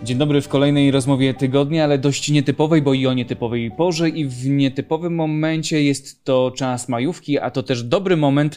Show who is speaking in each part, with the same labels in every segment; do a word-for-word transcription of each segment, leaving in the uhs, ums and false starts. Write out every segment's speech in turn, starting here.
Speaker 1: Dzień dobry w kolejnej rozmowie tygodnia, ale dość nietypowej, bo i o nietypowej porze i w nietypowym momencie jest to czas majówki, a to też dobry moment,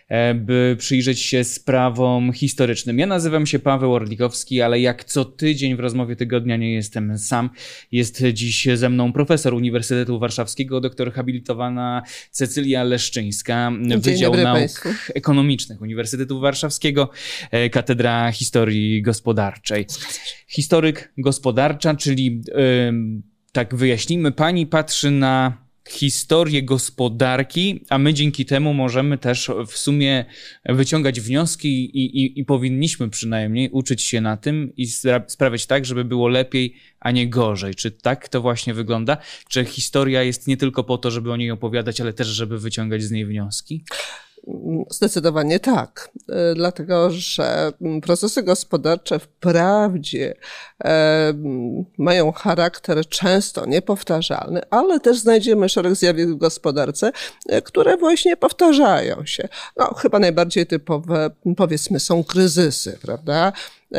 Speaker 1: by przyjrzeć się sprawom historycznym. Ja nazywam się Paweł Orlikowski, ale jak co tydzień w rozmowie tygodnia nie jestem sam. Jest dziś ze mną profesor Uniwersytetu Warszawskiego, doktor habilitowana Cecylia Leszczyńska, Wydział Nauk Państwu. Ekonomicznych Uniwersytetu Warszawskiego, Katedra Historii Gospodarczej. Historyk gospodarcza, czyli yy, tak wyjaśnijmy, pani patrzy na historię gospodarki, a my dzięki temu możemy też w sumie wyciągać wnioski i, i, i powinniśmy przynajmniej uczyć się na tym i spra- sprawiać tak, żeby było lepiej, a nie gorzej. Czy tak to właśnie wygląda? Czy historia jest nie tylko po to, żeby o niej opowiadać, ale też, żeby wyciągać z niej wnioski?
Speaker 2: Zdecydowanie tak, dlatego że procesy gospodarcze wprawdzie e, mają charakter często niepowtarzalny, ale też znajdziemy szereg zjawisk w gospodarce, które właśnie powtarzają się. No, chyba najbardziej typowe, powiedzmy, są kryzysy, prawda?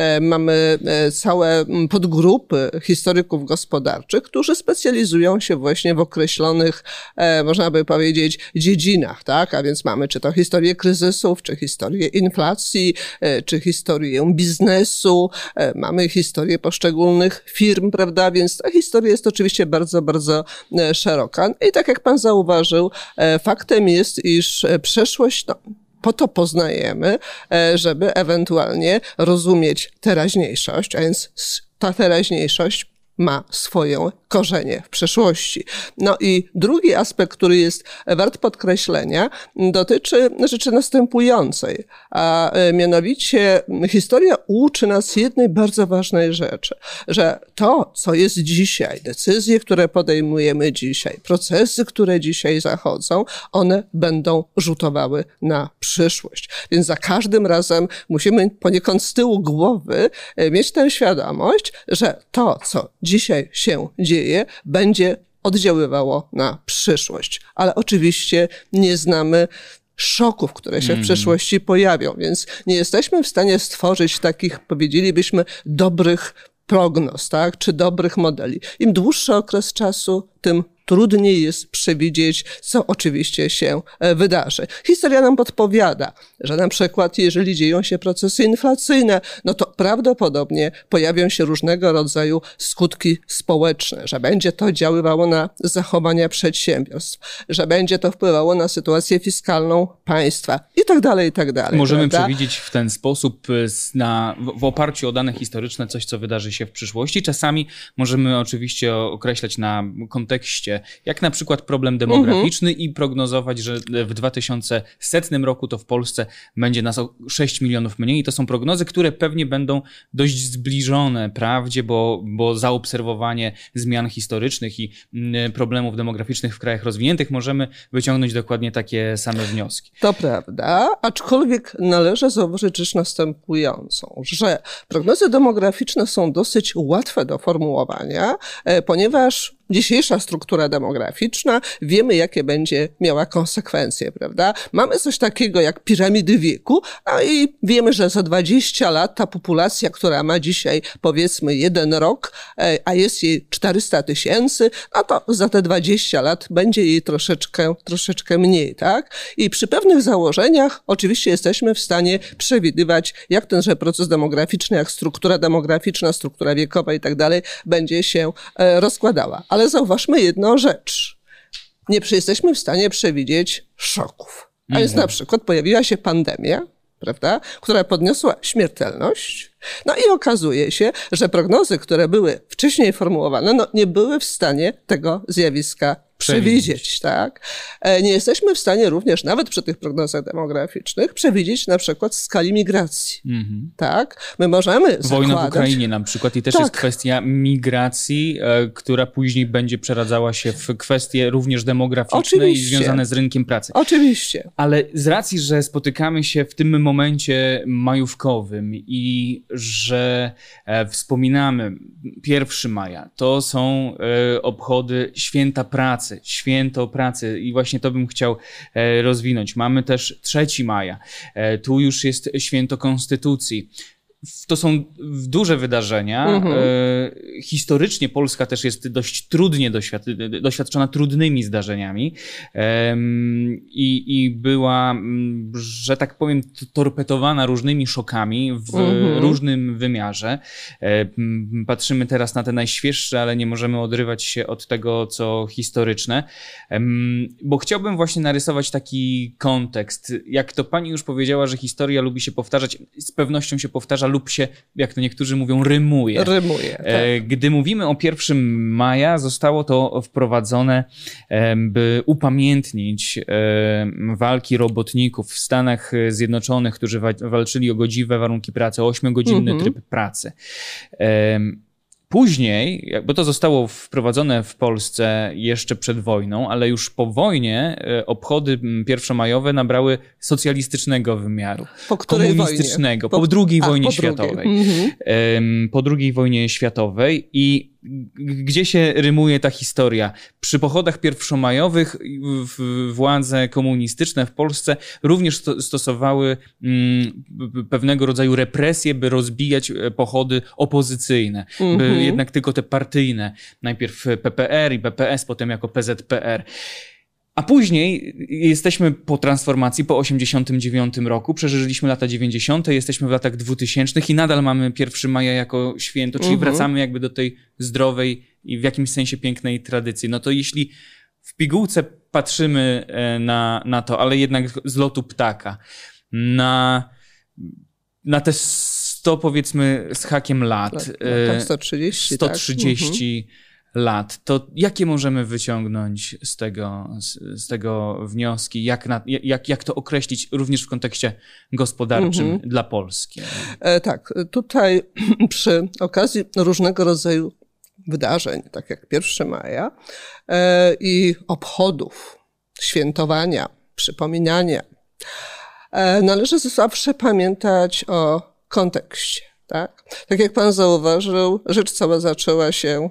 Speaker 2: Mamy całe podgrupy historyków gospodarczych, którzy specjalizują się właśnie w określonych, można by powiedzieć, dziedzinach, tak? A więc mamy czy to historię kryzysów, czy historię inflacji, czy historię biznesu, mamy historię poszczególnych firm, prawda? Więc ta historia jest oczywiście bardzo, bardzo szeroka. I tak jak pan zauważył, faktem jest, iż przeszłość, no, po to poznajemy, żeby ewentualnie rozumieć teraźniejszość, a więc ta teraźniejszość ma swoje korzenie w przeszłości. No i drugi aspekt, który jest wart podkreślenia, dotyczy rzeczy następującej, a mianowicie historia uczy nas jednej bardzo ważnej rzeczy, że to, co jest dzisiaj, decyzje, które podejmujemy dzisiaj, procesy, które dzisiaj zachodzą, one będą rzutowały na przyszłość. Więc za każdym razem musimy poniekąd z tyłu głowy mieć tę świadomość, że to, co dzisiaj się dzieje, będzie oddziaływało na przyszłość. Ale oczywiście nie znamy szoków, które się w przyszłości pojawią, więc nie jesteśmy w stanie stworzyć takich, powiedzielibyśmy, dobrych prognoz, tak, czy dobrych modeli. Im dłuższy okres czasu, tym trudniej jest przewidzieć, co oczywiście się wydarzy. Historia nam podpowiada, że na przykład jeżeli dzieją się procesy inflacyjne, no to prawdopodobnie pojawią się różnego rodzaju skutki społeczne, że będzie to działało na zachowania przedsiębiorstw, że będzie to wpływało na sytuację fiskalną państwa i tak dalej, i tak dalej.
Speaker 1: Możemy
Speaker 2: prawda?
Speaker 1: przewidzieć w ten sposób na, w, w oparciu o dane historyczne coś, co wydarzy się w przyszłości. Czasami możemy oczywiście określać na kontekście, jak na przykład problem demograficzny mm-hmm. i prognozować, że w dwa tysiące setnym roku to w Polsce będzie nas o sześć milionów mniej. I to są prognozy, które pewnie będą dość zbliżone prawdzie, bo, bo zaobserwowanie zmian historycznych i problemów demograficznych w krajach rozwiniętych możemy wyciągnąć dokładnie takie same wnioski.
Speaker 2: To prawda, aczkolwiek należy zauważyć rzecz następującą, że prognozy demograficzne są dosyć łatwe do formułowania, ponieważ dzisiejsza struktura demograficzna, wiemy, jakie będzie miała konsekwencje, prawda? Mamy coś takiego jak piramidy wieku, a i wiemy, że za dwadzieścia lat ta populacja, która ma dzisiaj powiedzmy jeden rok, a jest jej czterysta tysięcy, no to za te dwadzieścia lat będzie jej troszeczkę, troszeczkę mniej, tak? I przy pewnych założeniach oczywiście jesteśmy w stanie przewidywać, jak tenże proces demograficzny, jak struktura demograficzna, struktura wiekowa i tak dalej będzie się rozkładała. Ale zauważmy jedną rzecz. Nie jesteśmy w stanie przewidzieć szoków. A więc na przykład pojawiła się pandemia, prawda, która podniosła śmiertelność. No i okazuje się, że prognozy, które były wcześniej formułowane, no nie były w stanie tego zjawiska przewidzieć, tak? Nie jesteśmy w stanie również, nawet przy tych prognozach demograficznych, przewidzieć na przykład skali migracji, mm-hmm. tak? My możemy zakładać...
Speaker 1: Wojna w Ukrainie na przykład i też tak. jest kwestia migracji, e, która później będzie przeradzała się w kwestie również demograficzne Oczywiście. i związane z rynkiem pracy.
Speaker 2: Oczywiście.
Speaker 1: Ale z racji, że spotykamy się w tym momencie majówkowym i że e, wspominamy pierwszego maja, to są e, obchody święta pracy, święto pracy i właśnie to bym chciał e, rozwinąć. Mamy też trzeciego maja, e, tu już jest święto Konstytucji. to są duże wydarzenia. Mhm. Historycznie Polska też jest dość trudnie doświad- doświadczona trudnymi zdarzeniami i, i była, że tak powiem, torpedowana różnymi szokami w mhm. różnym wymiarze. Patrzymy teraz na te najświeższe, ale nie możemy odrywać się od tego, co historyczne, bo chciałbym właśnie narysować taki kontekst. Jak to pani już powiedziała, że historia lubi się powtarzać, z pewnością się powtarza lub się, jak to niektórzy mówią, rymuje.
Speaker 2: Rymuje, tak.
Speaker 1: Gdy mówimy o pierwszego maja, zostało to wprowadzone, by upamiętnić walki robotników w Stanach Zjednoczonych, którzy walczyli o godziwe warunki pracy, o ośmiogodzinny mhm. tryb pracy. Później, bo to zostało wprowadzone w Polsce jeszcze przed wojną, ale już po wojnie obchody pierwszomajowe nabrały socjalistycznego wymiaru.
Speaker 2: Po której
Speaker 1: komunistycznego,
Speaker 2: wojnie?
Speaker 1: Po, po drugiej
Speaker 2: A,
Speaker 1: wojnie
Speaker 2: po
Speaker 1: światowej.
Speaker 2: Drugiej. Mhm.
Speaker 1: Po drugiej wojnie światowej i gdzie się rymuje ta historia? Przy pochodach pierwszomajowych władze komunistyczne w Polsce również stosowały pewnego rodzaju represje, by rozbijać pochody opozycyjne. Mm-hmm. By jednak tylko te partyjne, najpierw P P R i P P S, potem jako P Z P R. A później jesteśmy po transformacji, po osiemdziesiątym dziewiątym roku, przeżyliśmy lata dziewięćdziesiąte, jesteśmy w latach dwutysięcznych i nadal mamy pierwszego maja jako święto, czyli uh-huh. wracamy jakby do tej zdrowej i w jakimś sensie pięknej tradycji. No to jeśli w pigułce patrzymy na, na to, ale jednak z lotu ptaka, na, na te sto powiedzmy z hakiem lat,
Speaker 2: no, tak sto trzydzieści,
Speaker 1: sto trzydzieści tak? uh-huh. lat, to jakie możemy wyciągnąć z tego, z, z tego wnioski? Jak, na, jak, jak to określić również w kontekście gospodarczym mhm. dla Polski?
Speaker 2: E, tak, tutaj przy okazji różnego rodzaju wydarzeń, tak jak pierwszego maja e, i obchodów, świętowania, przypominania, e, należy zawsze pamiętać o kontekście. Tak? Tak jak pan zauważył, rzecz cała zaczęła się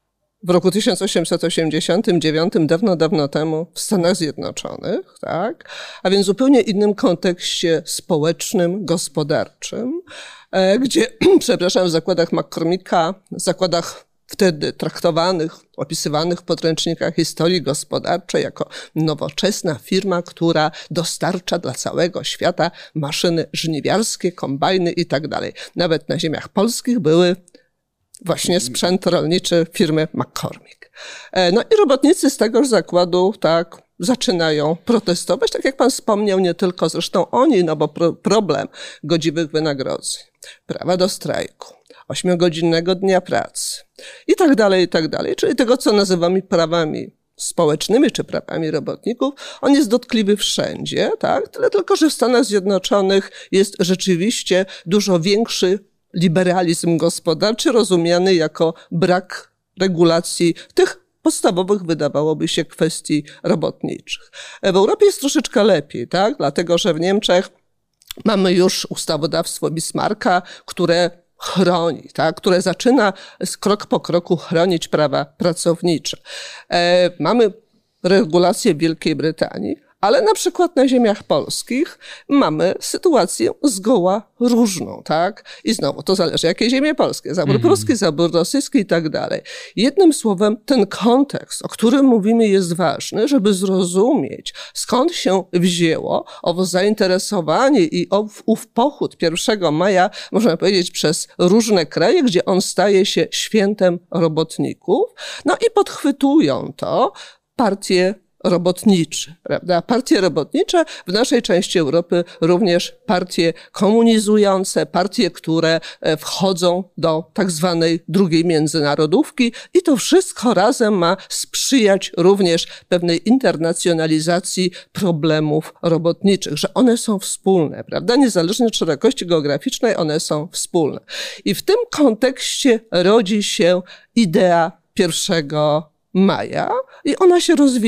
Speaker 2: w roku tysiąc osiemset osiemdziesiątym dziewiątym, dawno, dawno temu w Stanach Zjednoczonych, tak? A więc w zupełnie innym kontekście społecznym, gospodarczym, gdzie, przepraszam, w zakładach McCormicka, w zakładach wtedy traktowanych, opisywanych w podręcznikach historii gospodarczej jako nowoczesna firma, która dostarcza dla całego świata maszyny żniwiarskie, kombajny i tak dalej. Nawet na ziemiach polskich były właśnie sprzęt rolniczy firmy McCormick. No i robotnicy z tegoż zakładu tak zaczynają protestować, tak jak pan wspomniał, nie tylko zresztą oni, no bo pro, problem godziwych wynagrodzeń, prawa do strajku, ośmiogodzinnego dnia pracy i tak dalej, i tak dalej, czyli tego, co nazywamy prawami społecznymi czy prawami robotników, on jest dotkliwy wszędzie, tak? Tyle tylko, że w Stanach Zjednoczonych jest rzeczywiście dużo większy liberalizm gospodarczy, rozumiany jako brak regulacji tych podstawowych, wydawałoby się, kwestii robotniczych. W Europie jest troszeczkę lepiej, tak? Dlatego, że w Niemczech mamy już ustawodawstwo Bismarcka, które chroni, tak? Które zaczyna krok po kroku chronić prawa pracownicze. E, mamy regulacje w Wielkiej Brytanii, ale na przykład na ziemiach polskich mamy sytuację zgoła różną, tak? I znowu to zależy, jakie ziemie polskie, zabór mm. pruski, zabór rosyjski i tak dalej. Jednym słowem, ten kontekst, o którym mówimy, jest ważny, żeby zrozumieć, skąd się wzięło owo zainteresowanie i ów, ów pochód pierwszego maja, można powiedzieć, przez różne kraje, gdzie on staje się świętem robotników. No i podchwytują to partie robotnicze, prawda? Partie robotnicze w naszej części Europy również partie komunizujące, partie, które wchodzą do tak zwanej drugiej międzynarodówki i to wszystko razem ma sprzyjać również pewnej internacjonalizacji problemów robotniczych, że one są wspólne, prawda? Niezależnie od szerokości geograficznej, one są wspólne. I w tym kontekście rodzi się idea pierwszego maja i ona się rozwija.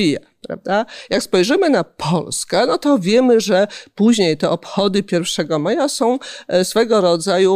Speaker 2: Prawda? Jak spojrzymy na Polskę, no to wiemy, że później te obchody pierwszego maja są swego rodzaju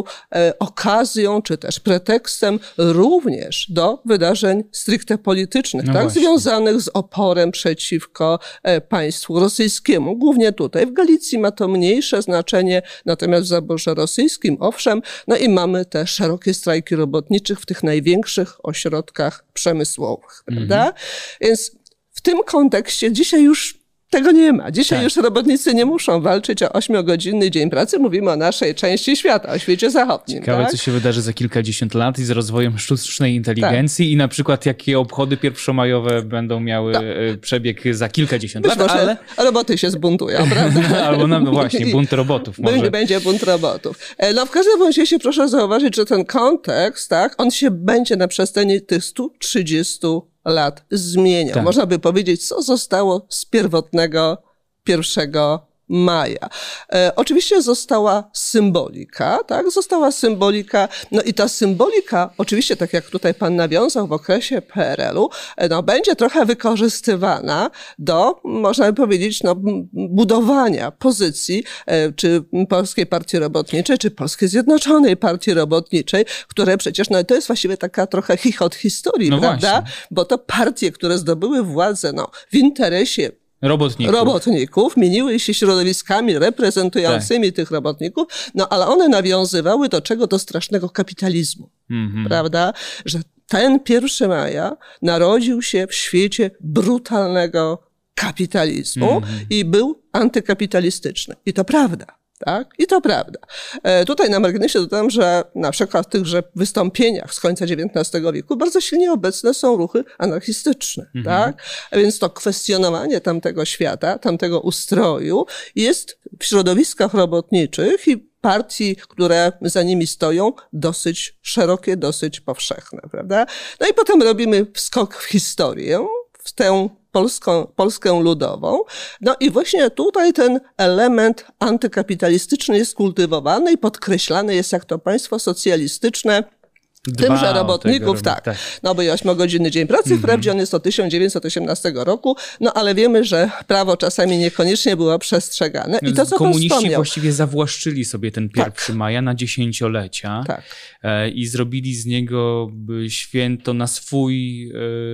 Speaker 2: okazją, czy też pretekstem również do wydarzeń stricte politycznych, no tak? Właśnie. Związanych z oporem przeciwko państwu rosyjskiemu. Głównie tutaj. W Galicji ma to mniejsze znaczenie, natomiast w zaborze rosyjskim, owszem, no i mamy te szerokie strajki robotniczych w tych największych ośrodkach przemysłowych, prawda? Mhm. Więc w tym kontekście dzisiaj już tego nie ma. Dzisiaj tak. już robotnicy nie muszą walczyć o ośmiogodzinny dzień pracy. Mówimy o naszej części świata, o świecie zachodnim.
Speaker 1: Ciekawe,
Speaker 2: tak?
Speaker 1: co się wydarzy za kilkadziesiąt lat i z rozwojem sztucznej inteligencji tak. i na przykład jakie obchody pierwszomajowe będą miały tak. przebieg za kilkadziesiąt
Speaker 2: Być
Speaker 1: lat,
Speaker 2: może
Speaker 1: ale...
Speaker 2: roboty się zbuntują, prawda?
Speaker 1: Albo no właśnie, bunt robotów może.
Speaker 2: Będzie, będzie bunt robotów. No w każdym razie proszę zauważyć, że ten kontekst, tak, on się będzie na przestrzeni tych stu trzydziestu lat zmieniał. Tak. Można by powiedzieć, co zostało z pierwotnego pierwszego maja. E, oczywiście została symbolika, tak? Została symbolika, no i ta symbolika, oczywiście tak jak tutaj pan nawiązał w okresie P R L-u, no będzie trochę wykorzystywana do, można by powiedzieć, no, budowania pozycji e, czy Polskiej Partii Robotniczej, czy Polskiej Zjednoczonej Partii Robotniczej, które przecież, no to jest właściwie taka trochę chichot historii, no prawda? Właśnie. Bo to partie, które zdobyły władzę, no, w interesie
Speaker 1: Robotników.
Speaker 2: robotników, mieniły się środowiskami reprezentującymi tak. tych robotników, no ale one nawiązywały do czego? Do strasznego kapitalizmu, mm-hmm. prawda? Że ten pierwszego maja narodził się w świecie brutalnego kapitalizmu mm-hmm. i był antykapitalistyczny. I to prawda. Tak? I to prawda. E, tutaj na marginesie dodam, że na przykład w tychże wystąpieniach z końca dziewiętnastego wieku bardzo silnie obecne są ruchy anarchistyczne. Mhm. Tak? A więc to kwestionowanie tamtego świata, tamtego ustroju jest w środowiskach robotniczych i partii, które za nimi stoją, dosyć szerokie, dosyć powszechne. Prawda? No i potem robimy skok w historię, w tę Polską, Polskę ludową. No i właśnie tutaj ten element antykapitalistyczny jest kultywowany i podkreślany jest, jak to państwo socjalistyczne
Speaker 1: Dba
Speaker 2: tymże robotników, tak.
Speaker 1: tak.
Speaker 2: No bo i ośmiogodzinny dzień pracy, mm-hmm. wprawdzie on jest od tysiąc dziewięćset osiemnastego roku, no ale wiemy, że prawo czasami niekoniecznie było przestrzegane. I to, co
Speaker 1: komuniści
Speaker 2: pan wspomniał,
Speaker 1: właściwie zawłaszczyli sobie ten pierwszego tak. maja na dziesięciolecia
Speaker 2: tak.
Speaker 1: i zrobili z niego święto na swój,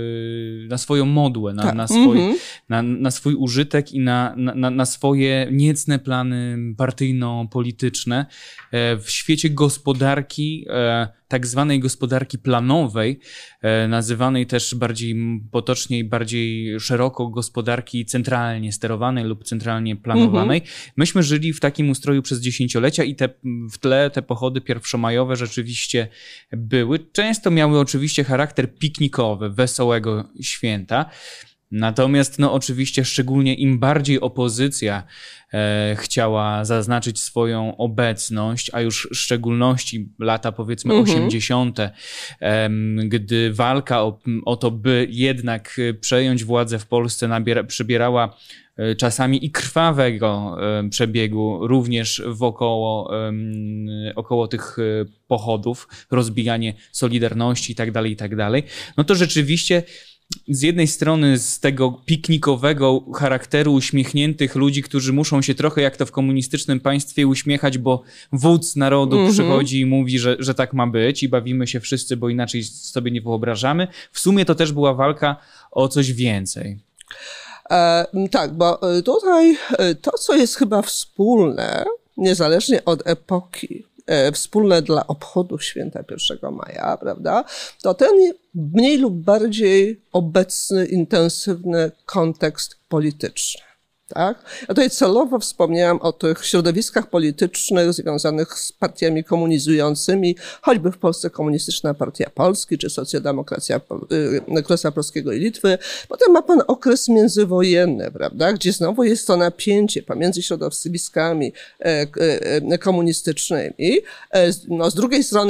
Speaker 1: na swoją modłę, na, tak. na, swój, mm-hmm. na, na swój użytek i na, na, na swoje niecne plany partyjno-polityczne. W świecie gospodarki, tak zwanej gospodarki planowej, nazywanej też bardziej potocznie i bardziej szeroko gospodarki centralnie sterowanej lub centralnie planowanej. Mm-hmm. Myśmy żyli w takim ustroju przez dziesięciolecia i te, w tle te pochody pierwszomajowe rzeczywiście były. Często miały oczywiście charakter piknikowy, wesołego święta. Natomiast no oczywiście szczególnie im bardziej opozycja e, chciała zaznaczyć swoją obecność, a już w szczególności lata powiedzmy mhm. osiemdziesiąte, e, gdy walka o, o to, by jednak przejąć władzę w Polsce nabiera, przybierała e, czasami i krwawego e, przebiegu również wokoło e, około tych e, pochodów, rozbijanie Solidarności i tak dalej, i tak dalej, no to rzeczywiście z jednej strony z tego piknikowego charakteru uśmiechniętych ludzi, którzy muszą się trochę jak to w komunistycznym państwie uśmiechać, bo wódz narodu mm-hmm. przychodzi i mówi, że, że tak ma być i bawimy się wszyscy, bo inaczej sobie nie wyobrażamy. W sumie to też była walka o coś więcej.
Speaker 2: E, tak, bo tutaj to, co jest chyba wspólne, niezależnie od epoki, wspólne dla obchodów święta pierwszego maja, prawda, to ten mniej lub bardziej obecny, intensywny kontekst polityczny. Tak? Ja tutaj celowo wspomniałam o tych środowiskach politycznych związanych z partiami komunizującymi, choćby w Polsce Komunistyczna Partia Polski, czy Socjaldemokracja Królestwa Polskiego i Litwy. Potem ma pan okres międzywojenny, prawda, gdzie znowu jest to napięcie pomiędzy środowiskami komunistycznymi. No, z drugiej strony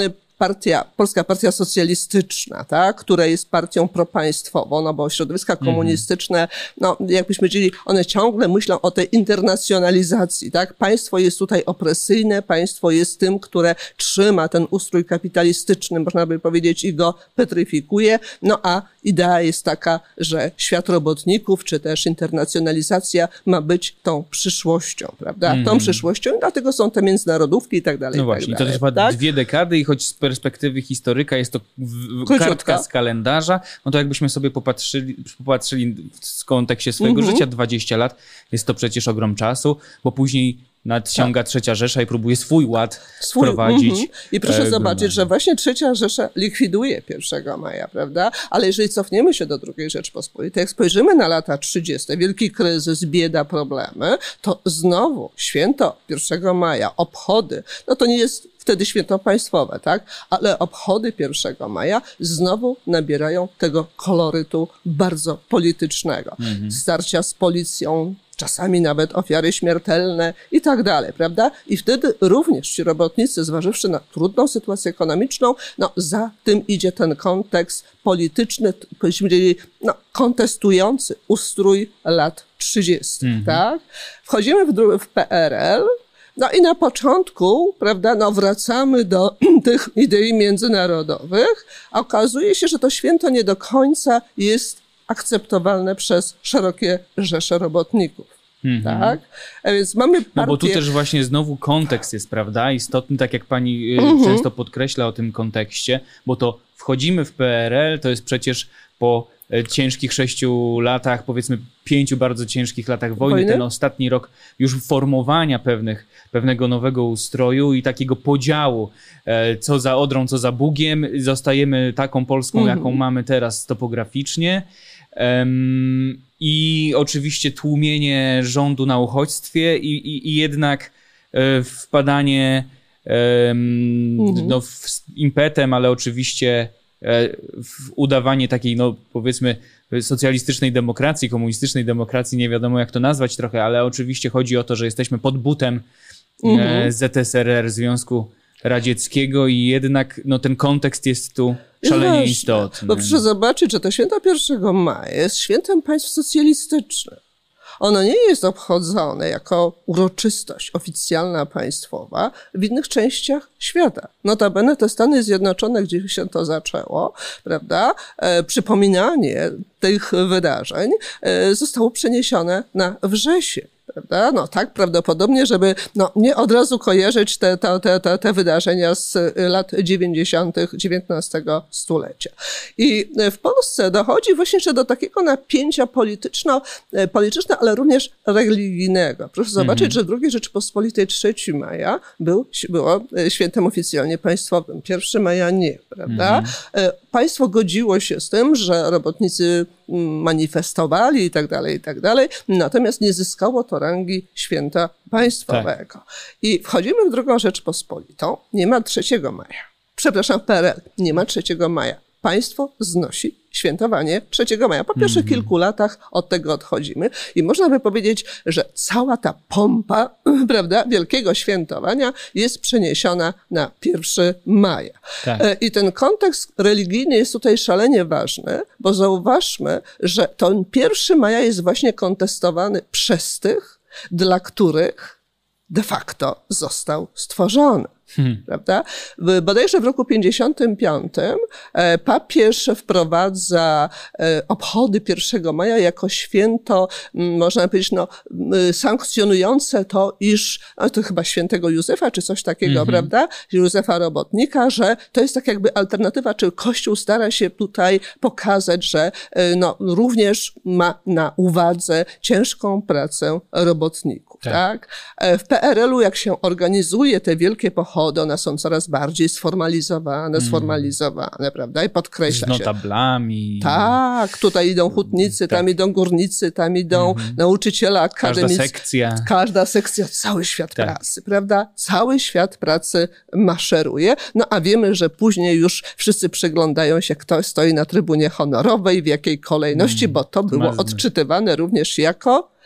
Speaker 2: partia, Polska Partia Socjalistyczna, tak, która jest partią propaństwową, no bo środowiska komunistyczne, no jakbyśmy powiedzieli, one ciągle myślą o tej internacjonalizacji, tak. Państwo jest tutaj opresyjne, państwo jest tym, które trzyma ten ustrój kapitalistyczny, można by powiedzieć, i go petryfikuje, no a idea jest taka, że świat robotników, czy też internacjonalizacja ma być tą przyszłością, prawda? Mm. Tą przyszłością, dlatego są te międzynarodówki i tak dalej.
Speaker 1: No
Speaker 2: i
Speaker 1: właśnie,
Speaker 2: tak
Speaker 1: to
Speaker 2: dalej,
Speaker 1: trwa
Speaker 2: tak?
Speaker 1: dwie dekady i choć z perspektywy historyka jest to w, kartka z kalendarza, no to jakbyśmy sobie popatrzyli, popatrzyli w kontekście swojego mm-hmm. życia, dwadzieścia lat, jest to przecież ogrom czasu, bo później nadciąga tak. Trzecia Rzesza i próbuje swój ład swój, wprowadzić. Mm-hmm.
Speaker 2: I proszę e, zobaczyć, że właśnie Trzecia Rzesza likwiduje pierwszego maja, prawda? Ale jeżeli cofniemy się do drugiej Rzeczpospolitej, jak spojrzymy na lata trzydzieste, wielki kryzys, bieda, problemy, to znowu święto pierwszego maja, obchody, no to nie jest wtedy święto państwowe, tak? Ale obchody pierwszego maja znowu nabierają tego kolorytu bardzo politycznego. Mm-hmm. Starcia z policją, czasami nawet ofiary śmiertelne i tak dalej, prawda? I wtedy również ci robotnicy, zważywszy na trudną sytuację ekonomiczną, no za tym idzie ten kontekst polityczny, powiedzmy, no, kontestujący ustrój lat trzydziestych, mm-hmm. tak? Wchodzimy w, dru- w P R L, no i na początku, prawda, no wracamy do tych idei międzynarodowych, a okazuje się, że to święto nie do końca jest akceptowalne przez szerokie rzesze robotników. Mm-hmm. Tak? A więc mamy partię...
Speaker 1: No bo tu też właśnie znowu kontekst jest, prawda, istotny, tak jak pani mm-hmm. często podkreśla o tym kontekście, bo to wchodzimy w P R L, to jest przecież po ciężkich sześciu latach, powiedzmy pięciu bardzo ciężkich latach wojny, wojny, ten ostatni rok już formowania pewnych, pewnego nowego ustroju i takiego podziału, co za Odrą, co za Bugiem, zostajemy taką Polską, mm-hmm. jaką mamy teraz topograficznie. Um, I oczywiście tłumienie rządu na uchodźstwie i, i, i jednak e, wpadanie e, mm-hmm. no, w, impetem, ale oczywiście e, w udawanie takiej, no powiedzmy, socjalistycznej demokracji, komunistycznej demokracji, nie wiadomo jak to nazwać trochę, ale oczywiście chodzi o to, że jesteśmy pod butem mm-hmm. e, Z S R R, Związku Radzieckiego i jednak no, ten kontekst jest tu szalenie Właśnie, istotny.
Speaker 2: Bo proszę zobaczyć, że to święto pierwszego maja jest świętem państw socjalistycznych. Ono nie jest obchodzone jako uroczystość oficjalna państwowa w innych częściach świata. Notabene te Stany Zjednoczone, gdzie się to zaczęło, prawda, e, przypominanie tych wydarzeń e, zostało przeniesione na wrzesień. Prawda? No tak, prawdopodobnie, żeby no, nie od razu kojarzyć te, te, te, te wydarzenia z lat dziewięćdziesiątych dziewiętnastego stulecia. I w Polsce dochodzi właśnie jeszcze do takiego napięcia polityczno, politycznego, ale również religijnego. Proszę zobaczyć, mm-hmm. że w drugiej Rzeczypospolitej trzeciego maja był, było świętem oficjalnie państwowym. pierwszego maja nie, prawda? Mm-hmm. Państwo godziło się z tym, że robotnicy manifestowali i tak dalej, i tak dalej, natomiast nie zyskało to rangi święta państwowego. Tak. I wchodzimy w drugą Rzeczpospolitą, nie ma trzeciego maja. Przepraszam, P R L, nie ma trzeciego maja. Państwo znosi świętowanie trzeciego maja. Po pierwszych mm-hmm. kilku latach od tego odchodzimy i można by powiedzieć, że cała ta pompa, prawda, wielkiego świętowania jest przeniesiona na pierwszego maja. Tak. I ten kontekst religijny jest tutaj szalenie ważny, bo zauważmy, że ten pierwszego maja jest właśnie kontestowany przez tych, dla których de facto został stworzony. Hmm. Prawda? Bodajże w roku pięćdziesiątym piątym papież wprowadza obchody pierwszego maja jako święto, można powiedzieć, no, sankcjonujące to, iż, no to chyba świętego Józefa, czy coś takiego, mm-hmm. prawda? Józefa Robotnika, że to jest tak jakby alternatywa, czy Kościół stara się tutaj pokazać, że no, również ma na uwadze ciężką pracę robotników. Tak. Tak? W P R L-u, jak się organizuje te wielkie pochody, one są coraz bardziej sformalizowane, sformalizowane, mm. prawda? I podkreśla się.
Speaker 1: Z notablami.
Speaker 2: Tak, tutaj idą hutnicy, tak. tam idą górnicy, tam idą mm. nauczyciele akademiccy.
Speaker 1: Każda sekcja.
Speaker 2: Każda sekcja, cały świat
Speaker 1: tak.
Speaker 2: pracy, prawda? Cały świat pracy maszeruje. No a wiemy, że później już wszyscy przyglądają się, kto stoi na trybunie honorowej, w jakiej kolejności, mm. bo to było odczytywane również jako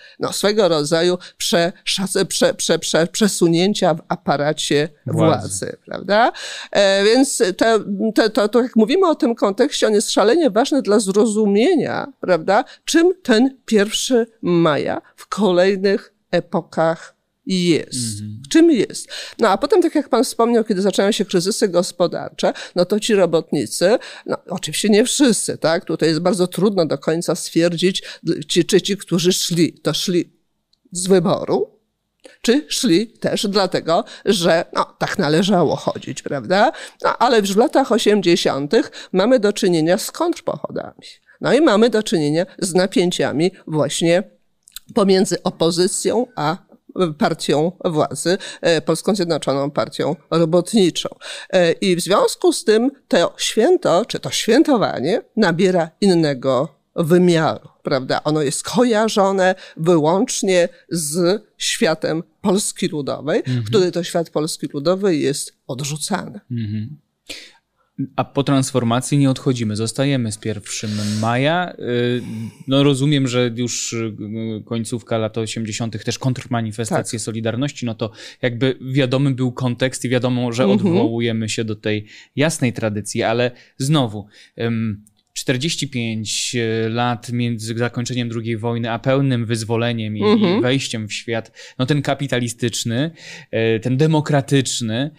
Speaker 2: no, swego rodzaju prze, prze, prze, prze, przesunięcia w aparacie władzy, władzy prawda? E, więc te, te, to, to, jak mówimy o tym kontekście, on jest szalenie ważny dla zrozumienia, prawda, czym ten pierwszego maja w kolejnych epokach jest. Mm-hmm. Czym jest? No a potem, tak jak pan wspomniał, kiedy zaczęły się kryzysy gospodarcze, no to ci robotnicy, no oczywiście nie wszyscy, tak? Tutaj jest bardzo trudno do końca stwierdzić, ci, czy ci, którzy szli, to szli z wyboru, czy szli też dlatego, że no, tak należało chodzić, prawda? No, ale już w latach osiemdziesiątych mamy do czynienia z kontrpochodami. No i mamy do czynienia z napięciami właśnie pomiędzy opozycją a partią władzy, Polską Zjednoczoną Partią Robotniczą. I w związku z tym to święto, czy to świętowanie nabiera innego wymiaru, prawda? Ono jest kojarzone wyłącznie z światem Polski Ludowej, mhm. który to świat Polski Ludowej jest odrzucany. Mhm.
Speaker 1: A po transformacji nie odchodzimy, zostajemy z pierwszego maja. No rozumiem, że już końcówka lat osiemdziesiątych też kontrmanifestacje tak. Solidarności, no to jakby wiadomy był kontekst i wiadomo, że odwołujemy się do tej jasnej tradycji, ale znowu czterdzieści pięć lat między zakończeniem drugiej wojny, a pełnym wyzwoleniem i, mhm. i wejściem w świat, no ten kapitalistyczny, ten demokratyczny,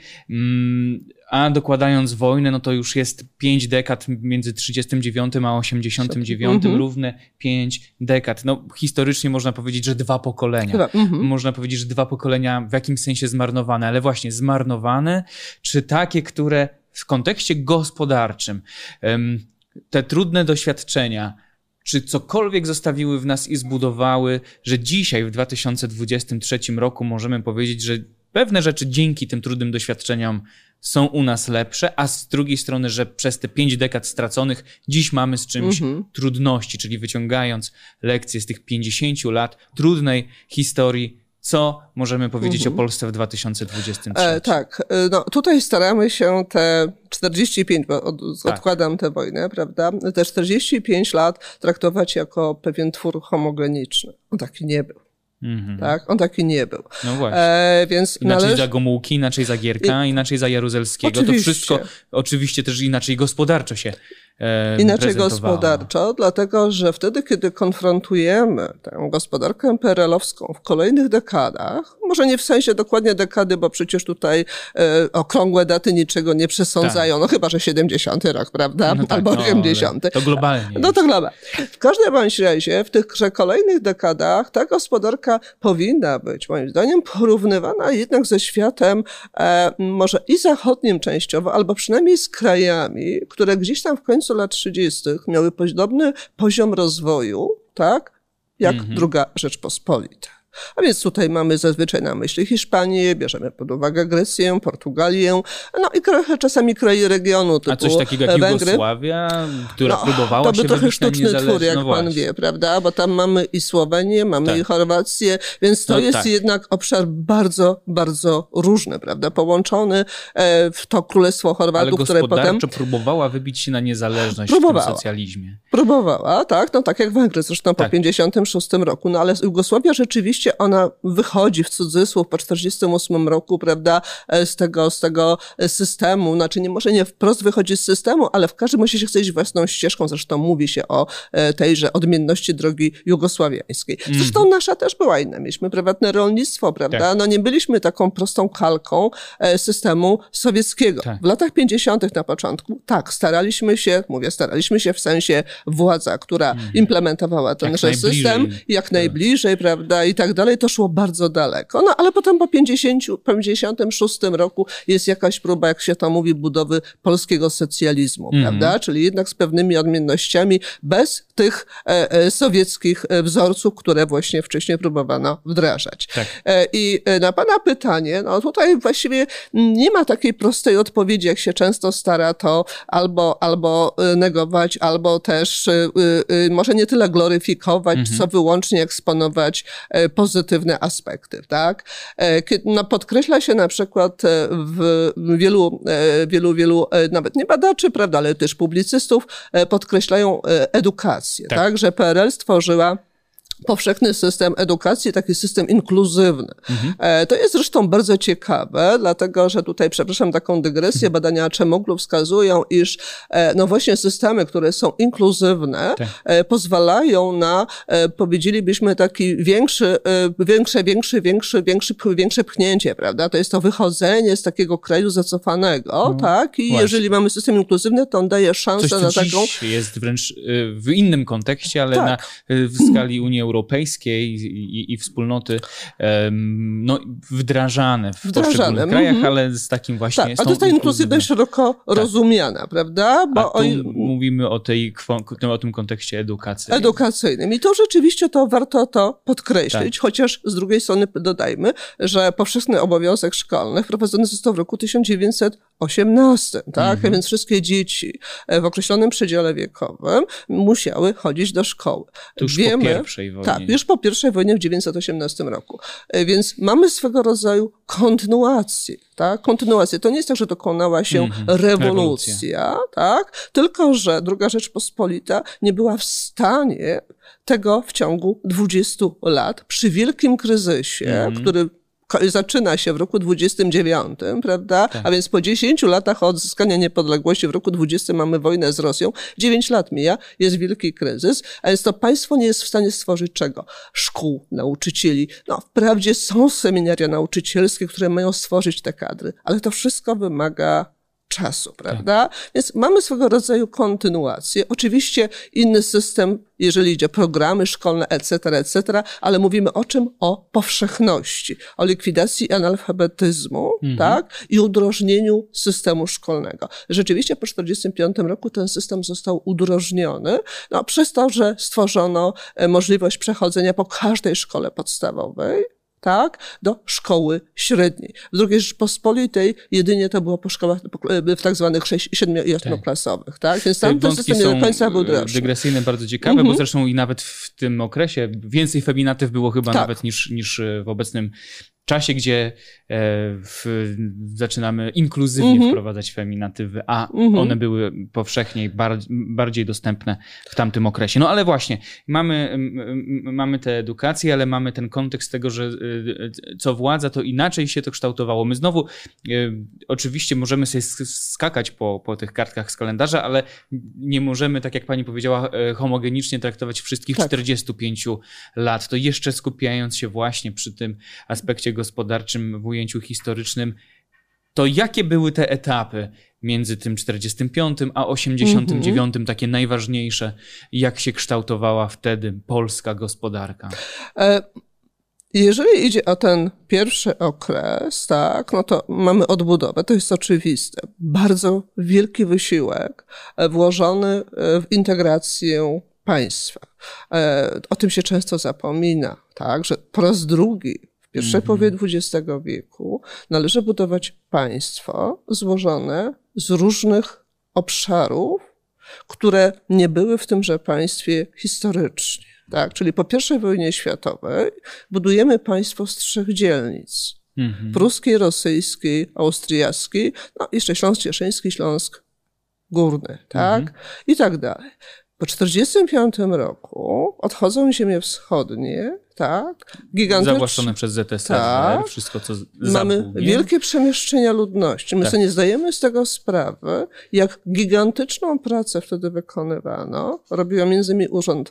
Speaker 1: a dokładając wojnę, no to już jest pięć dekad między trzydziestym dziewiątym a osiemdziesiątym dziewiątym, mhm. równe pięć dekad. No historycznie można powiedzieć, że dwa pokolenia. Chyba, mhm. Można powiedzieć, że dwa pokolenia w jakimś sensie zmarnowane, ale właśnie zmarnowane, czy takie, które w kontekście gospodarczym um, te trudne doświadczenia, czy cokolwiek zostawiły w nas i zbudowały, że dzisiaj w dwa tysiące dwudziestym trzecim roku możemy powiedzieć, że pewne rzeczy dzięki tym trudnym doświadczeniom są u nas lepsze, a z drugiej strony, że przez te pięć dekad straconych dziś mamy z czymś mm-hmm. trudności, czyli wyciągając lekcje z tych pięćdziesięciu lat trudnej historii, co możemy powiedzieć mm-hmm. o Polsce w dwa tysiące dwudziestym trzecim?
Speaker 2: E, tak, no tutaj staramy się te czterdzieści pięć, bo od, tak. odkładam tę wojnę, prawda, te czterdzieści pięć lat traktować jako pewien twór homogeniczny. On taki nie był. Mm-hmm. Tak? On taki nie był.
Speaker 1: No właśnie. E, więc inaczej należy... za Gomułki, inaczej za Gierka, I... inaczej za Jaruzelskiego. Oczywiście. To wszystko oczywiście też inaczej gospodarczo się e,
Speaker 2: Inaczej gospodarczo, dlatego że wtedy, kiedy konfrontujemy tę gospodarkę P R L-owską w kolejnych dekadach, może nie w sensie dokładnie dekady, bo przecież tutaj e, okrągłe daty niczego nie przesądzają, tak. no chyba, że siedemdziesiąty rok, prawda? No tak, albo no, osiemdziesiąty.
Speaker 1: To globalnie.
Speaker 2: No to globalnie. W każdym bądź razie w tych kolejnych dekadach ta gospodarka powinna być, moim zdaniem, porównywana jednak ze światem e, może i zachodnim częściowo, albo przynajmniej z krajami, które gdzieś tam w końcu lat trzydziestych miały podobny poziom rozwoju, tak, jak mm-hmm. druga Rzeczpospolita. A więc tutaj mamy zazwyczaj na myśli Hiszpanię, bierzemy pod uwagę Grecję, Portugalię, no i trochę czasami kraje regionu typu
Speaker 1: A coś takiego jak
Speaker 2: Węgry.
Speaker 1: Jugosławia, która
Speaker 2: no,
Speaker 1: próbowała
Speaker 2: to by
Speaker 1: się
Speaker 2: trochę sztuczny twór, jak
Speaker 1: no
Speaker 2: pan wie, prawda? Bo tam mamy i Słowenię, mamy tak. i Chorwację, więc to no jest tak. jednak obszar bardzo, bardzo różny, prawda? Połączony w to Królestwo Chorwatów, które potem...
Speaker 1: Ale gospodarczo próbowała wybić się na niezależność próbowała. w tym socjalizmie.
Speaker 2: Próbowała, tak, no tak jak Węgry zresztą tak. po pięćdziesiątym szóstym roku, no ale Jugosławia rzeczywiście ona wychodzi w cudzysłów po czterdziestym ósmym roku, prawda, z tego, z tego systemu, znaczy nie, może nie wprost wychodzi z systemu, ale w każdym razie chce iść własną ścieżką, zresztą mówi się o tejże odmienności drogi jugosławiańskiej. Zresztą mm. nasza też była inna, mieliśmy prywatne rolnictwo, prawda, tak. no nie byliśmy taką prostą kalką systemu sowieckiego. Tak. W latach pięćdziesiątych na początku, tak, staraliśmy się, mówię, staraliśmy się w sensie władza, która mm. implementowała tenże system, jak najbliżej, prawda, i tak dalej, to szło bardzo daleko. No ale potem po pięćdziesiątym szóstym roku jest jakaś próba, jak się to mówi, budowy polskiego socjalizmu, mm. prawda? Czyli jednak z pewnymi odmiennościami, bez tych e, e, sowieckich wzorców, które właśnie wcześniej próbowano wdrażać. Tak. E, I na pana pytanie, no tutaj właściwie nie ma takiej prostej odpowiedzi, jak się często stara to albo, albo negować, albo też y, y, może nie tyle gloryfikować, mm-hmm. co wyłącznie eksponować e, pozytywne aspekty, tak? No, podkreśla się na przykład w wielu, wielu, wielu nawet nie badaczy, prawda, ale też publicystów podkreślają edukację, tak, tak? Że P R L stworzyła powszechny system edukacji, taki system inkluzywny. Mhm. To jest zresztą bardzo ciekawe, dlatego że tutaj, przepraszam, taką dygresję, badania Acemoglu wskazują, iż no właśnie systemy, które są inkluzywne, tak. pozwalają na, powiedzielibyśmy, taki większy, większe, większy, większy, większy, większe pchnięcie, prawda? To jest to wychodzenie z takiego kraju zacofanego, no, tak? I właśnie. Jeżeli mamy system inkluzywny, to on daje szansę
Speaker 1: Coś,
Speaker 2: na taką...
Speaker 1: jest wręcz w innym kontekście, ale tak. na, w skali Unii Europejskiej i, i wspólnoty no, wdrażane w wdrażane. poszczególnych krajach, mm-hmm. ale z takim właśnie...
Speaker 2: Tak, ale to ta inkluzywność szeroko tak. rozumiana, prawda?
Speaker 1: Bo A tu o... mówimy o, tej, o tym kontekście edukacyjnym.
Speaker 2: Edukacyjnym. I to rzeczywiście to warto to podkreślić, tak. chociaż z drugiej strony dodajmy, że powszechny obowiązek szkolny wprowadzony został w roku tysiąc dziewięćset osiemnastym, tak? Mm-hmm. Więc wszystkie dzieci w określonym przedziale wiekowym musiały chodzić do szkoły.
Speaker 1: To już Wiemy, po pierwszej wojnie.
Speaker 2: Tak, już po pierwszej wojnie w dziewięćset osiemnastym roku. Więc mamy swego rodzaju kontynuację, tak? Kontynuację. To nie jest tak, że dokonała się mm-hmm. rewolucja, Rewolucja. tak? Tylko że Druga Rzeczpospolita nie była w stanie tego w ciągu dwudziestu lat przy wielkim kryzysie, mm-hmm. który zaczyna się w roku dwudziestym dziewiątym, prawda? Tak. A więc po dziesięciu latach od odzyskania niepodległości w roku dwudziestym mamy wojnę z Rosją. Dziewięć lat mija, jest wielki kryzys, a więc to państwo nie jest w stanie stworzyć czego? Szkół, nauczycieli. No, wprawdzie są seminaria nauczycielskie, które mają stworzyć te kadry, ale to wszystko wymaga czasu, prawda? Tak. Więc mamy swego rodzaju kontynuację. Oczywiście inny system, jeżeli idzie o programy szkolne, et cetera, et cetera, ale mówimy o czym? O powszechności, o likwidacji analfabetyzmu, mhm. tak? I udrożnieniu systemu szkolnego. Rzeczywiście po czterdziestym piątym roku ten system został udrożniony, no, przez to, że stworzono możliwość przechodzenia po każdej szkole podstawowej, tak, do szkoły średniej. W drugiej Rzeczpospolitej jedynie to było po szkołach w tak zwanych siedmiu i ośmioklasowych, tak? Więc tam ten system nie do końca był droższy.
Speaker 1: Dygresyjne, bardzo ciekawe, mm-hmm. bo zresztą i nawet w tym okresie więcej feminatyw było chyba tak. nawet niż, niż w obecnym czasie, gdzie e, w, zaczynamy inkluzywnie mm-hmm. wprowadzać feminatywy, a mm-hmm. one były powszechniej, bar, bardziej dostępne w tamtym okresie. No ale właśnie, mamy, m, mamy tę edukację, ale mamy ten kontekst tego, że e, co władza, to inaczej się to kształtowało. My znowu e, oczywiście możemy sobie skakać po, po tych kartkach z kalendarza, ale nie możemy, tak jak pani powiedziała, e, homogenicznie traktować wszystkich tak. czterdziestu pięciu lat. To jeszcze skupiając się właśnie przy tym aspekcie gospodarczym w ujęciu historycznym, to jakie były te etapy między tym czterdziestym piątym a osiemdziesiątym dziewiątym, mm-hmm. takie najważniejsze, jak się kształtowała wtedy polska gospodarka?
Speaker 2: E, jeżeli idzie o ten pierwszy okres, tak, no to mamy odbudowę, to jest oczywiste. Bardzo wielki wysiłek włożony w integrację państwa. E, o tym się często zapomina, tak, że po raz drugi w pierwszej połowie dwudziestego wieku należy budować państwo złożone z różnych obszarów, które nie były w tymże państwie historycznie. Tak? Czyli po pierwszej wojnie światowej budujemy państwo z trzech dzielnic. Mhm. Pruskiej, rosyjskiej, austriackiej, no jeszcze Śląsk Cieszyński, Śląsk Górny, tak? Mhm. I tak dalej. Po czterdziestym piątym roku odchodzą ziemie wschodnie, tak? Gigantyczne.
Speaker 1: Zawłaszczone przez zet es er, tak. Wszystko co
Speaker 2: Mamy
Speaker 1: zabuł,
Speaker 2: wielkie przemieszczenia ludności. My tak. sobie nie zdajemy z tego sprawy, jak gigantyczną pracę wtedy wykonywano. Robiła między innymi urząd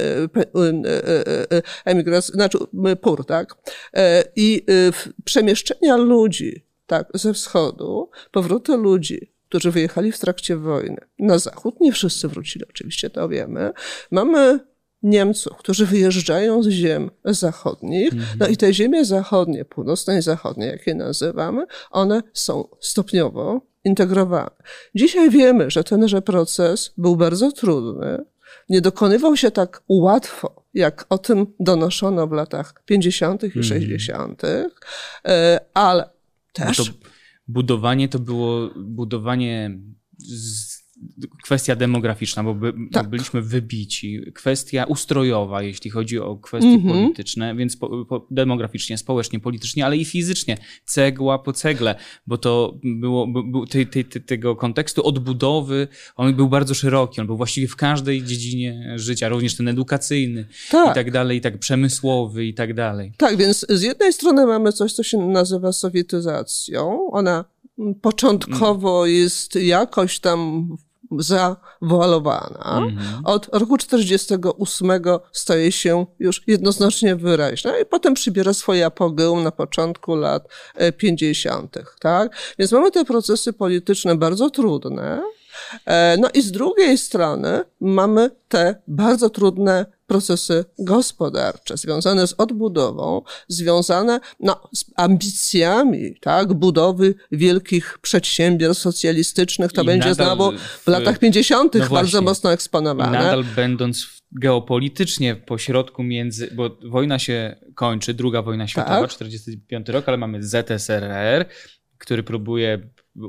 Speaker 2: emigracji, znaczy P U R, tak? I przemieszczenia ludzi, tak, ze wschodu, powroty ludzi, którzy wyjechali w trakcie wojny na zachód. Nie wszyscy wrócili, oczywiście to wiemy. Mamy Niemców, którzy wyjeżdżają z ziem zachodnich. Mm-hmm. No i te ziemie zachodnie, północne i zachodnie, jak je nazywamy, one są stopniowo integrowane. Dzisiaj wiemy, że tenże proces był bardzo trudny. Nie dokonywał się tak łatwo, jak o tym donoszono w latach pięćdziesiątych i sześćdziesiątych, ale też...
Speaker 1: No to budowanie to było budowanie z kwestia demograficzna, bo, by,
Speaker 2: tak.
Speaker 1: bo byliśmy wybici. Kwestia ustrojowa, jeśli chodzi o kwestie mm-hmm. polityczne, więc po, po, demograficznie, społecznie, politycznie, ale i fizycznie. Cegła po cegle, bo to było, było te, te, te, tego kontekstu odbudowy, on był bardzo szeroki, on był właściwie w każdej dziedzinie życia, również ten edukacyjny tak. i tak dalej, i tak przemysłowy i tak dalej.
Speaker 2: Tak, więc z jednej strony mamy coś, co się nazywa sowietyzacją. Ona początkowo jest jakoś tam zawoalowana. Mm-hmm. Od roku czterdziestego ósmego staje się już jednoznacznie wyraźna i potem przybiera swoje apogeum na początku lat pięćdziesiątych. Tak? Więc mamy te procesy polityczne bardzo trudne. No i z drugiej strony mamy te bardzo trudne procesy gospodarcze związane z odbudową, związane no, z ambicjami tak, budowy wielkich przedsiębiorstw socjalistycznych. To I będzie znowu w, w latach pięćdziesiątych no bardzo mocno eksponowane.
Speaker 1: I nadal będąc geopolitycznie pośrodku między, bo wojna się kończy, druga wojna światowa, tak. czterdziesty piąty rok, ale mamy Z S R R, który próbuje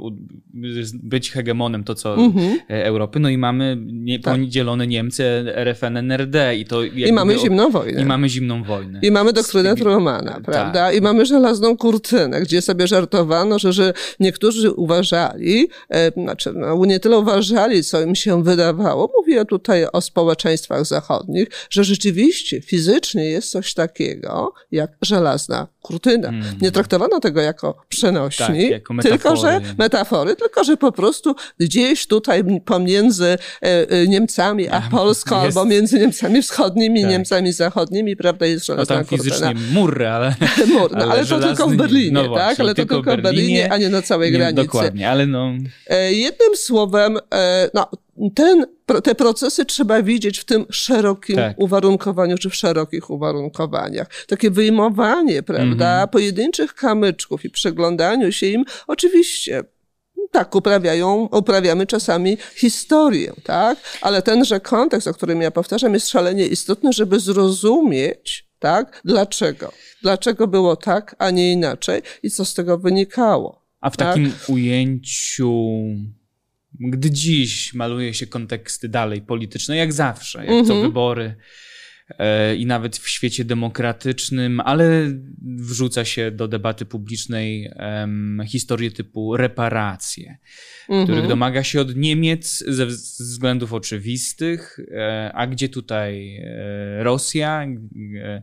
Speaker 1: być hegemonem to co mm-hmm. Europy, no i mamy nie, tak. podzielone Niemcy, R F N, N R D i to
Speaker 2: I mamy o, zimną wojnę.
Speaker 1: I mamy zimną wojnę.
Speaker 2: I mamy doktrynę Trumana, tak. prawda? I mamy żelazną kurtynę, gdzie sobie żartowano, że, że niektórzy uważali, e, znaczy no, nie tyle uważali, co im się wydawało, mówię tutaj o społeczeństwach zachodnich, że rzeczywiście fizycznie jest coś takiego jak żelazna kurtyna. Mm. Nie traktowano tego jako przenośni, tak, jako tylko że metafory, tylko że po prostu gdzieś tutaj pomiędzy Niemcami a Polską, jest... albo między Niemcami wschodnimi i tak. Niemcami zachodnimi, prawda, jest żelazna
Speaker 1: no tam fizycznie mur, ale...
Speaker 2: mur, no, ale, ale to tylko w Berlinie, no właśnie, tak? Ale to tylko w Berlinie, a nie na całej
Speaker 1: nie,
Speaker 2: granicy.
Speaker 1: Dokładnie, ale no...
Speaker 2: Jednym słowem, no, ten, te procesy trzeba widzieć w tym szerokim tak. uwarunkowaniu, czy w szerokich uwarunkowaniach. Takie wyjmowanie, prawda, mm-hmm. pojedynczych kamyczków i przyglądaniu się im, oczywiście tak, uprawiają, uprawiamy czasami historię, tak, ale tenże kontekst, o którym ja powtarzam, jest szalenie istotny, żeby zrozumieć, tak, dlaczego. Dlaczego było tak, a nie inaczej i co z tego wynikało.
Speaker 1: A w
Speaker 2: tak?
Speaker 1: takim ujęciu... Gdy dziś maluje się konteksty dalej polityczne, jak zawsze, jak mm-hmm. co wybory e, i nawet w świecie demokratycznym, ale wrzuca się do debaty publicznej em, historie typu reparacje, mm-hmm. których domaga się od Niemiec ze względów oczywistych, e, a gdzie tutaj e, Rosja? E,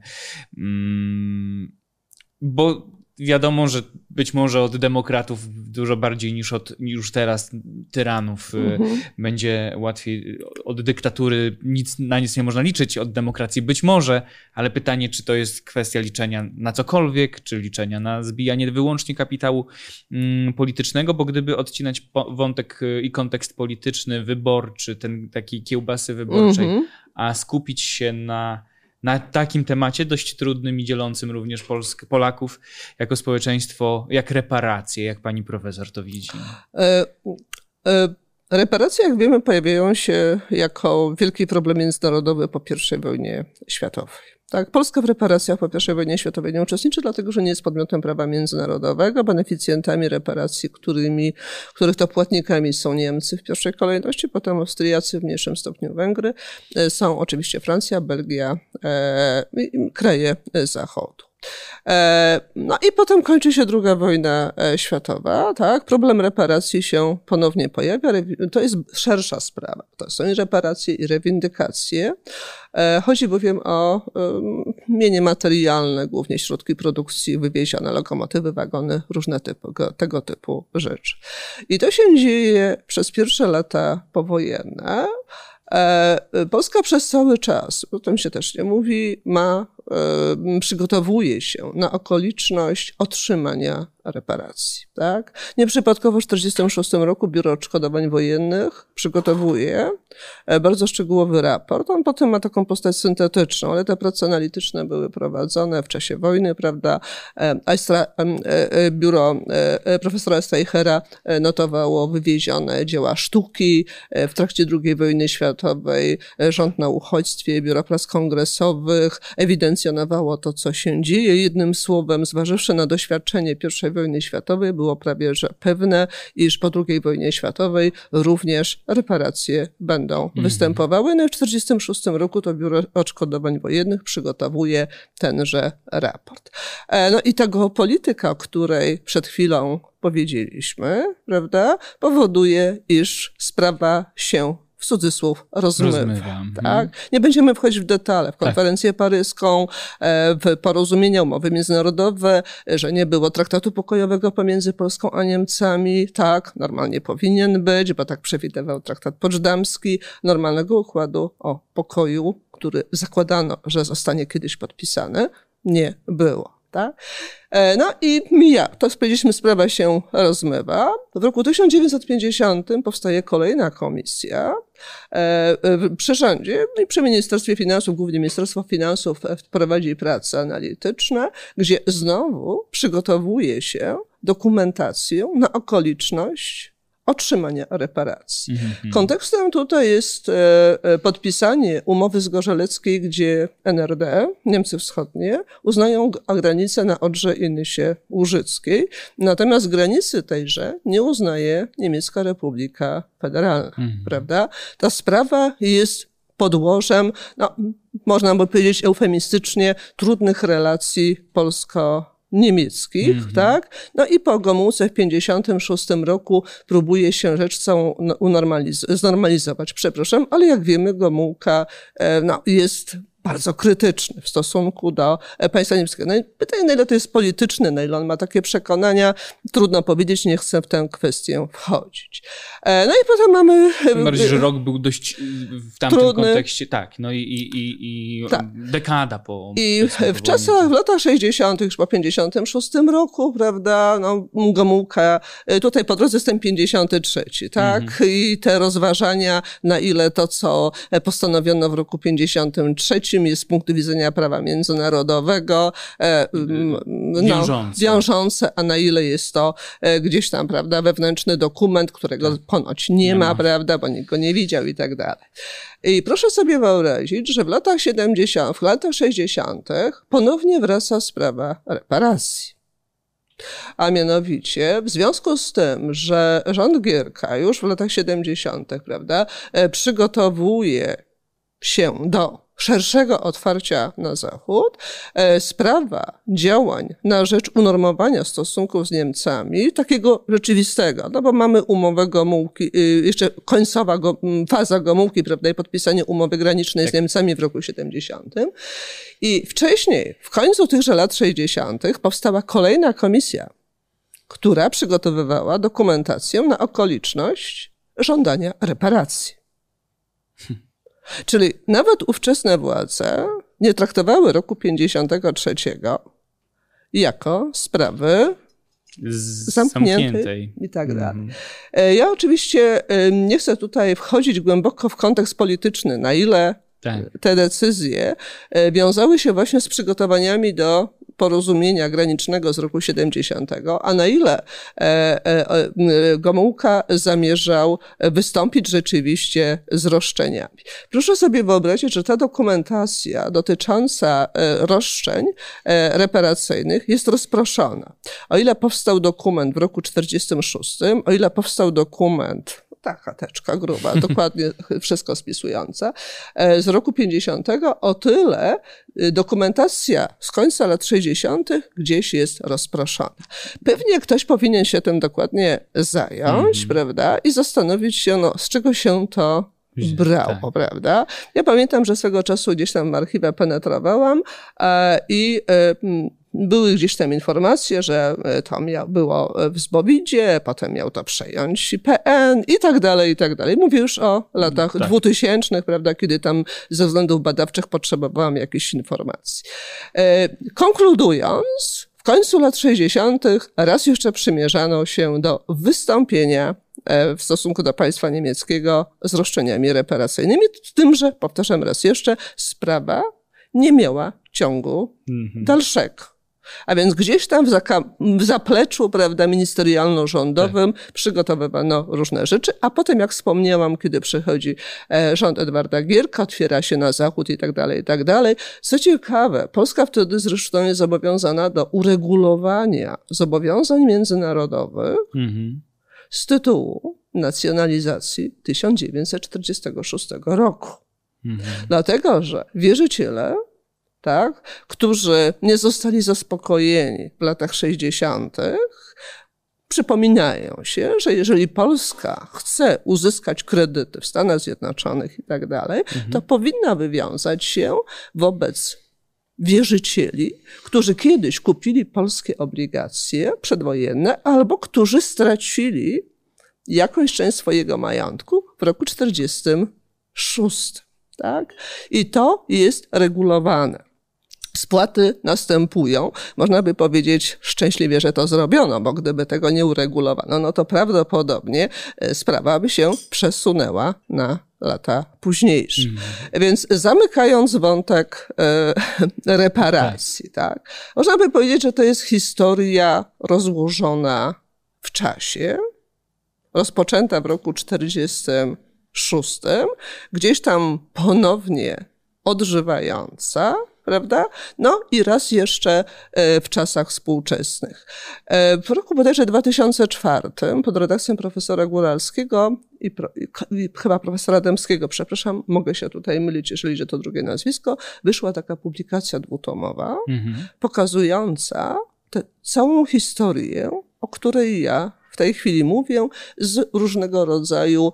Speaker 1: mm, bo wiadomo, że być może od demokratów dużo bardziej niż od już teraz tyranów mm-hmm. będzie łatwiej. Od dyktatury nic, na nic nie można liczyć, od demokracji być może, ale pytanie, czy to jest kwestia liczenia na cokolwiek, czy liczenia na zbijanie wyłącznie kapitału mm, politycznego, bo gdyby odcinać po, wątek i kontekst polityczny, wyborczy, ten takiej kiełbasy wyborczej, mm-hmm. a skupić się na na takim temacie dość trudnym i dzielącym również Polsk, Polaków jako społeczeństwo, jak reparacje, jak pani profesor to widzi? E,
Speaker 2: e, reparacje, jak wiemy, pojawiają się jako wielki problem międzynarodowy po pierwszej wojnie światowej. Tak, Polska w reparacjach po pierwszej wojnie światowej nie uczestniczy, dlatego że nie jest podmiotem prawa międzynarodowego. Beneficjentami reparacji, którymi, których to płatnikami są Niemcy w pierwszej kolejności, potem Austriacy, w mniejszym stopniu Węgry, są oczywiście Francja, Belgia, e, kraje Zachodu. No i potem kończy się druga wojna światowa, tak? Problem reparacji się ponownie pojawia. To jest szersza sprawa. To są i reparacje, i rewindykacje. Chodzi bowiem o mienie materialne, głównie środki produkcji wywiezione, lokomotywy, wagony, różne typy, tego typu rzeczy. I to się dzieje przez pierwsze lata powojenne. Polska przez cały czas, o tym się też nie mówi, ma, przygotowuje się na okoliczność otrzymania reparacji. Tak? Nieprzypadkowo w tysiąc dziewięćset czterdziestym szóstym roku Biuro Odszkodowań Wojennych przygotowuje bardzo szczegółowy raport. On potem ma taką postać syntetyczną, ale te prace analityczne były prowadzone w czasie wojny, prawda. Eistra, biuro profesora Streichera notowało wywiezione dzieła sztuki w trakcie drugiej wojny światowej, rząd na uchodźstwie, biuro prac kongresowych ewidencjonowało to, co się dzieje. Jednym słowem, zważywszy na doświadczenie pierwszej wojny światowej, było prawie że pewne, iż po drugiej wojnie światowej również reparacje będą mm. występowały. No i w tysiąc dziewięćset czterdziestym szóstym roku to Biuro Odszkodowań Wojennych przygotowuje tenże raport. No i ta geopolityka, o której przed chwilą powiedzieliśmy, prawda, powoduje, iż sprawa się w cudzysłów rozmywa. rozmywa. Tak? Nie będziemy wchodzić w detale, w konferencję tak. paryską, w porozumienia, umowy międzynarodowe, że nie było traktatu pokojowego pomiędzy Polską a Niemcami. Tak, normalnie powinien być, bo tak przewidywał traktat poczdamski, normalnego układu o pokoju, który zakładano, że zostanie kiedyś podpisany, nie było. Tak? No i mija, to powiedzieliśmy, sprawa się rozmywa. W roku tysiąc dziewięćset pięćdziesiątym powstaje kolejna komisja przy rządzie i przy Ministerstwie Finansów, głównie Ministerstwo Finansów prowadzi prace analityczne, gdzie znowu przygotowuje się dokumentację na okoliczność otrzymania reparacji. Mm-hmm. Kontekstem tutaj jest e, podpisanie umowy zgorzeleckiej, gdzie N R D, Niemcy Wschodnie, uznają granicę na Odrze i Nysie Łużyckiej, natomiast granicy tejże nie uznaje Niemiecka Republika Federalna, mm-hmm. prawda? Ta sprawa jest podłożem, no, można by powiedzieć eufemistycznie, trudnych relacji polsko niemieckich, mm-hmm. tak? No i po Gomułce w pięćdziesiątym szóstym roku próbuje się rzecz całą unormaliz- znormalizować, przepraszam, ale jak wiemy, Gomułka no, jest bardzo krytyczny w stosunku do państwa niemieckiego. No i pytanie, na ile to jest polityczne, na ile on ma takie przekonania, trudno powiedzieć, nie chcę w tę kwestię wchodzić. No i potem mamy...
Speaker 1: Tym bardziej, że rok był dość w tamtym trudny kontekście, tak, no i, i, i, i tak. dekada po...
Speaker 2: I w czasach, w latach sześćdziesiątych, już po pięćdziesiątym szóstym roku, prawda, no Gomułka, tutaj po drodze jest ten pięćdziesiąty trzeci, tak, mhm. i te rozważania, na ile to, co postanowiono w roku pięćdziesiątym trzecim jest z punktu widzenia prawa międzynarodowego no, wiążące. wiążące, a na ile jest to gdzieś tam, prawda, wewnętrzny dokument, którego tak. ponoć nie, nie ma, ma, prawda, bo nikt go nie widział i tak dalej. I proszę sobie wyobrazić, że w latach siedemdziesiątych, w latach sześćdziesiątych ponownie wraca sprawa reparacji. A mianowicie w związku z tym, że rząd Gierka już w latach siedemdziesiątych, prawda, przygotowuje się do szerszego otwarcia na Zachód, sprawa działań na rzecz unormowania stosunków z Niemcami, takiego rzeczywistego, no bo mamy umowę Gomułki, jeszcze końcowa go, faza Gomułki, prawda, i podpisanie umowy granicznej tak. z Niemcami w roku siedemdziesiątym. I wcześniej, w końcu tychże lat sześćdziesiątych powstała kolejna komisja, która przygotowywała dokumentację na okoliczność żądania reparacji. Czyli nawet ówczesne władze nie traktowały roku pięćdziesiątego trzeciego jako sprawy zamkniętej, zamkniętej i tak dalej. Mm. Ja oczywiście nie chcę tutaj wchodzić głęboko w kontekst polityczny, na ile tak. te decyzje wiązały się właśnie z przygotowaniami do porozumienia granicznego z roku siedemdziesiątego, a na ile e, e, Gomułka zamierzał wystąpić rzeczywiście z roszczeniami. Proszę sobie wyobrazić, że ta dokumentacja dotycząca roszczeń reparacyjnych jest rozproszona. O ile powstał dokument w roku czterdziestym szóstym, o ile powstał dokument taka teczka gruba, dokładnie wszystko spisująca, z roku pięćdziesiątego, o tyle dokumentacja z końca lat sześćdziesiątych gdzieś jest rozproszona. Pewnie ktoś powinien się tym dokładnie zająć, mm-hmm. prawda, i zastanowić się, no, z czego się to brało, tak. prawda. Ja pamiętam, że swego czasu gdzieś tam w archiwę penetrowałam e, i e, były gdzieś tam informacje, że to miał, było w Zbowidzie, potem miał to przejąć P N i tak dalej, i tak dalej. Mówię już o latach tak. dwutysięcznych, prawda, kiedy tam ze względów badawczych potrzebowałam jakichś informacji. E, konkludując, w końcu lat sześćdziesiątych raz jeszcze przymierzano się do wystąpienia w stosunku do państwa niemieckiego z roszczeniami reparacyjnymi. Z tym, że, powtarzam raz jeszcze, sprawa nie miała ciągu mhm. dalszego. A więc gdzieś tam w, zaka- w zapleczu, prawda, ministerialno-rządowym tak. przygotowywano różne rzeczy, a potem, jak wspomniałam, kiedy przychodzi e, rząd Edwarda Gierka, otwiera się na zachód i tak dalej, i tak dalej. Co ciekawe, Polska wtedy zresztą jest zobowiązana do uregulowania zobowiązań międzynarodowych mhm. z tytułu nacjonalizacji tysiąc dziewięćset czterdziestego szóstego roku. Mhm. Dlatego, że wierzyciele, tak, którzy nie zostali zaspokojeni w latach sześćdziesiątych, przypominają się, że jeżeli Polska chce uzyskać kredyty w Stanach Zjednoczonych i tak dalej, mhm. to powinna wywiązać się wobec wierzycieli, którzy kiedyś kupili polskie obligacje przedwojenne albo którzy stracili jakąś część swojego majątku w roku czterdziestym szóstym. Tak? I to jest regulowane. Spłaty następują. Można by powiedzieć szczęśliwie, że to zrobiono, bo gdyby tego nie uregulowano, no to prawdopodobnie sprawa by się przesunęła na lata późniejsze. Mm. Więc zamykając wątek e, reparacji, tak. tak, można by powiedzieć, że to jest historia rozłożona w czasie, rozpoczęta w roku czterdziestym szóstym, gdzieś tam ponownie odżywająca, prawda? No i raz jeszcze w czasach współczesnych. W roku bodajże dwa tysiące czwartym pod redakcją profesora Góralskiego i, pro, i chyba profesora Dębskiego, przepraszam, mogę się tutaj mylić, jeżeli idzie to drugie nazwisko, wyszła taka publikacja dwutomowa, mhm. pokazująca tę całą historię, o której ja w tej chwili mówię, z różnego rodzaju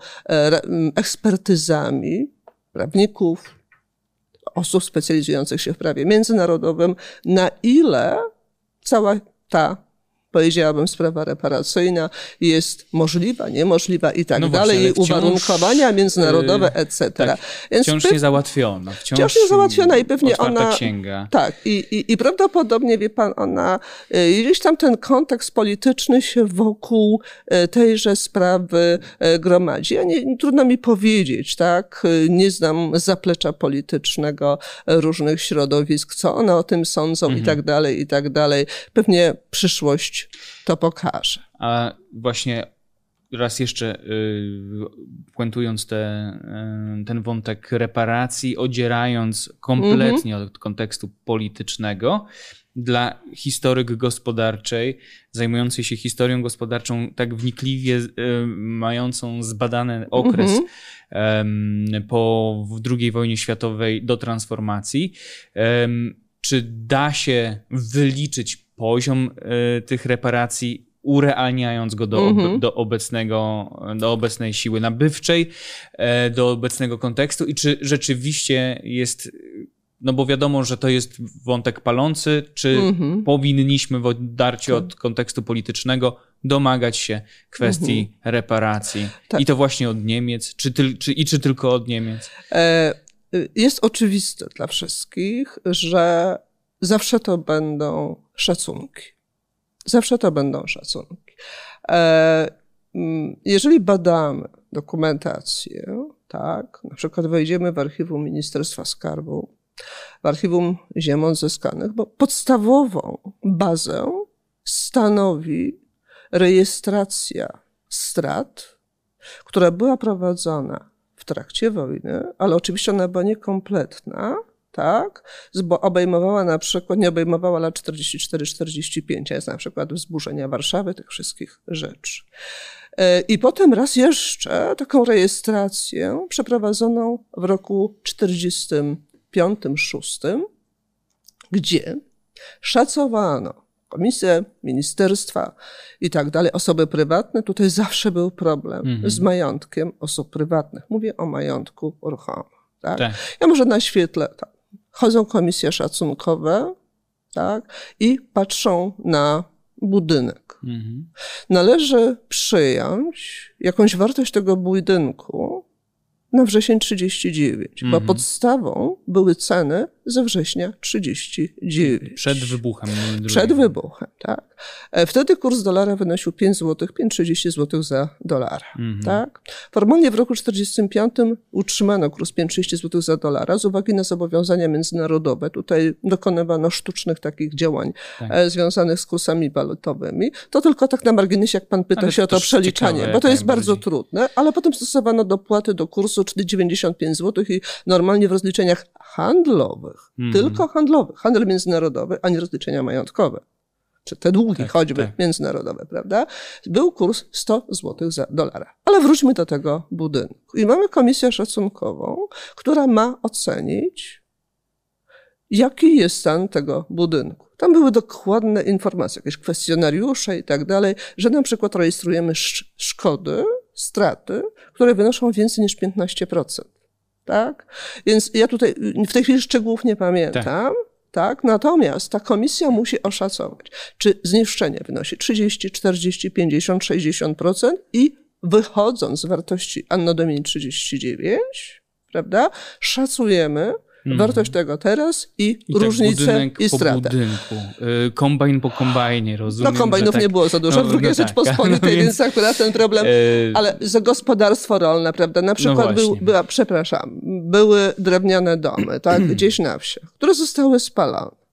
Speaker 2: ekspertyzami prawników, osób specjalizujących się w prawie międzynarodowym, na ile cała ta, powiedziałabym, sprawa reparacyjna jest możliwa, niemożliwa i tak no dalej, jej uwarunkowania międzynarodowe, et cetera.
Speaker 1: Tak, Więc wciąż nie załatwiona. Wciąż,
Speaker 2: wciąż nie załatwiona i pewnie ona...
Speaker 1: księga.
Speaker 2: Tak, i, i, i prawdopodobnie, wie pan, ona, gdzieś tam ten kontekst polityczny się wokół tejże sprawy gromadzi. Ja nie, trudno mi powiedzieć, tak, nie znam zaplecza politycznego różnych środowisk, co one o tym sądzą mhm. i tak dalej, i tak dalej. Pewnie przyszłość to pokaże.
Speaker 1: A właśnie raz jeszcze yy, puentując te, yy, ten wątek reparacji, odzierając kompletnie mm-hmm. od kontekstu politycznego, dla historyk gospodarczej, zajmującej się historią gospodarczą tak wnikliwie, yy, mającą zbadany okres mm-hmm. yy, po drugiej wojnie światowej do transformacji, yy, czy da się wyliczyć poziom y, tych reparacji, urealniając go do, mm-hmm. do, obecnego, do obecnej siły nabywczej, y, do obecnego kontekstu i czy rzeczywiście jest, no bo wiadomo, że to jest wątek palący, czy mm-hmm. powinniśmy w odarciu od kontekstu politycznego domagać się kwestii mm-hmm. reparacji. Tak. I to właśnie od Niemiec, czy, ty, czy, i czy tylko od Niemiec?
Speaker 2: E, jest oczywiste dla wszystkich, że zawsze to będą szacunki. Zawsze to będą szacunki. Jeżeli badamy dokumentację, tak, na przykład wejdziemy w archiwum Ministerstwa Skarbu, w archiwum ziem odzyskanych, bo podstawową bazę stanowi rejestracja strat, która była prowadzona w trakcie wojny, ale oczywiście ona była niekompletna, tak, bo obejmowała na przykład, nie obejmowała lat czterdzieści cztery czterdzieści pięć, a jest na przykład wzburzenia Warszawy, tych wszystkich rzeczy. I potem raz jeszcze taką rejestrację przeprowadzono w roku czterdziestym piątym szóstym, gdzie szacowano komisje, ministerstwa i tak dalej, osoby prywatne. Tutaj zawsze był problem mm-hmm. z majątkiem osób prywatnych. Mówię o majątku ruchomym. Tak? Tak. Ja może naświetlę tak. Chodzą komisje szacunkowe, tak, i patrzą na budynek. Mhm. Należy przyjąć jakąś wartość tego budynku na wrzesień trzydzieści dziewięć,
Speaker 1: Mhm.
Speaker 2: bo podstawą były ceny ze września trzydzieści dziewięć.
Speaker 1: Przed wybuchem.
Speaker 2: Przed wybuchem, tak. E, Wtedy kurs dolara wynosił pięć złotych, pięć trzydzieści złotych za dolara,
Speaker 1: Mhm.
Speaker 2: tak. Formalnie w roku czterdziestym piątym utrzymano kurs pięć trzydzieści złotych za dolara z uwagi na zobowiązania międzynarodowe. Tutaj dokonywano sztucznych takich działań
Speaker 1: Tak.
Speaker 2: e, związanych z kursami walutowymi. To tylko tak na marginesie, jak pan pyta
Speaker 1: Ale
Speaker 2: się o to
Speaker 1: też
Speaker 2: przeliczanie,
Speaker 1: ciekawe,
Speaker 2: bo to
Speaker 1: jak
Speaker 2: jest bardzo
Speaker 1: najbardziej.
Speaker 2: trudne, ale potem stosowano dopłaty do kursu, czyli dziewięćdziesiąt pięć złotych i normalnie w rozliczeniach handlowych,
Speaker 1: Mhm.
Speaker 2: tylko handlowych, handel międzynarodowy, a nie rozliczenia majątkowe, czy te długi
Speaker 1: Tak,
Speaker 2: choćby
Speaker 1: tak.
Speaker 2: międzynarodowe, prawda? Był kurs sto złotych za dolara. Ale wróćmy do tego budynku. I mamy komisję szacunkową, która ma ocenić, jaki jest stan tego budynku. Tam były dokładne informacje, jakieś kwestionariusze i tak dalej, że na przykład rejestrujemy sz- szkody, straty, które wynoszą więcej niż piętnaście procent. Tak? Więc ja tutaj w tej chwili szczegółów nie pamiętam. Tak. Tak? Natomiast ta komisja musi oszacować, czy zniszczenie wynosi trzydzieści, czterdzieści, pięćdziesiąt, sześćdziesiąt procent i wychodząc z wartości Anno Domini trzydzieści dziewięć, prawda, szacujemy
Speaker 1: Mhm.
Speaker 2: wartość tego teraz i,
Speaker 1: I tak
Speaker 2: różnicę
Speaker 1: budynek
Speaker 2: i
Speaker 1: po
Speaker 2: stratę.
Speaker 1: budynku. Y, Kombajn po kombajnie, rozumiem.
Speaker 2: No kombajnów
Speaker 1: że tak,
Speaker 2: nie było za dużo
Speaker 1: no,
Speaker 2: w drugiej
Speaker 1: no tak,
Speaker 2: Rzeczpospolitej,
Speaker 1: no
Speaker 2: więc akurat ten problem...
Speaker 1: y,
Speaker 2: Ale za gospodarstwo rolne, prawda, na przykład był,
Speaker 1: właśnie.
Speaker 2: była, przepraszam, były drewniane domy, tak, gdzieś na wsiach, które zostały spalone.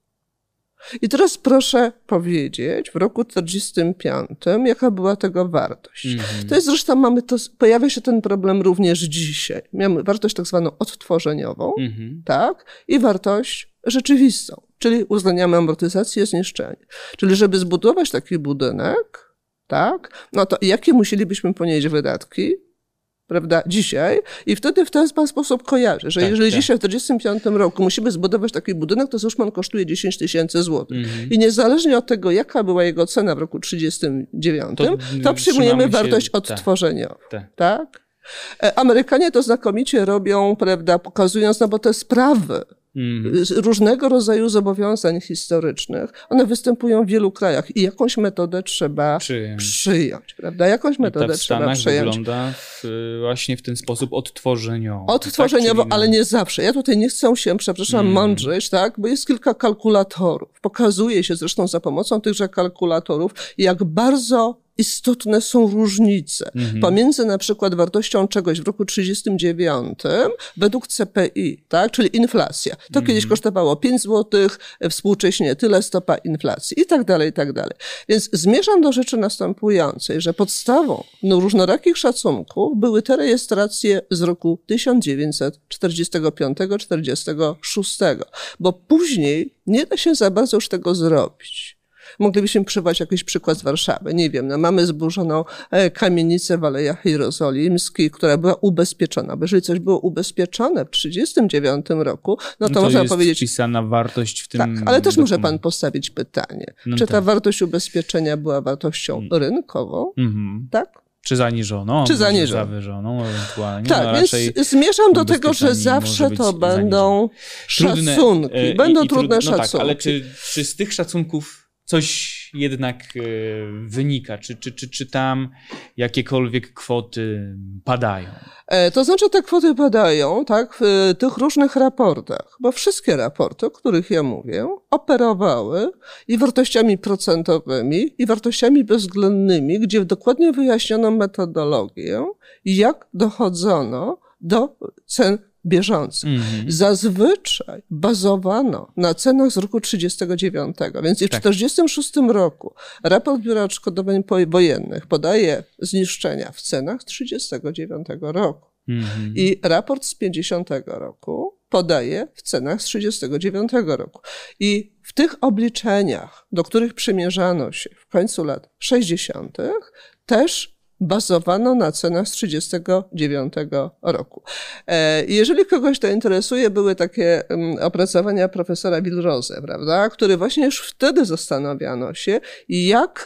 Speaker 2: I teraz proszę powiedzieć, w roku czterdziestym piątym, jaka była tego wartość.
Speaker 1: Mhm.
Speaker 2: To jest zresztą, mamy to, pojawia się ten problem również dzisiaj. Mamy wartość tak zwaną odtworzeniową,
Speaker 1: Mhm.
Speaker 2: tak, i wartość rzeczywistą, czyli uwzględniamy amortyzację, zniszczenie. Czyli żeby zbudować taki budynek, tak, no to jakie musielibyśmy ponieść wydatki, prawda, dzisiaj i wtedy w ten sposób kojarzę, że
Speaker 1: Tak,
Speaker 2: jeżeli
Speaker 1: tak.
Speaker 2: dzisiaj w czterdziestym piątym roku musimy zbudować taki budynek, to Zuszman kosztuje dziesięć tysięcy złotych.
Speaker 1: Mhm.
Speaker 2: I niezależnie od tego, jaka była jego cena w roku trzydziestym dziewiątym, to,
Speaker 1: To
Speaker 2: przyjmujemy
Speaker 1: trzymamy się-
Speaker 2: wartość
Speaker 1: tak.
Speaker 2: odtworzeniową.
Speaker 1: Tak.
Speaker 2: Tak? E, Amerykanie to znakomicie robią, prawda, pokazując, no bo te sprawy
Speaker 1: Mhm.
Speaker 2: z różnego rodzaju zobowiązań historycznych, one występują w wielu krajach i jakąś metodę trzeba
Speaker 1: Przyjąć.
Speaker 2: przyjąć, prawda? Jakąś
Speaker 1: I ta
Speaker 2: metodę
Speaker 1: w
Speaker 2: trzeba
Speaker 1: Stanach
Speaker 2: przyjąć.
Speaker 1: wygląda w, właśnie w ten sposób odtworzeniowo.
Speaker 2: Odtworzeniowo,
Speaker 1: tak? Czyli
Speaker 2: ale
Speaker 1: na-
Speaker 2: nie zawsze. Ja tutaj nie chcę się, przepraszam,
Speaker 1: Mm.
Speaker 2: mądrzeć, tak? Bo jest kilka kalkulatorów. Pokazuje się zresztą za pomocą tychże kalkulatorów, jak bardzo istotne są różnice
Speaker 1: Mhm.
Speaker 2: pomiędzy na przykład wartością czegoś w roku trzydziestym dziewiątym według C P I, tak? Czyli inflacja. To
Speaker 1: Mhm.
Speaker 2: kiedyś kosztowało pięć złotych, współcześnie tyle stopa inflacji i tak dalej, i tak dalej. Więc zmierzam do rzeczy następującej, że podstawą no, różnorakich szacunków były te rejestracje z roku tysiąc dziewięćset czterdziestego piątego do czterdziestego szóstego, bo później nie da się za bardzo już tego zrobić. Moglibyśmy przywołać jakiś przykład z Warszawy. Nie wiem, no mamy zburzoną e, kamienicę w Alejach Jerozolimskich, która była ubezpieczona. Bo jeżeli coś było ubezpieczone w trzydziestym dziewiątym roku, no to,
Speaker 1: No to
Speaker 2: można
Speaker 1: jest
Speaker 2: powiedzieć...
Speaker 1: wpisana wartość w tym
Speaker 2: Tak, ale też może pan
Speaker 1: dokumencie.
Speaker 2: postawić pytanie,
Speaker 1: No
Speaker 2: czy ta
Speaker 1: tak.
Speaker 2: wartość ubezpieczenia była wartością rynkową,
Speaker 1: Mhm.
Speaker 2: tak?
Speaker 1: Czy zaniżoną,
Speaker 2: Czy
Speaker 1: może
Speaker 2: zaniżoną.
Speaker 1: zawyżoną ewentualnie.
Speaker 2: Tak,
Speaker 1: no,
Speaker 2: więc
Speaker 1: raczej
Speaker 2: zmierzam do tego, że
Speaker 1: ubezpieczenie
Speaker 2: zawsze
Speaker 1: może być
Speaker 2: to będą
Speaker 1: trudne,
Speaker 2: szacunki,
Speaker 1: e,
Speaker 2: będą
Speaker 1: i- i
Speaker 2: trudne
Speaker 1: trud- no
Speaker 2: szacunki.
Speaker 1: Tak, ale czy, czy z tych szacunków coś jednak e, wynika? Czy, czy, czy, czy tam jakiekolwiek kwoty padają?
Speaker 2: E, To znaczy te kwoty padają, tak, w e, tych różnych raportach, bo wszystkie raporty, o których ja mówię, operowały i wartościami procentowymi, i wartościami bezwzględnymi, gdzie dokładnie wyjaśniono metodologię, jak dochodzono do cen bieżących.
Speaker 1: Mhm.
Speaker 2: Zazwyczaj bazowano na cenach z roku trzydziestego dziewiątego, więc i w
Speaker 1: Tak.
Speaker 2: czterdziestym szóstym roku raport Biura Odszkodowań Wojennych podaje zniszczenia w cenach z trzydziestego dziewiątego roku.
Speaker 1: Mhm.
Speaker 2: I raport z pięćdziesiątego roku podaje w cenach z trzydziestego dziewiątego roku. I w tych obliczeniach, do których przymierzano się w końcu lat sześćdziesiątych, też bazowano na cenach z trzydziestego dziewiątego roku. E, Jeżeli kogoś to interesuje, były takie um, opracowania profesora Wilrose, prawda, który właśnie już wtedy zastanawiano się, jak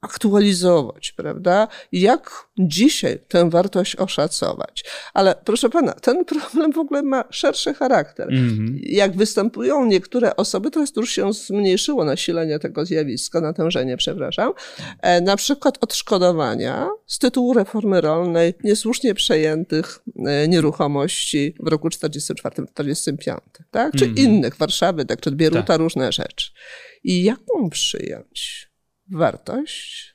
Speaker 2: aktualizować, prawda? Jak dzisiaj tę wartość oszacować. Ale proszę pana, ten problem w ogóle ma szerszy charakter. Mm-hmm. Jak występują niektóre osoby, to jest już się zmniejszyło nasilenie tego zjawiska, natężenie, przepraszam, e, na przykład odszkodowania z tytułu reformy rolnej niesłusznie przejętych e, nieruchomości w roku czterdziestym czwartym czterdziestym piątym, tak? Czy mm-hmm. innych, Warszawy, tak, czy Bieruta, tak. Różne rzeczy. I jaką przyjąć wartość,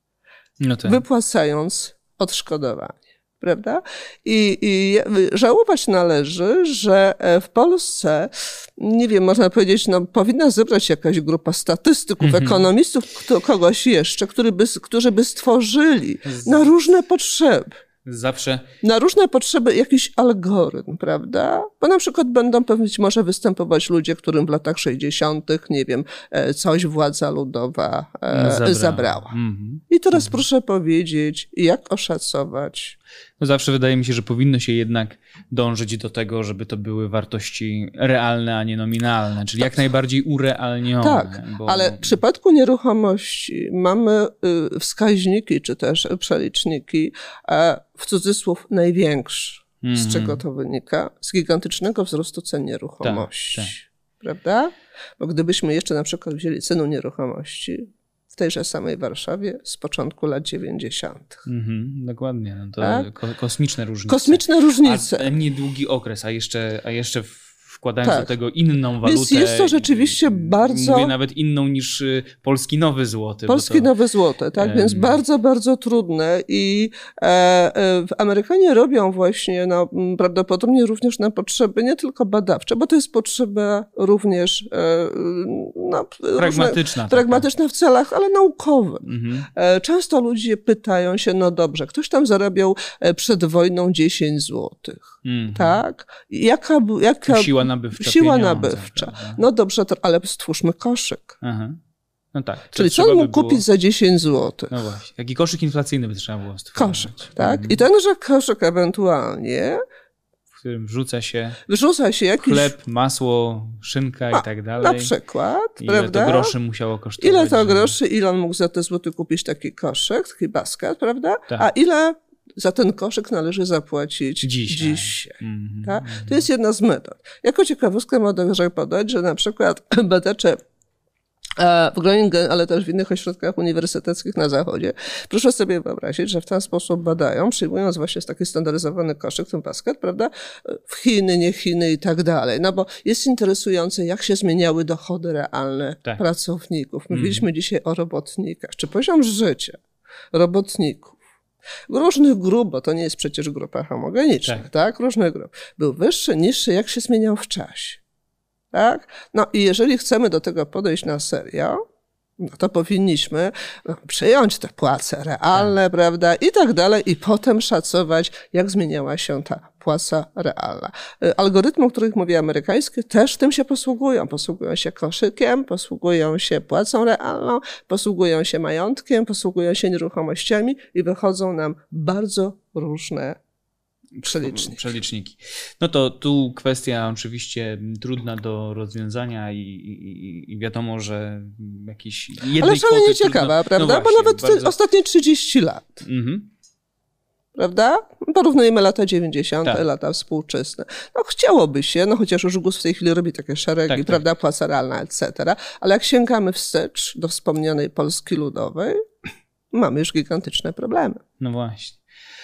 Speaker 2: no tak. wypłacając odszkodowanie, prawda? I, I żałować należy, że w Polsce, nie wiem, można powiedzieć, no, powinna zebrać jakaś grupa statystyków, mm-hmm. ekonomistów, kto, kogoś jeszcze, który by, którzy by stworzyli Z... na różne potrzeby.
Speaker 1: Zawsze.
Speaker 2: Na różne potrzeby jakiś algorytm, prawda? Bo na przykład będą być może występować ludzie, którym w latach sześćdziesiątych, nie wiem, coś władza ludowa zabrała. zabrała. Mm-hmm. I teraz mm-hmm. proszę powiedzieć, jak oszacować?
Speaker 1: No zawsze wydaje mi się, że powinno się jednak dążyć do tego, żeby to były wartości realne, a nie nominalne, czyli tak. jak najbardziej urealnione.
Speaker 2: Tak, bo... ale w przypadku nieruchomości mamy wskaźniki, czy też przeliczniki, w cudzysłów największy, mm-hmm. z czego to wynika? Z gigantycznego wzrostu cen nieruchomości. Tak, tak. Prawda? Bo gdybyśmy jeszcze na przykład wzięli cenę nieruchomości w tejże samej Warszawie z początku lat dziewięćdziesiątych.
Speaker 1: Mm-hmm, dokładnie. No to tak? ko- kosmiczne różnice.
Speaker 2: Kosmiczne różnice.
Speaker 1: A niedługi okres, a jeszcze, a jeszcze wkładając tak. do tego inną walutę.
Speaker 2: Więc jest to rzeczywiście bardzo...
Speaker 1: Mówię nawet inną niż polski nowy złoty.
Speaker 2: Polski
Speaker 1: to...
Speaker 2: nowy złoty, tak? Um... Więc bardzo, bardzo trudne i e, e, Amerykanie robią właśnie no, prawdopodobnie również na potrzeby nie tylko badawcze, bo to jest potrzeba również e, no,
Speaker 1: pragmatyczna.
Speaker 2: Różne, pragmatyczna w celach, ale naukowych. Mhm. E, często ludzie pytają się, no dobrze, ktoś tam zarabiał przed wojną dziesięć złotych, mhm. tak? Jaka, jaka
Speaker 1: siła nabywcza.
Speaker 2: Siła nabywcza. Prawda? No dobrze, to, ale stwórzmy koszyk.
Speaker 1: Aha. No tak.
Speaker 2: Czyli co on mógł by było... kupić za dziesięć złotych?
Speaker 1: No właśnie. Jaki koszyk inflacyjny by trzeba było stworzyć?
Speaker 2: Koszyk, tak. Mhm. I tenże koszyk ewentualnie...
Speaker 1: W którym wrzuca się...
Speaker 2: Wrzuca się jakiś...
Speaker 1: Chleb, masło, szynka
Speaker 2: A,
Speaker 1: i tak dalej.
Speaker 2: Na przykład,
Speaker 1: ile
Speaker 2: prawda?
Speaker 1: Ile to groszy musiało kosztować?
Speaker 2: Ile to
Speaker 1: że...
Speaker 2: groszy, ile on mógł za te złoty kupić taki koszyk, taki basket, prawda?
Speaker 1: Tak.
Speaker 2: A ile... Za ten koszyk należy zapłacić
Speaker 1: dzisiaj.
Speaker 2: dzisiaj
Speaker 1: Mm-hmm.
Speaker 2: tak? To jest jedna z metod. Jako ciekawostkę mogę podać, że na przykład badacze w Groningen, ale też w innych ośrodkach uniwersyteckich na Zachodzie, proszę sobie wyobrazić, że w ten sposób badają, przyjmując właśnie taki standaryzowany koszyk, ten basket, prawda, w Chiny, nie Chiny i tak dalej. No bo jest interesujące, jak się zmieniały dochody realne tak. pracowników. Mówiliśmy mm. dzisiaj o robotnikach. Czy poziom życia robotników różnych grup, bo to nie jest przecież grupa homogeniczna, tak, tak? Różnych grup. Był wyższy, niższy, jak się zmieniał w czasie. Tak? No i jeżeli chcemy do tego podejść na serio, no to powinniśmy przyjąć te płace realne, tak. prawda, i tak dalej, i potem szacować, jak zmieniała się ta płaca realna. Algorytmy, o których mówię, amerykańskie, też tym się posługują. Posługują się koszykiem, posługują się płacą realną, posługują się majątkiem, posługują się nieruchomościami i wychodzą nam bardzo różne Przeliczniki.
Speaker 1: Przeliczniki. No to tu kwestia oczywiście trudna do rozwiązania i, i, i wiadomo, że jakiś jednej
Speaker 2: Ale szalenie
Speaker 1: kwoty
Speaker 2: ciekawa,
Speaker 1: trudno...
Speaker 2: prawda?
Speaker 1: No właśnie,
Speaker 2: bo nawet
Speaker 1: bardzo...
Speaker 2: ostatnie trzydzieści lat. Mhm. Prawda? Porównujemy lata dziewięćdziesiąte, tak. lata współczesne. No chciałoby się, no chociaż już GUS w tej chwili robi takie szeregi, tak, prawda, tak. płaca realna, et cetera. Ale jak sięgamy wstecz do wspomnianej Polski Ludowej, mamy już gigantyczne problemy.
Speaker 1: No właśnie.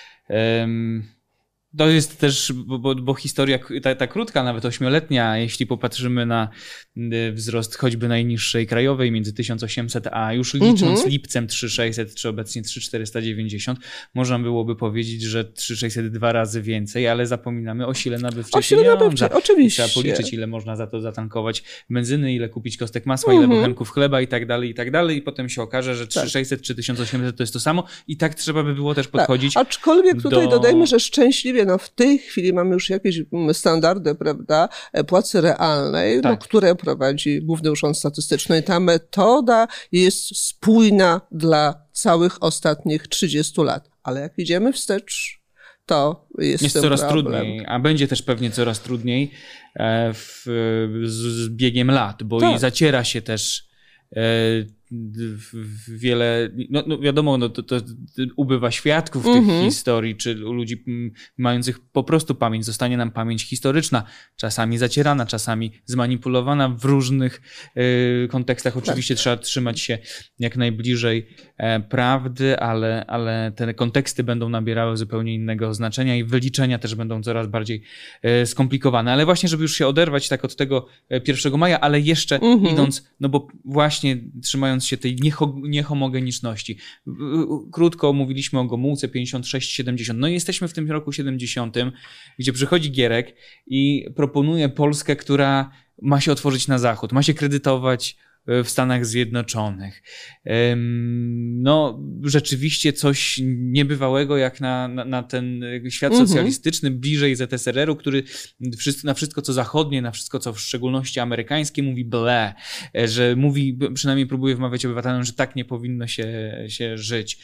Speaker 1: Um... To jest też, bo, bo historia ta, ta krótka, nawet ośmioletnia, jeśli popatrzymy na wzrost choćby najniższej krajowej między tysiąc osiemset, a już licząc mm-hmm. lipcem trzy tysiące sześćset, czy obecnie trzy tysiące czterysta dziewięćdziesiąt, można byłoby powiedzieć, że trzy tysiące sześćset dwa razy więcej, ale zapominamy o sile nabywczej.
Speaker 2: O sile nabywczej, oczywiście.
Speaker 1: Trzeba policzyć, ile można za to zatankować benzyny, ile kupić kostek masła, mm-hmm. ile bochenków chleba i tak dalej, i tak dalej. I potem się okaże, że trzy tysiące sześćset czy tysiąc osiemset to jest to samo i tak trzeba by było też podchodzić.
Speaker 2: Tak. Aczkolwiek tutaj
Speaker 1: do...
Speaker 2: dodajmy, że szczęśliwie no w tej chwili mamy już jakieś standardy, prawda, płacy realnej, tak. no, które prowadzi Główny Urząd Statystyczny. I ta metoda jest spójna dla całych ostatnich trzydziestu lat. Ale jak idziemy wstecz, to jest,
Speaker 1: jest coraz
Speaker 2: problem.
Speaker 1: trudniej, a będzie też pewnie coraz trudniej w, z, z biegiem lat, bo tak. i zaciera się też wiele, no, no wiadomo, no to, to, to ubywa świadków tych mm-hmm. historii, czy ludzi mających po prostu pamięć. Zostanie nam pamięć historyczna, czasami zacierana, czasami zmanipulowana w różnych y, kontekstach. Oczywiście tak. Trzeba trzymać się jak najbliżej e, prawdy, ale, ale te konteksty będą nabierały zupełnie innego znaczenia i wyliczenia też będą coraz bardziej e, skomplikowane. Ale właśnie, żeby już się oderwać tak od tego pierwszego maja, ale jeszcze mm-hmm. idąc, no bo właśnie trzymając się tej nieho, niehomogeniczności. Krótko mówiliśmy o Gomułce pięćdziesiąt sześć siedemdziesiąt. No i jesteśmy w tym roku siedemdziesiątym, gdzie przychodzi Gierek i proponuje Polskę, która ma się otworzyć na zachód, ma się kredytować w Stanach Zjednoczonych. No rzeczywiście coś niebywałego jak na, na, na ten świat socjalistyczny, mhm. bliżej Z S R R u, który na wszystko co zachodnie, na wszystko co w szczególności amerykańskie mówi ble, że mówi, przynajmniej próbuje wmawiać obywatelom, że tak nie powinno się, się żyć.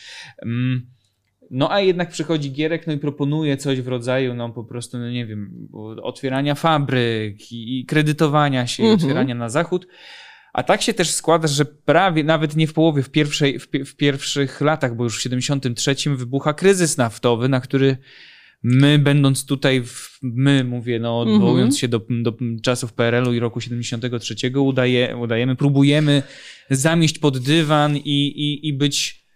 Speaker 1: No a jednak przychodzi Gierek, no i proponuje coś w rodzaju, no po prostu, no nie wiem, otwierania fabryk i, i kredytowania się, mhm. i otwierania na zachód. A tak się też składa, że prawie, nawet nie w połowie, w, pierwszej, w, w pierwszych latach, bo już w siedemdziesiątym trzecim wybucha kryzys naftowy, na który my, będąc tutaj, w, my mówię, no odwołując mm-hmm. się do, do czasów P R L u i roku siedemdziesiątego trzeciego, udaje, udajemy, próbujemy zamieść pod dywan i, i, i być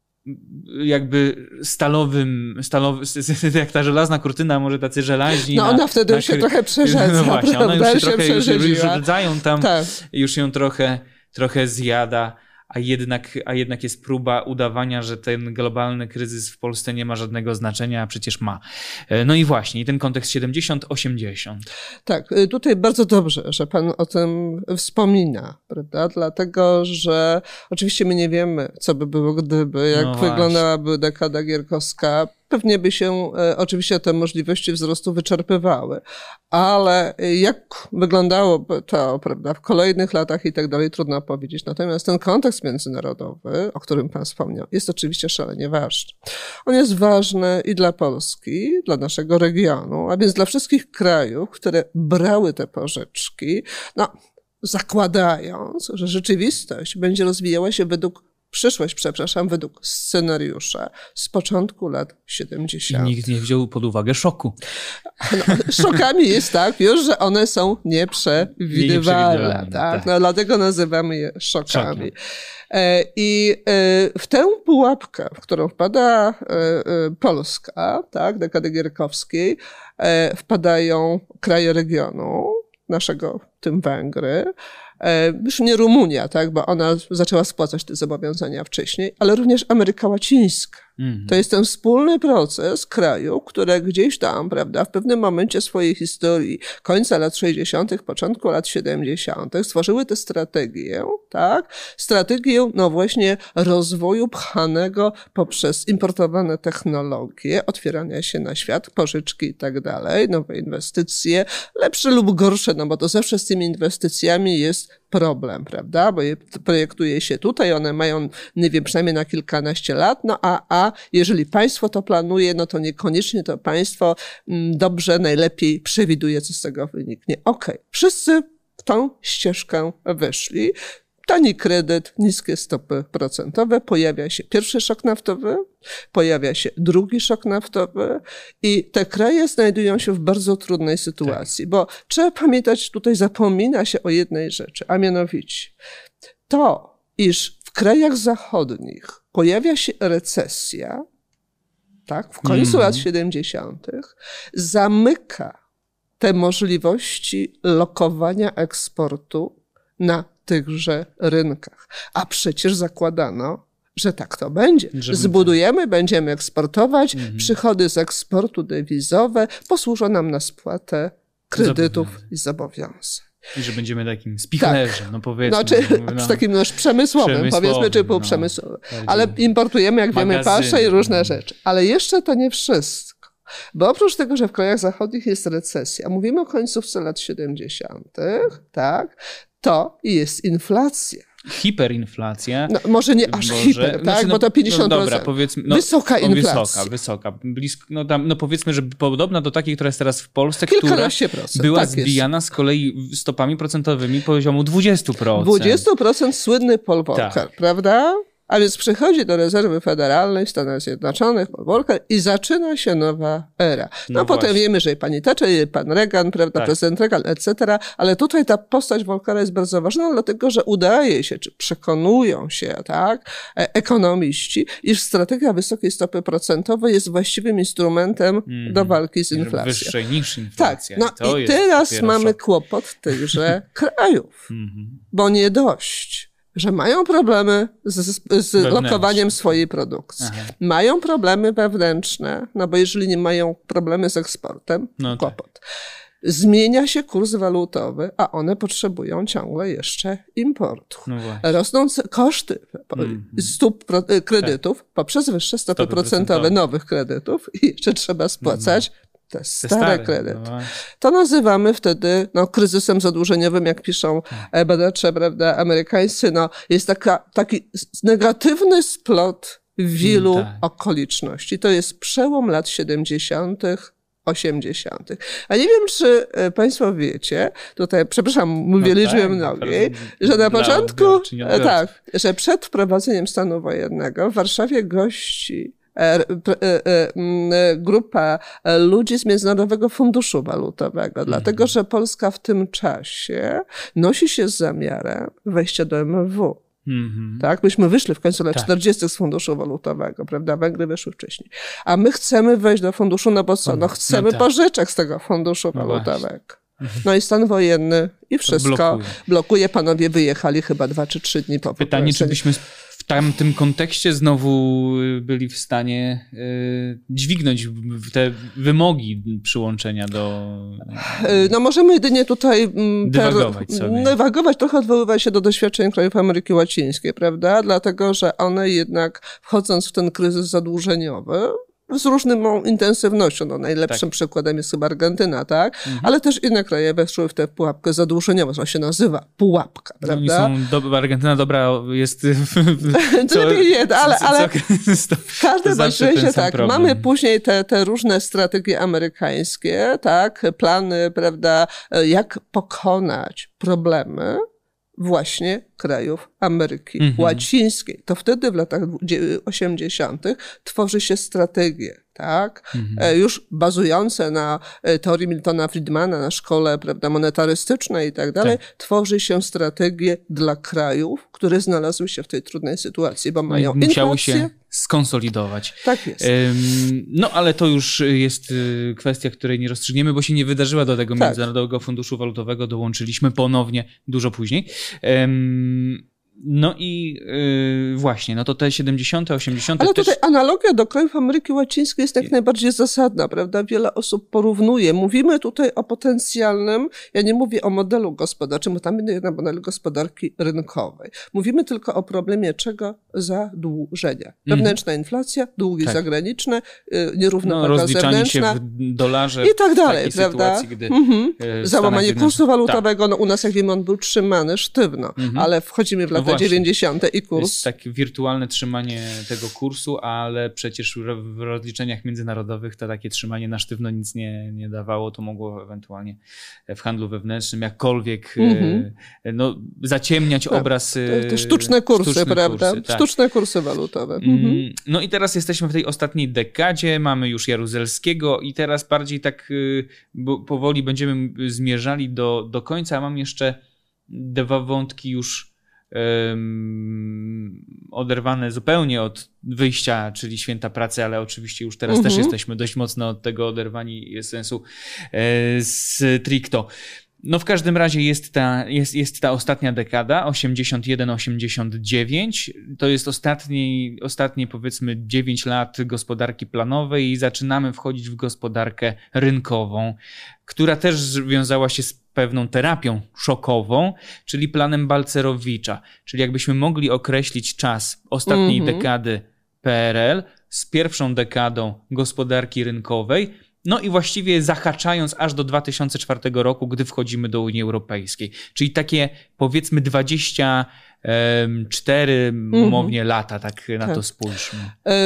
Speaker 1: jakby stalowym, stalowy, jak ta żelazna kurtyna, może tacy żelaźni.
Speaker 2: No
Speaker 1: na,
Speaker 2: ona wtedy
Speaker 1: na,
Speaker 2: już się trochę przerzedza,
Speaker 1: no właśnie,
Speaker 2: prawda?
Speaker 1: ona już się,
Speaker 2: się
Speaker 1: trochę, już, już rdzają tam,
Speaker 2: tak.
Speaker 1: już ją trochę, trochę zjada, a jednak, a jednak jest próba udawania, że ten globalny kryzys w Polsce nie ma żadnego znaczenia, a przecież ma. No i właśnie, i ten kontekst siedemdziesiąt osiemdziesiąt.
Speaker 2: Tak, tutaj bardzo dobrze, że pan o tym wspomina, prawda? Dlatego, że oczywiście my nie wiemy, co by było gdyby, jak no wyglądałaby dekada gierkowska. Pewnie by się e, oczywiście te możliwości wzrostu wyczerpywały, ale jak wyglądałoby to, prawda, w kolejnych latach i tak dalej, trudno powiedzieć. Natomiast ten kontekst międzynarodowy, o którym pan wspomniał, jest oczywiście szalenie ważny. On jest ważny i dla Polski, dla naszego regionu, a więc dla wszystkich krajów, które brały te pożyczki, no, zakładając, że rzeczywistość będzie rozwijała się według Przyszłość, przepraszam, według scenariusza z początku lat siedemdziesiątych.
Speaker 1: I nikt nie wziął pod uwagę szoku.
Speaker 2: No, szokami jest tak już, że one są nieprzewidywalne. Tak? Tak. No, dlatego nazywamy je szokami. Szokiem. I w tę pułapkę, w którą wpada Polska, tak, dekady gierkowskiej, wpadają kraje regionu naszego, w tym Węgry, już nie Rumunia, tak, bo ona zaczęła spłacać te zobowiązania wcześniej, ale również Ameryka Łacińska. Mm. To jest ten wspólny proces krajów, które gdzieś tam, prawda, w pewnym momencie swojej historii, końca lat sześćdziesiątych, początku lat siedemdziesiątych, stworzyły tę strategię, tak, strategię, no właśnie, rozwoju pchanego poprzez importowane technologie, otwierania się na świat, pożyczki i tak dalej, nowe inwestycje, lepsze lub gorsze, no bo to zawsze z tymi inwestycjami jest problem, prawda, bo je projektuje się tutaj, one mają, nie wiem, przynajmniej na kilkanaście lat, no a, a jeżeli państwo to planuje, no to niekoniecznie to państwo dobrze, najlepiej przewiduje, co z tego wyniknie. Okej, okay. Wszyscy w tą ścieżkę weszli. Tani kredyt, niskie stopy procentowe, pojawia się pierwszy szok naftowy, pojawia się drugi szok naftowy i te kraje znajdują się w bardzo trudnej sytuacji, tak. Bo trzeba pamiętać, tutaj zapomina się o jednej rzeczy, a mianowicie to, iż w krajach zachodnich pojawia się recesja, tak, w końcu mm. lat siedemdziesiątych, zamyka te możliwości lokowania eksportu na tychże rynkach. A przecież zakładano, że tak to będzie. Żeby... Zbudujemy, będziemy eksportować, mhm. przychody z eksportu dewizowe posłużą nam na spłatę kredytów zobowiązań. i zobowiązań.
Speaker 1: I że będziemy takim spichlerzem, tak. no powiedzmy.
Speaker 2: No, czy, no, takim no, przemysłowym, przemysłowym, powiedzmy, czy półprzemysłowym. No, ale importujemy, jak magazyny. wiemy, pasze i różne rzeczy. Ale jeszcze to nie wszystko. Bo oprócz tego, że w krajach zachodnich jest recesja, mówimy o końcówce lat siedemdziesiątych, tak, to jest inflacja.
Speaker 1: hiperinflacja.
Speaker 2: No, może nie aż
Speaker 1: Boże,
Speaker 2: hiper, tak?
Speaker 1: znaczy, no,
Speaker 2: bo to pięćdziesiąt procent.
Speaker 1: No dobra, powiedzmy, no,
Speaker 2: wysoka
Speaker 1: no,
Speaker 2: inflacja.
Speaker 1: Wysoka, wysoka. Blisko, no, tam, no powiedzmy, że podobna do takiej, która jest teraz w Polsce, która
Speaker 2: procent,
Speaker 1: była
Speaker 2: tak
Speaker 1: zbijana z kolei stopami procentowymi poziomu dwadzieścia procent.
Speaker 2: dwadzieścia procent słynny Paul Volcker, tak. prawda? A więc przychodzi do rezerwy federalnej w Stanach Zjednoczonych Paul Volcker i zaczyna się nowa era. No, no potem wiemy, że i pani Thatcher, i pan Reagan, prawda, tak. prezydent Reagan, et cetera. Ale tutaj ta postać Volckera jest bardzo ważna, dlatego że udaje się, czy przekonują się, tak, ekonomiści, iż strategia wysokiej stopy procentowej jest właściwym instrumentem mm. do walki z inflacją.
Speaker 1: Wyższej niż inflacja.
Speaker 2: Tak, no
Speaker 1: to
Speaker 2: i teraz mamy
Speaker 1: szok.
Speaker 2: kłopot tychże krajów, mm-hmm. bo nie dość, że mają problemy z, z lokowaniem swojej produkcji. Aha. Mają problemy wewnętrzne, no bo jeżeli nie mają problemy z eksportem, no kłopot. Tak. Zmienia się kurs walutowy, a one potrzebują ciągle jeszcze importu. No Rosną koszty mm. stóp kredytów tak. poprzez wyższe stopy, stopy procentowe, procentowe nowych kredytów i jeszcze trzeba spłacać mm. te stare, te stare kredyty. No to nazywamy wtedy no, kryzysem zadłużeniowym, jak piszą hmm. badacze, prawda, amerykańscy. No, jest taka, taki negatywny splot wielu hmm, tak. okoliczności. To jest przełom lat siedemdziesiątych, osiemdziesiątych. A nie wiem, czy państwo wiecie, tutaj, przepraszam, mówię no liczbę tak, mnogiej, że na początku, tak, że przed wprowadzeniem stanu wojennego w Warszawie gości grupa ludzi z Międzynarodowego Funduszu Walutowego, mm. dlatego że Polska w tym czasie nosi się z zamiarem wejścia do M F W. Mm-hmm. Tak? Myśmy wyszli w końcu lat tak. czterdziestych z Funduszu Walutowego, prawda? Węgry wyszły wcześniej. A my chcemy wejść do funduszu, no bo co? No chcemy no tak. pożyczek z tego Funduszu no Walutowego. Właśnie. No i stan wojenny i wszystko blokuje. blokuje. Panowie wyjechali chyba dwa czy trzy dni po
Speaker 1: Pytanie, czy byśmy w tamtym kontekście znowu byli w stanie y, dźwignąć te wymogi przyłączenia do...
Speaker 2: Y, no możemy jedynie tutaj...
Speaker 1: Dywagować per, sobie.
Speaker 2: Dywagować, trochę odwoływać się do doświadczeń krajów Ameryki Łacińskiej, prawda? Dlatego, że one jednak wchodząc w ten kryzys zadłużeniowy, z różną intensywnością. No, najlepszym tak. przykładem jest chyba Argentyna, tak? Mhm. Ale też inne kraje weszły w tę pułapkę zadłużeniową. To się nazywa pułapka, no, prawda?
Speaker 1: Są do, Argentyna dobra jest...
Speaker 2: Co, lepiej nie, ale, ale co, w każdym razie tak, problem. Mamy później te, te różne strategie amerykańskie, tak? Plany, prawda? Jak pokonać problemy właśnie krajów Ameryki mm-hmm. Łacińskiej. To wtedy w latach osiemdziesiątych tworzy się strategie, tak? Mm-hmm. Już bazujące na teorii Miltona Friedmana, na szkole, prawda, monetarystycznej i tak dalej, tak. tworzy się strategie dla krajów, które znalazły się w tej trudnej sytuacji, bo mają inflację.
Speaker 1: Musiały się skonsolidować.
Speaker 2: Tak jest.
Speaker 1: No ale to już jest kwestia, której nie rozstrzygniemy, bo się nie wydarzyła do tego tak. Międzynarodowego Funduszu Walutowego. Dołączyliśmy ponownie dużo później. No i yy, właśnie, no to te siedemdziesiąte, osiemdziesiąte
Speaker 2: Ale
Speaker 1: też...
Speaker 2: tutaj analogia do krajów Ameryki Łacińskiej jest jak je... najbardziej zasadna, prawda? Wiele osób porównuje. Mówimy tutaj o potencjalnym, ja nie mówię o modelu gospodarczym, bo tam jest na model gospodarki rynkowej. Mówimy tylko o problemie czego? Zadłużenia. Wewnętrzna mm. inflacja, długi tak. zagraniczne, yy, nierównowaga no, zewnętrzna.
Speaker 1: Się w dolarze
Speaker 2: i tak dalej,
Speaker 1: w
Speaker 2: prawda?
Speaker 1: Sytuacji, gdy
Speaker 2: mm-hmm. Załamanie kursu walutowego, tak. no u nas jak wiemy on był trzymany sztywno, mm-hmm. ale wchodzimy w lata no dziewięćdziesiąte i kurs.
Speaker 1: Jest takie wirtualne trzymanie tego kursu, ale przecież w rozliczeniach międzynarodowych to takie trzymanie na sztywno nic nie, nie dawało. To mogło ewentualnie w handlu wewnętrznym jakkolwiek mm-hmm. no, zaciemniać tak. obraz.
Speaker 2: Te, te sztuczne kursy, sztuczne prawda? Kursy, tak. Sztuczne kursy walutowe. Mm-hmm.
Speaker 1: No i teraz jesteśmy w tej ostatniej dekadzie, mamy już Jaruzelskiego i teraz bardziej tak bo powoli będziemy zmierzali do, do końca. Mam jeszcze dwa wątki już oderwane zupełnie od wyjścia, czyli święta pracy, ale oczywiście już teraz mhm. też jesteśmy dość mocno od tego oderwani sensu stricto. No w każdym razie jest ta, jest, jest ta ostatnia dekada, osiemdziesiąt jeden osiemdziesiąt dziewięć. To jest ostatni, ostatnie powiedzmy dziewięć lat gospodarki planowej i zaczynamy wchodzić w gospodarkę rynkową, która też wiązała się z pewną terapią szokową, czyli planem Balcerowicza. Czyli jakbyśmy mogli określić czas ostatniej mm-hmm. dekady P R L z pierwszą dekadą gospodarki rynkowej, No i właściwie zahaczając aż do dwa tysiące czwartego roku, gdy wchodzimy do Unii Europejskiej. Czyli takie powiedzmy dwadzieścia cztery mm-hmm. umownie lata, tak na tak. to spójrzmy.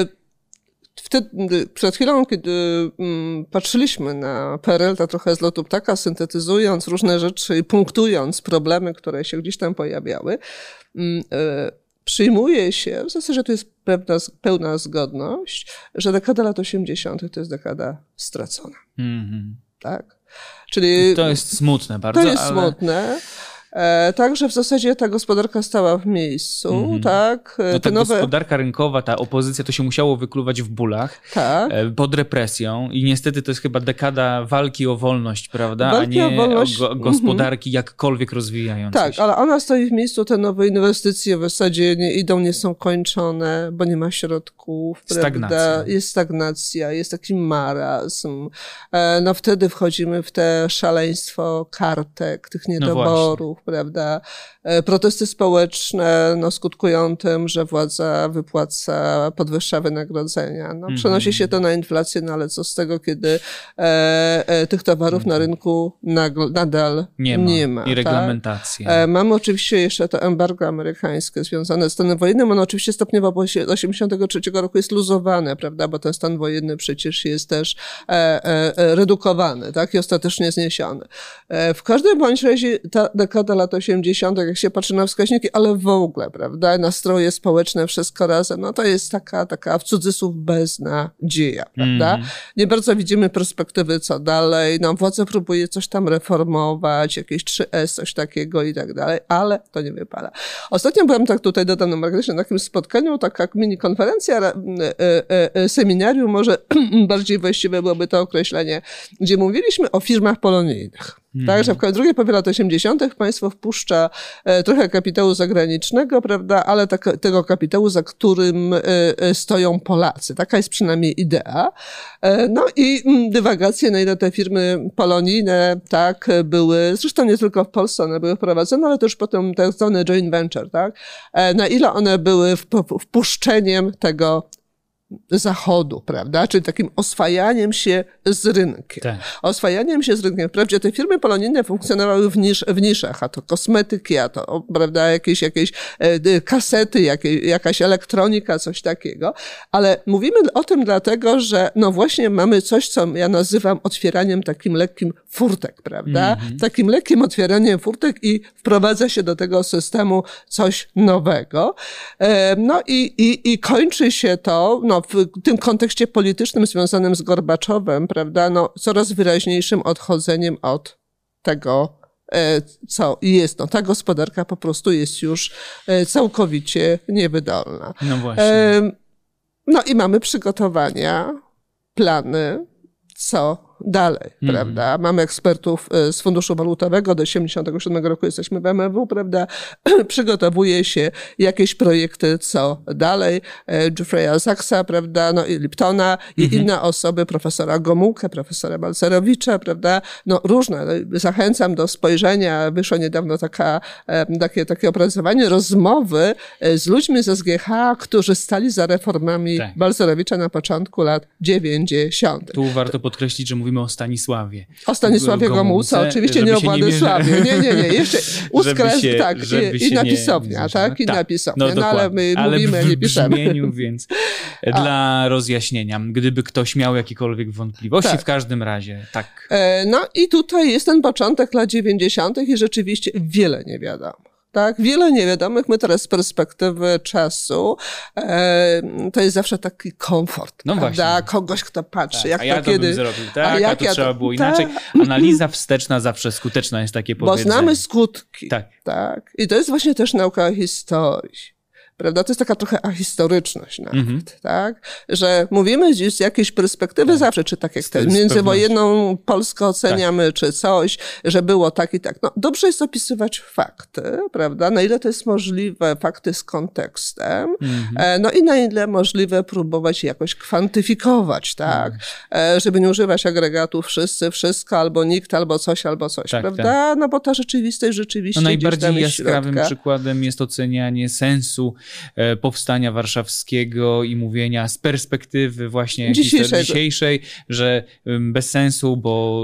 Speaker 2: Wtedy, przed chwilą, kiedy mm, patrzyliśmy na P R L, to trochę z lotu ptaka, syntetyzując różne rzeczy i punktując problemy, które się gdzieś tam pojawiały, mm, y, przyjmuje się, w zasadzie, że to jest pewna, pełna zgodność, że dekada lat osiemdziesiątych to jest dekada stracona. Mm-hmm. Tak? Czyli
Speaker 1: to jest smutne bardzo.
Speaker 2: To jest
Speaker 1: ale...
Speaker 2: smutne. E, także w zasadzie ta gospodarka stała w miejscu, mm-hmm. tak.
Speaker 1: No
Speaker 2: te
Speaker 1: ta
Speaker 2: nowe...
Speaker 1: gospodarka rynkowa, ta opozycja, to się musiało wykluwać w bólach,
Speaker 2: tak.
Speaker 1: e, pod represją i niestety to jest chyba dekada walki o wolność, prawda,
Speaker 2: walki
Speaker 1: a nie
Speaker 2: o, wolność...
Speaker 1: o go, gospodarki mm-hmm. jakkolwiek rozwijającej
Speaker 2: tak,
Speaker 1: się.
Speaker 2: ale ona stoi w miejscu, te nowe inwestycje w zasadzie nie idą, nie są kończone, bo nie ma środków,
Speaker 1: stagnacja.
Speaker 2: Prawda? Jest stagnacja, jest taki marazm. E, no wtedy wchodzimy w te szaleństwo kartek, tych niedoborów. No prawda? Protesty społeczne no, skutkują tym, że władza wypłaca, podwyższa wynagrodzenia. No, przenosi się to na inflację, no ale co z tego, kiedy e, e, tych towarów na rynku nagl- nadal nie ma. Nie ma
Speaker 1: I reglamentacje.
Speaker 2: Tak? E, mamy oczywiście jeszcze to embargo amerykańskie związane z stanem wojennym. Ono oczywiście stopniowo po osiemdziesiątego trzeciego roku jest luzowane, prawda? Bo ten stan wojenny przecież jest też e, e, redukowany, tak? I ostatecznie zniesiony. E, w każdym bądź razie ta dekada lat osiemdziesiątych, jak się patrzy na wskaźniki, ale w ogóle, prawda, nastroje społeczne, wszystko razem, no to jest taka, taka w cudzysłów beznadzieja, prawda? Mm. Nie bardzo widzimy perspektywy, co dalej, no władza próbuje coś tam reformować, jakieś trzy S, coś takiego i tak dalej, ale to nie wypada. Ostatnio byłem tak tutaj, dodam na marginesie, na takim spotkaniu, taka mini konferencja, seminarium, może bardziej właściwe byłoby to określenie, gdzie mówiliśmy o firmach polonijnych. Hmm. Tak, że w drugiej połowie lat osiemdziesiątych państwo wpuszcza e, trochę kapitału zagranicznego, prawda, ale tak, tego kapitału, za którym e, e, stoją Polacy. Taka jest przynajmniej idea. E, no i m, dywagacje, na ile te firmy polonijne, tak, były, zresztą nie tylko w Polsce one były wprowadzone, ale też potem tak zwane joint venture, tak, e, na ile one były wp- wpuszczeniem tego Zachodu, prawda? Czyli takim oswajaniem się z rynkiem. Tak. Oswajaniem się z rynkiem. Wprawdzie te firmy polonijne funkcjonowały w, nisz, w niszach, a to kosmetyki, a to, prawda, jakieś, jakieś e, kasety, jakieś, jakaś elektronika, coś takiego. Ale mówimy o tym dlatego, że no właśnie mamy coś, co ja nazywam otwieraniem takim lekkim furtek, prawda? Mm-hmm. Takim lekkim otwieraniem furtek i wprowadza się do tego systemu coś nowego. E, no i, i, i kończy się to, no w tym kontekście politycznym związanym z Gorbaczowem, prawda, no coraz wyraźniejszym odchodzeniem od tego, co jest. No ta gospodarka po prostu jest już całkowicie niewydolna.
Speaker 1: No właśnie.
Speaker 2: No i mamy przygotowania, plany, co dalej, mm. prawda? Mamy ekspertów z Funduszu Walutowego, do osiemdziesiątego siódmego roku jesteśmy w M M W, prawda? Przygotowuje się jakieś projekty, co dalej. Jeffrey'a Sachsa, prawda? No i Liptona i mm-hmm. inne osoby, profesora Gomułkę, profesora Balcerowicza, prawda? No różne. Zachęcam do spojrzenia. Wyszło niedawno taka, takie, takie opracowanie, rozmowy z ludźmi z S G H, którzy stali za reformami tak. Balcerowicza na początku lat dziewięćdziesiątych.
Speaker 1: Tu warto podkreślić, że mówimy o Stanisławie.
Speaker 2: O Stanisławie Gomułce, oczywiście nie o Władysławie. Nie, nie, nie. Jeszcze uskres, się, tak, i, i napisownia, nie, tak, i tak, napisownia. No, no ale my
Speaker 1: ale
Speaker 2: mówimy, nie piszemy.
Speaker 1: Brzmieniu, więc A. dla rozjaśnienia, gdyby ktoś miał jakiekolwiek wątpliwości, tak. w każdym razie, tak.
Speaker 2: E, no i tutaj jest ten początek lat dziewięćdziesiątych i rzeczywiście wiele nie wiadomo. Tak, wiele niewiadomych. My teraz z perspektywy czasu e, to jest zawsze taki komfort, no prawda? Właśnie. Kogoś, kto patrzy, tak, jak
Speaker 1: a ja
Speaker 2: to, to kiedy...
Speaker 1: bym zrobił tak, a, jak a to ja trzeba to... było inaczej. Tak. Analiza wsteczna zawsze skuteczna jest takie powiedzenie.
Speaker 2: Bo znamy skutki.
Speaker 1: Tak.
Speaker 2: tak. I to jest właśnie też nauka o historii. Prawda? To jest taka trochę ahistoryczność nawet, mm-hmm. tak? Że mówimy gdzieś z jakiejś perspektywy tak. zawsze, czy tak jak te międzywojenną Polskę oceniamy, tak. czy coś, że było tak i tak. No, dobrze jest opisywać fakty, prawda? Na ile to jest możliwe, fakty z kontekstem, mm-hmm. no i na ile możliwe próbować jakoś kwantyfikować, tak? Mm. Żeby nie używać agregatów wszyscy, wszystko, albo nikt, albo coś, albo coś, tak, prawda? Tak. No bo ta rzeczywistość rzeczywiście
Speaker 1: no najbardziej
Speaker 2: gdzieś tam jest
Speaker 1: jaskrawym
Speaker 2: środka.
Speaker 1: przykładem jest ocenianie sensu e, powstania warszawskiego i mówienia z perspektywy właśnie dzisiejszej, dzisiejszej że um, bez sensu, bo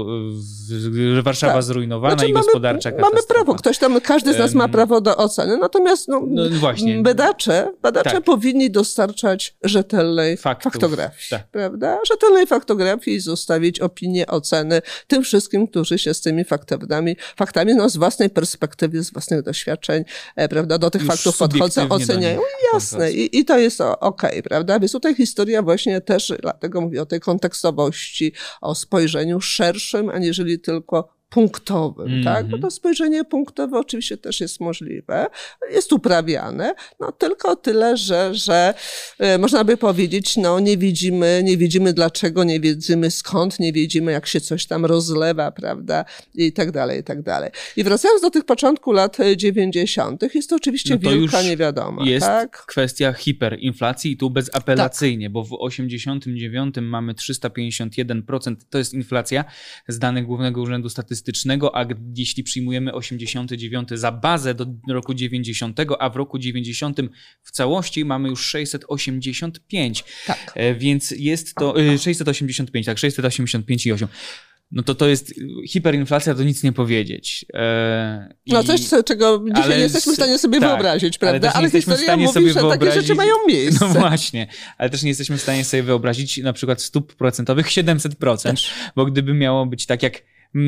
Speaker 1: w, że Warszawa tak. zrujnowana znaczy, i mamy, gospodarcza katastrofa.
Speaker 2: Mamy prawo, ktoś tam, każdy z nas ma prawo do oceny, natomiast no, no właśnie. badacze, badacze tak. powinni dostarczać rzetelnej Faktów. faktografii, tak. prawda? Rzetelnej faktografii i zostawić opinie, oceny tym wszystkim, którzy się z tymi faktami, faktami no, z własnej perspektywy, z własnych doświadczeń, e, prawda, do tych Już faktów podchodzą, oceniają. Jasne. I, I to jest okej, okay, prawda? Więc tutaj historia właśnie też, dlatego mówię o tej kontekstowości, o spojrzeniu szerszym, aniżeli tylko punktowym, mm-hmm. tak? Bo to spojrzenie punktowe oczywiście też jest możliwe, jest uprawiane, no tylko tyle, że, że e, można by powiedzieć, no nie widzimy, nie widzimy dlaczego, nie widzimy skąd, nie widzimy jak się coś tam rozlewa, prawda? I tak dalej, i tak dalej. I wracając do tych początku lat dziewięćdziesiątych, jest to oczywiście no to wielka niewiadoma.
Speaker 1: Jest
Speaker 2: tak?
Speaker 1: kwestia hiperinflacji i tu bezapelacyjnie, tak. bo w osiemdziesiątym dziewiątym mamy trzysta pięćdziesiąt jeden procent, to jest inflacja z danych Głównego Urzędu Statystycznego, a jeśli przyjmujemy osiemdziesiąty dziewiąty za bazę do roku dziewięćdziesiątego, a w roku dziewięćdziesiątym w całości mamy już sześćset osiemdziesiąt pięć. Tak. Więc jest to sześćset osiemdziesiąt pięć, tak, sześćset osiemdziesiąt pięć i osiem. No to to jest hiperinflacja, to nic nie powiedzieć. E,
Speaker 2: no coś, czego dzisiaj ale, nie jesteśmy w stanie sobie tak, wyobrazić, prawda? Ale, ale historia mówi, sobie że takie rzeczy mają miejsce.
Speaker 1: No właśnie, ale też nie jesteśmy w stanie sobie wyobrazić na przykład stóp procentowych siedemset procent, też. Bo gdyby miało być tak jak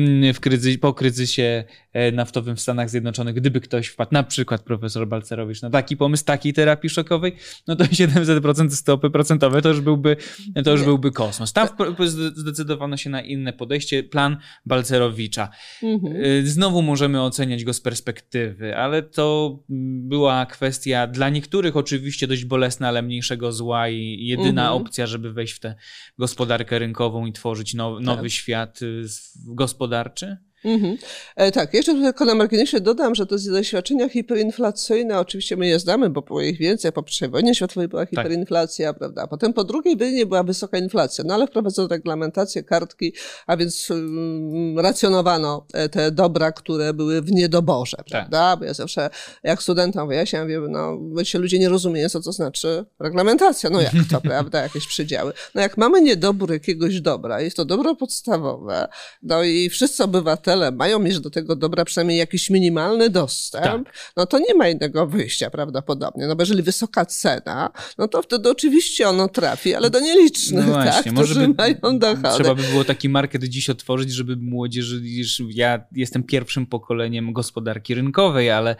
Speaker 1: w kryzys, po kryzysie naftowym w Stanach Zjednoczonych, gdyby ktoś wpadł, na przykład profesor Balcerowicz, na taki pomysł takiej terapii szokowej, no to siedemset procent stopy procentowe to już byłby, to już byłby kosmos. Tam zdecydowano się na inne podejście, plan Balcerowicza. Mhm. Znowu możemy oceniać go z perspektywy, ale to była kwestia dla niektórych oczywiście dość bolesna, ale mniejszego zła i jedyna mhm. opcja, żeby wejść w tę gospodarkę rynkową i tworzyć now, nowy tak. świat gospodarczy. gospodarczy?
Speaker 2: Mhm. E, tak, jeszcze tylko na marginesie dodam, że to doświadczenia hiperinflacyjne, oczywiście my je znamy, bo było ich więcej, po pierwszej wojnie światowej była hiperinflacja, tak. prawda, potem po drugiej wojnie była wysoka inflacja, no ale wprowadzono reglamentację, kartki, a więc um, racjonowano te dobra, które były w niedoborze, tak. prawda, bo ja zawsze jak studentom wyjaśniam, mówię, no się ludzie nie rozumieją, co to znaczy reglamentacja, no jak to, prawda, jakieś przydziały. No jak mamy niedobór jakiegoś dobra, jest to dobro podstawowe, no i wszyscy obywatele mają mieć do tego dobra przynajmniej jakiś minimalny dostęp, tak. no to nie ma innego wyjścia prawdopodobnie. No bo jeżeli wysoka cena, no to wtedy oczywiście ono trafi, ale do nielicznych, no właśnie, tak, którzy by, mają dochody.
Speaker 1: Trzeba by było taki market dziś otworzyć, żeby młodzieży, ja jestem pierwszym pokoleniem gospodarki rynkowej, ale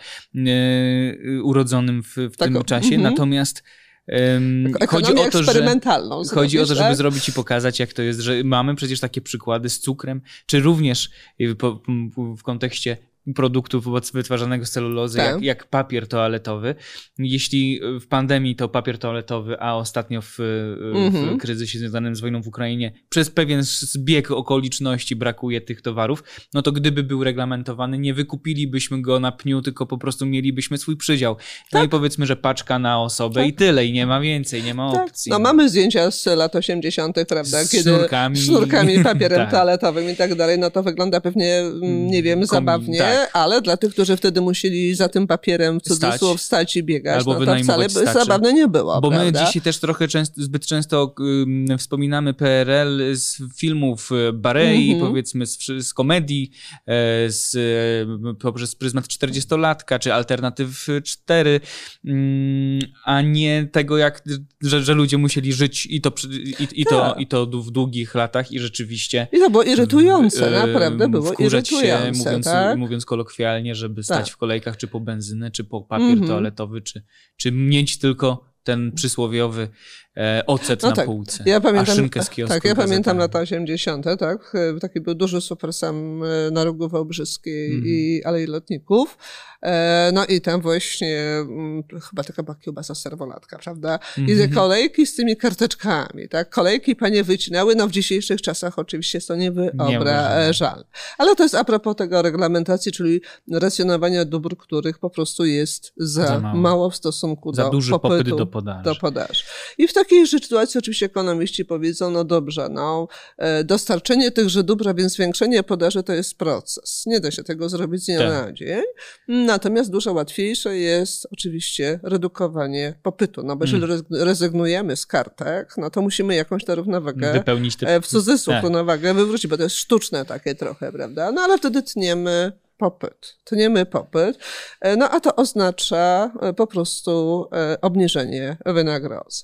Speaker 1: yy, urodzonym w, w tak, tym czasie, mm-hmm. natomiast Um, chodzi o to, że, chodzi o to, żeby tak? zrobić i pokazać, jak to jest, że mamy przecież takie przykłady z cukrem, czy również w, w, w kontekście produktów wytwarzanego z celulozy, tak. jak, jak papier toaletowy. Jeśli w pandemii to papier toaletowy, a ostatnio w, mm-hmm. w kryzysie związanym z wojną w Ukrainie przez pewien zbieg okoliczności brakuje tych towarów, no to gdyby był reglamentowany, nie wykupilibyśmy go na pniu, tylko po prostu mielibyśmy swój przydział. No tak. i powiedzmy, że paczka na osobę tak. i tyle, i nie ma więcej, nie ma
Speaker 2: tak.
Speaker 1: opcji.
Speaker 2: No mamy zdjęcia z lat osiemdziesiątych, prawda,
Speaker 1: z
Speaker 2: kiedy
Speaker 1: sznurkami,
Speaker 2: sznurkami papierem tak. toaletowym i tak dalej, no to wygląda pewnie, nie wiem, zabawnie, tak. ale dla tych, którzy wtedy musieli za tym papierem w cudzysłów stać i biegać, albo no to wcale by zabawne nie było.
Speaker 1: Bo
Speaker 2: prawda?
Speaker 1: my dzisiaj też trochę często, zbyt często um, wspominamy P R L z filmów Barei, mm-hmm. powiedzmy z, z komedii, z, poprzez pryzmat czterdziestolatka, czy Alternatyw cztery, um, a nie tego, jak, że, że ludzie musieli żyć i to, i, i, to, i to w długich latach i rzeczywiście...
Speaker 2: I to było irytujące, naprawdę było irytujące.
Speaker 1: Się, mówiąc,
Speaker 2: tak?
Speaker 1: mówiąc kolokwialnie, żeby stać tak. w kolejkach czy po benzynę, czy po papier mm-hmm. toaletowy, czy, czy mieć tylko ten przysłowiowy e, ocet no na
Speaker 2: tak.
Speaker 1: półce,
Speaker 2: ja pamiętam,
Speaker 1: a szynkę z kiosku
Speaker 2: Tak, ja pamiętam lata osiemdziesiąte, tak, taki był duży supersam na rogu Wałbrzyskiej mm. i Alei Lotników, e, no i tam właśnie m, chyba taka była kiełbasa serwolatka, prawda, i mm-hmm. kolejki z tymi karteczkami, tak, kolejki panie wycinały, no w dzisiejszych czasach oczywiście jest to niewyobrażalne, ale to jest a propos tego reglamentacji, czyli racjonowania dóbr, których po prostu jest za, za mało. mało w stosunku
Speaker 1: za
Speaker 2: do
Speaker 1: duży
Speaker 2: popytu,
Speaker 1: popyt do podaży.
Speaker 2: do podaży. I wtedy takiej sytuacji oczywiście ekonomiści powiedzą, no dobrze, no dostarczenie tychże dóbr, a więc zwiększenie podaży to jest proces. Nie da się tego zrobić z dnia tak. na dzień. Natomiast dużo łatwiejsze jest oczywiście redukowanie popytu. No bo jeżeli hmm. rezygnujemy z kartek, no to musimy jakąś tę równowagę,
Speaker 1: wypełnić te...
Speaker 2: w cudzysłów tak. równowagę wywrócić, bo to jest sztuczne takie trochę, prawda? No ale wtedy tniemy popyt. Tniemy popyt, no a to oznacza po prostu obniżenie wynagrodzeń.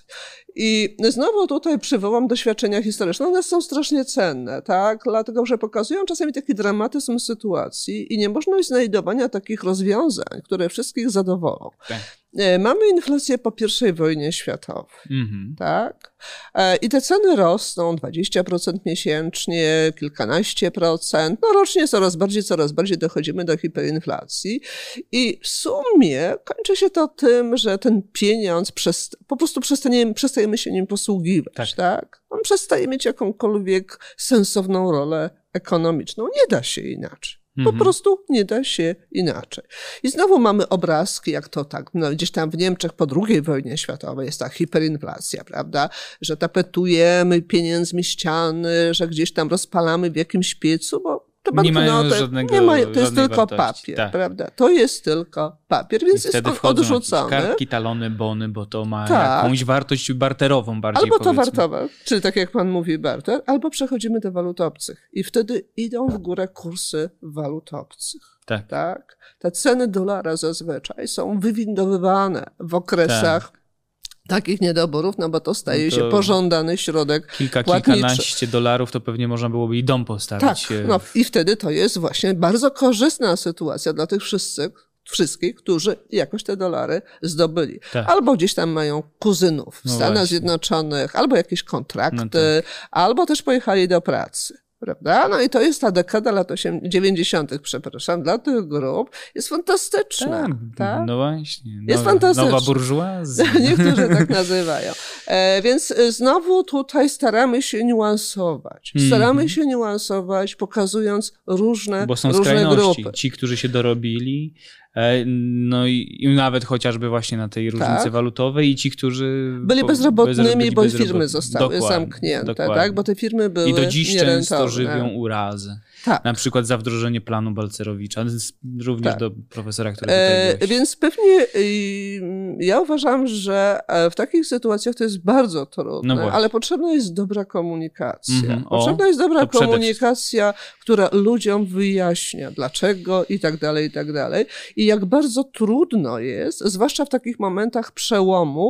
Speaker 2: I znowu tutaj przywołam doświadczenia historyczne. One są strasznie cenne, tak? Dlatego, że pokazują czasami taki dramatyzm sytuacji i niemożność znajdowania takich rozwiązań, które wszystkich zadowolą. Tak. Mamy inflację po pierwszej wojnie światowej, mm-hmm. tak? I te ceny rosną dwadzieścia procent miesięcznie, kilkanaście procent, no rocznie coraz bardziej, coraz bardziej dochodzimy do hiperinflacji i w sumie kończy się to tym, że ten pieniądz przest- po prostu przestaniemy, przestajemy się nim posługiwać, tak? tak? On przestaje mieć jakąkolwiek sensowną rolę ekonomiczną. Nie da się inaczej. Po mm-hmm. prostu nie da się inaczej. I znowu mamy obrazki, jak to tak, no gdzieś tam w Niemczech po drugiej wojnie światowej jest ta hiperinflacja, prawda, że tapetujemy pieniędzmi ściany, że gdzieś tam rozpalamy w jakimś piecu, bo te banknoty nie mają, to jest tylko wartości. papier, tak. prawda, to jest tylko papier, więc jest on odrzucony.
Speaker 1: Kartki, talony, bony, bo to ma tak. jakąś wartość barterową bardziej,
Speaker 2: albo
Speaker 1: powiedzmy.
Speaker 2: to wartowe, czyli tak jak pan mówi barter, albo przechodzimy do walut obcych i wtedy idą w górę kursy walut obcych. Tak. tak. Te ceny dolara zazwyczaj są wywindowywane w okresach tak. takich niedoborów, no bo to staje no to się pożądany środek
Speaker 1: kilka,
Speaker 2: płatniczy.
Speaker 1: Kilkanaście dolarów to pewnie można byłoby i dom postawić.
Speaker 2: Tak, no i wtedy to jest właśnie bardzo korzystna sytuacja dla tych wszyscy, wszystkich, którzy jakoś te dolary zdobyli. Tak. Albo gdzieś tam mają kuzynów w no Stanach właśnie. Zjednoczonych, albo jakieś kontrakty, no tak. albo też pojechali do pracy. Prawda? No i to jest ta dekada lat dziewięćdziesiątych, przepraszam, dla tych grup jest fantastyczna. Tak,
Speaker 1: tak? No właśnie.
Speaker 2: Nowa, jest fantastyczna.
Speaker 1: Nowa burżuazja.
Speaker 2: Niektórzy tak nazywają. E, więc znowu tutaj staramy się niuansować. Staramy mm. się niuansować, pokazując różne,
Speaker 1: Bo są
Speaker 2: różne
Speaker 1: skrajności.
Speaker 2: grupy.
Speaker 1: Ci, którzy się dorobili, no i, i nawet chociażby właśnie na tej różnicy tak. walutowej i ci, którzy...
Speaker 2: Byli bezrobotnymi,
Speaker 1: byli
Speaker 2: bo
Speaker 1: bezrobotni.
Speaker 2: firmy zostały dokładnie, zamknięte, dokładnie. tak? Bo te firmy były
Speaker 1: I do dziś
Speaker 2: nierentowne.
Speaker 1: często żywią urazy. Tak. Na przykład za wdrożenie planu Balcerowicza. Również tak. do profesora, który tutaj
Speaker 2: e, Więc pewnie y, ja uważam, że w takich sytuacjach to jest bardzo trudne, no ale potrzebna jest dobra komunikacja. Mm-hmm. Potrzebna o, jest dobra komunikacja, która ludziom wyjaśnia dlaczego i tak dalej, i tak dalej. I jak bardzo trudno jest, zwłaszcza w takich momentach przełomu,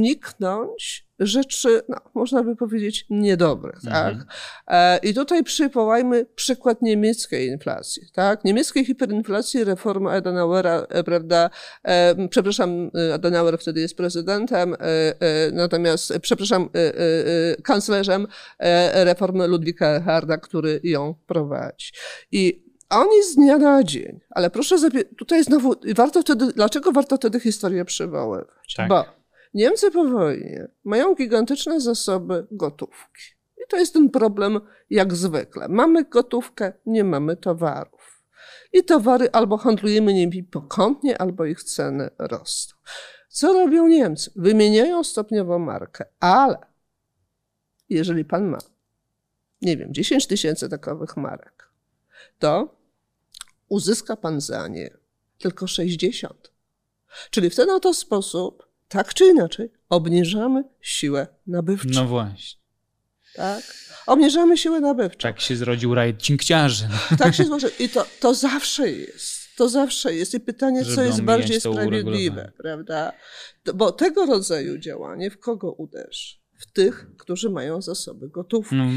Speaker 2: uniknąć rzeczy, no, można by powiedzieć, niedobrych, tak? Mhm. E, I tutaj przywołajmy przykład niemieckiej inflacji, tak? Niemieckiej hiperinflacji, reforma Adenauera, e, prawda, e, przepraszam, Adenauer wtedy jest prezydentem, e, e, natomiast, przepraszam, e, e, kanclerzem e, reformy Ludwika Erharda, który ją prowadzi. I oni z dnia na dzień, ale proszę, tutaj znowu, warto wtedy, dlaczego warto wtedy historię przywoływać? Tak. Bo Niemcy po wojnie mają gigantyczne zasoby gotówki. I to jest ten problem jak zwykle. Mamy gotówkę, nie mamy towarów. I towary albo handlujemy nimi pokątnie, albo ich ceny rosną. Co robią Niemcy? Wymieniają stopniowo markę, ale jeżeli pan ma, nie wiem, dziesięć tysięcy takowych marek, to uzyska pan za nie tylko sześćdziesiąt. Czyli w ten oto sposób tak czy inaczej obniżamy siłę nabywczą.
Speaker 1: No właśnie.
Speaker 2: Tak? Obniżamy siłę nabywczą.
Speaker 1: Tak się zrodził raj cinkciarzy. No.
Speaker 2: Tak się złożył. I to, to zawsze jest. To zawsze jest. I pytanie, Żeby co jest bardziej sprawiedliwe, prawda? To, bo tego rodzaju działanie w kogo uderzy? W tych, którzy mają zasoby gotówki. No.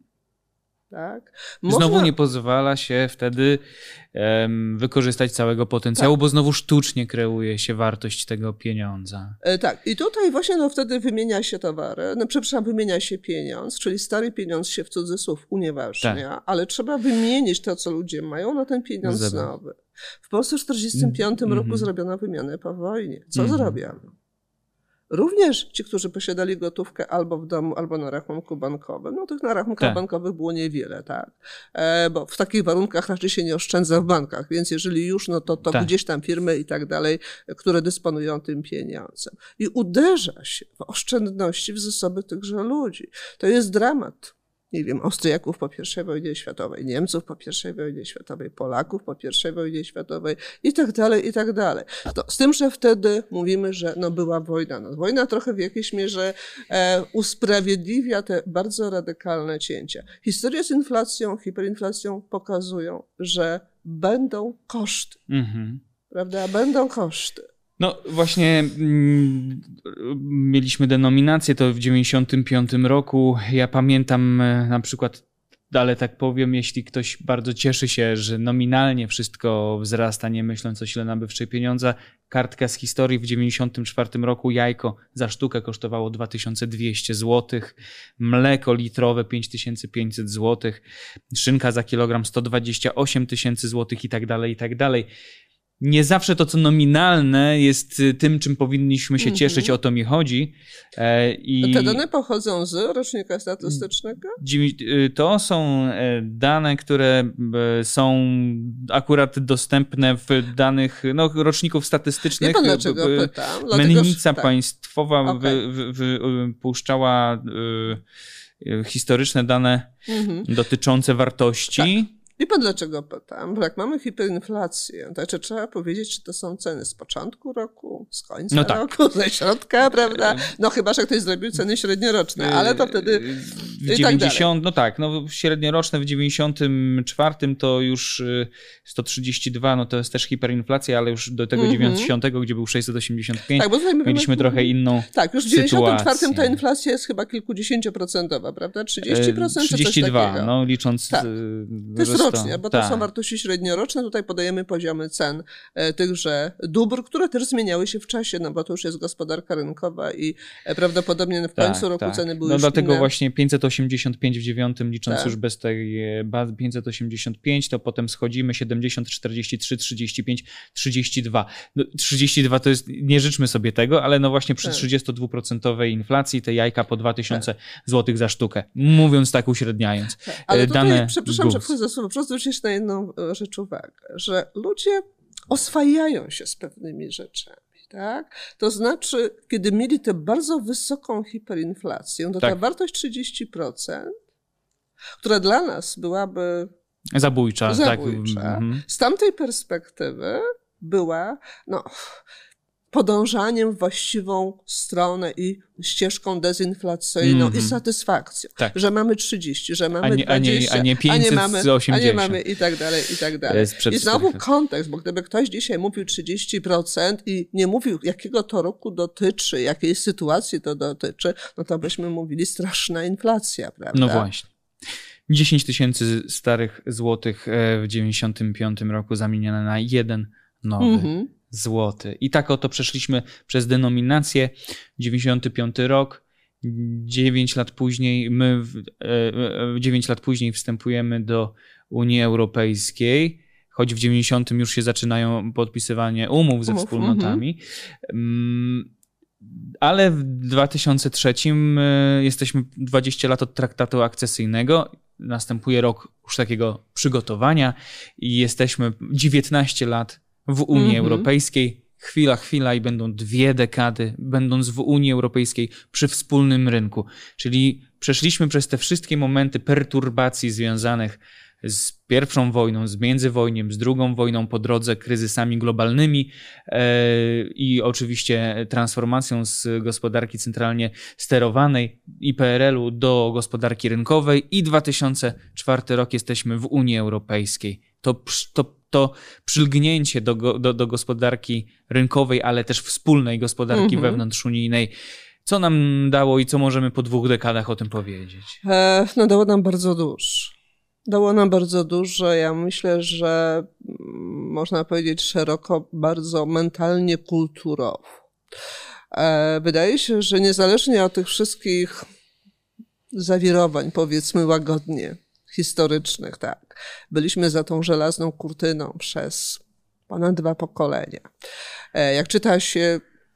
Speaker 2: Tak? Można...
Speaker 1: Znowu nie pozwala się wtedy um, wykorzystać całego potencjału, tak. bo znowu sztucznie kreuje się wartość tego pieniądza.
Speaker 2: E, tak. I tutaj właśnie no, wtedy wymienia się towary, no, przepraszam, wymienia się pieniądz, czyli stary pieniądz się w cudzysłów unieważnia, tak. ale trzeba wymienić to, co ludzie mają, na ten pieniądz Zobacz. nowy. W Polsce w tysiąc dziewięćset czterdziestym piątym mm-hmm. roku zrobiono wymianę po wojnie. Co mm-hmm. zrobiono? Również ci, którzy posiadali gotówkę albo w domu, albo na rachunku bankowym. No tych na rachunkach
Speaker 1: tak.
Speaker 2: bankowych było niewiele, tak? E, bo w takich warunkach raczej się nie oszczędza w bankach, więc jeżeli już, no to, to tak. gdzieś tam firmy i tak dalej, które dysponują tym pieniądzem. I uderza się w oszczędności, w zasoby tychże ludzi. To jest dramat. Nie wiem, Austriaków po pierwszej wojnie światowej, Niemców po pierwszej wojnie światowej, Polaków po pierwszej wojnie światowej i tak dalej, i tak dalej. To, z tym, że wtedy mówimy, że no była wojna. No, wojna trochę w jakiejś mierze e, usprawiedliwia te bardzo radykalne cięcia. Historia z inflacją, hiperinflacją pokazują, że będą koszty. Mhm. Prawda? Będą koszty.
Speaker 1: No właśnie mm, mieliśmy denominację to w dziewięćdziesiątym piątym roku. Ja pamiętam na przykład, ale tak powiem, jeśli ktoś bardzo cieszy się, że nominalnie wszystko wzrasta, nie myśląc o sile nabywczej pieniądza, kartka z historii w dziewięćdziesiątym czwartym roku jajko za sztukę kosztowało dwa tysiące dwieście złotych, mleko litrowe pięć tysięcy pięćset złotych, szynka za kilogram sto dwadzieścia osiem tysięcy złotych i tak dalej, i tak dalej. Nie zawsze to, co nominalne, jest tym, czym powinniśmy się cieszyć, mm-hmm. o to mi chodzi. I
Speaker 2: te dane pochodzą z rocznika statystycznego?
Speaker 1: To są dane, które są akurat dostępne w danych no, roczników statystycznych.
Speaker 2: Wie pan, dlaczego pytam?
Speaker 1: Mennica tak. Państwowa okay. wypuszczała historyczne dane mm-hmm. dotyczące wartości.
Speaker 2: Tak. Wie pan, dlaczego pytam? Bo jak mamy hiperinflację, to czy trzeba powiedzieć, czy to są ceny z początku roku, z końca no tak. roku, ze środka, prawda? No chyba, że ktoś zrobił ceny średnioroczne, ale to wtedy
Speaker 1: w dziewięćdziesiątym, no tak, no średnioroczne w dziewięćdziesiątym czwartym to już sto trzydzieści dwa, no to jest też hiperinflacja, ale już do tego mm-hmm. dziewięćdziesiątego, gdzie był sześćset osiemdziesiąt pięć, tak, bo tutaj mieliśmy mamy... trochę inną
Speaker 2: Tak, już w dziewięćdziesiątym czwartym ta inflacja jest chyba kilkudziesięcioprocentowa, prawda? trzydzieści procent
Speaker 1: trzydzieści dwa,
Speaker 2: czy coś takiego?
Speaker 1: No licząc...
Speaker 2: Tak. To jest rocznie, bo to
Speaker 1: tak.
Speaker 2: są wartości średnioroczne. Tutaj podajemy poziomy cen e, tychże dóbr, które też zmieniały się w czasie, no bo to już jest gospodarka rynkowa i e, prawdopodobnie w końcu tak, roku tak. ceny były
Speaker 1: No
Speaker 2: już
Speaker 1: dlatego
Speaker 2: inne.
Speaker 1: właśnie pięćset osiemdziesiąt pięć w dziewiątym, licząc tak. już bez tej bazy pięćset osiemdziesiąt pięć, to potem schodzimy siedemdziesiąt, czterdzieści trzy, trzydzieści pięć, trzydzieści dwa. No, trzydzieści dwa to jest, nie życzmy sobie tego, ale no właśnie przy tak. trzydziestodwuprocentowej inflacji te jajka po dwa tysiące tak. złotych za sztukę. Mówiąc tak uśredniając.
Speaker 2: Tak. Ale tutaj, Dane przepraszam, że wchodzę za słowo, proszę zwrócić na jedną rzecz uwagę, że ludzie oswajają się z pewnymi rzeczami. Tak? To znaczy, kiedy mieli tę bardzo wysoką hiperinflację, to tak. ta wartość trzydzieści procent, która dla nas byłaby
Speaker 1: zabójcza,
Speaker 2: zabójcza
Speaker 1: tak.
Speaker 2: z tamtej perspektywy była no, podążaniem w właściwą stronę i ścieżką dezinflacyjną mm-hmm. i satysfakcją, tak. że mamy trzydzieści, że mamy
Speaker 1: a nie,
Speaker 2: dwadzieścia,
Speaker 1: a nie, a nie pięćset,
Speaker 2: a nie mamy,
Speaker 1: osiemdziesiąt.
Speaker 2: A nie mamy i tak dalej, i tak dalej. I znowu kontekst, bo gdyby ktoś dzisiaj mówił trzydzieści procent i nie mówił, jakiego to roku dotyczy, jakiej sytuacji to dotyczy, no to byśmy mówili straszna inflacja, prawda?
Speaker 1: No właśnie. dziesięć tysięcy starych złotych w dziewięćdziesiątym piątym roku zamienione na jeden nowy. Mm-hmm. Złoty. I tak oto przeszliśmy przez denominację. dziewięćdziesiąty piąty rok, dziewięć lat później, my w, e, dziewięć lat później wstępujemy do Unii Europejskiej, choć w dziewięćdziesiątym już się zaczynają podpisywanie umów ze wspólnotami. Mm-hmm. Ale w dwa tysiące trzecim jesteśmy dwadzieścia lat od traktatu akcesyjnego. Następuje rok już takiego przygotowania i jesteśmy dziewiętnaście lat w Unii mm-hmm. Europejskiej. Chwila, chwila i będą dwie dekady, będąc w Unii Europejskiej przy wspólnym rynku. Czyli przeszliśmy przez te wszystkie momenty perturbacji związanych z pierwszą wojną, z międzywojniem, z drugą wojną po drodze, kryzysami globalnymi e, i oczywiście transformacją z gospodarki centralnie sterowanej i P R L-u do gospodarki rynkowej i dwa tysiące czwarty rok jesteśmy w Unii Europejskiej. To, to, to przylgnięcie do, do, do gospodarki rynkowej, ale też wspólnej gospodarki mm-hmm. wewnątrzunijnej, co nam dało i co możemy po dwóch dekadach o tym powiedzieć?
Speaker 2: E, no dało nam bardzo dużo. Dało nam bardzo dużo. Ja myślę, że można powiedzieć szeroko, bardzo mentalnie kulturowo. E, wydaje się, że niezależnie od tych wszystkich zawirowań, powiedzmy łagodnie, historycznych, tak. Byliśmy za tą żelazną kurtyną przez ponad dwa pokolenia. Jak czyta się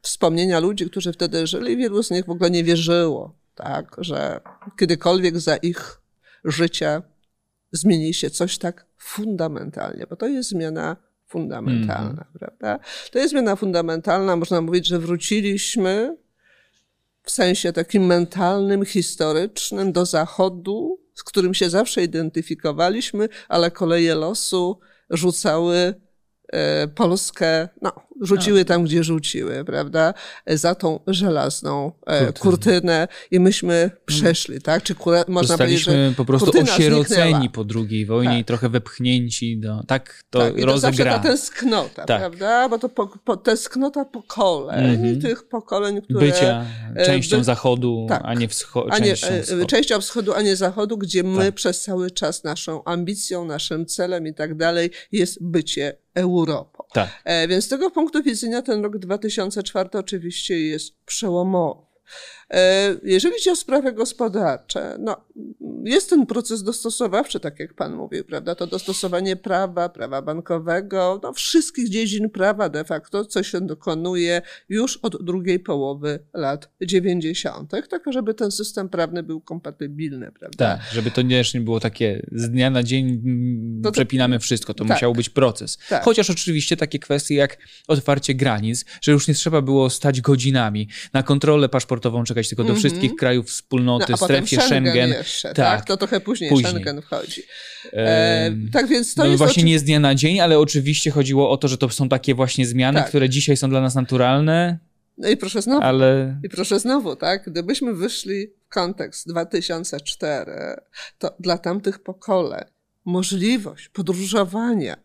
Speaker 2: wspomnienia ludzi, którzy wtedy żyli, wielu z nich w ogóle nie wierzyło, tak, że kiedykolwiek za ich życia zmieni się coś tak fundamentalnie, bo to jest zmiana fundamentalna, mm. prawda? To jest zmiana fundamentalna, można mówić, że wróciliśmy w sensie takim mentalnym, historycznym do Zachodu, z którym się zawsze identyfikowaliśmy, ale koleje losu rzucały e, Polskę, no, rzuciły no. tam, gdzie rzuciły, prawda, za tą żelazną e, kurtynę i myśmy przeszli, tak? Czy kura, można
Speaker 1: Zostaliśmy
Speaker 2: powiedzieć, że
Speaker 1: po prostu osieroceni
Speaker 2: zniknęła.
Speaker 1: po drugiej wojnie
Speaker 2: tak.
Speaker 1: i trochę wepchnięci do, tak to
Speaker 2: tak, i
Speaker 1: rozegra.
Speaker 2: to zawsze ta tęsknota, tak. prawda? Bo to po, po, tęsknota pokoleń, mm-hmm. tych pokoleń, które...
Speaker 1: Bycia częścią by, Zachodu,
Speaker 2: tak,
Speaker 1: a nie, wscho-
Speaker 2: a nie
Speaker 1: częścią wschodu.
Speaker 2: Częścią wschodu, a nie Zachodu, gdzie my
Speaker 1: tak.
Speaker 2: przez cały czas naszą ambicją, naszym celem i tak dalej jest bycie Europą.
Speaker 1: Tak.
Speaker 2: E, więc z tego punktu widzenia ten rok dwa tysiące czwarty oczywiście jest przełomowy. E, jeżeli chodzi o sprawy gospodarcze, no, jest ten proces dostosowawczy, tak jak pan mówił, prawda? To dostosowanie prawa, prawa bankowego, no, wszystkich dziedzin prawa de facto, co się dokonuje już od drugiej połowy lat dziewięćdziesiątych, tak żeby ten system prawny był kompatybilny, prawda?
Speaker 1: Tak, żeby to nie było takie z dnia na dzień
Speaker 2: to
Speaker 1: przepinamy wszystko, to
Speaker 2: tak.
Speaker 1: musiał być proces.
Speaker 2: Tak.
Speaker 1: Chociaż oczywiście takie kwestie jak otwarcie granic, że już nie trzeba było stać godzinami na kontrolę paszportową, czekać tylko do mm-hmm. wszystkich krajów wspólnoty,
Speaker 2: no, a
Speaker 1: strefie
Speaker 2: Schengen.
Speaker 1: Schengen.
Speaker 2: Jeszcze, tak.
Speaker 1: tak,
Speaker 2: to trochę później,
Speaker 1: później.
Speaker 2: Schengen wchodzi. E, tak więc to
Speaker 1: no
Speaker 2: jest
Speaker 1: właśnie
Speaker 2: oczy...
Speaker 1: nie z dnia na dzień, ale oczywiście chodziło o to, że to są takie właśnie zmiany,
Speaker 2: tak.
Speaker 1: które dzisiaj są dla nas naturalne.
Speaker 2: No i proszę znowu,
Speaker 1: ale...
Speaker 2: i proszę znowu, tak, gdybyśmy wyszli w kontekst dwa tysiące czwarty, to dla tamtych pokoleń możliwość podróżowania.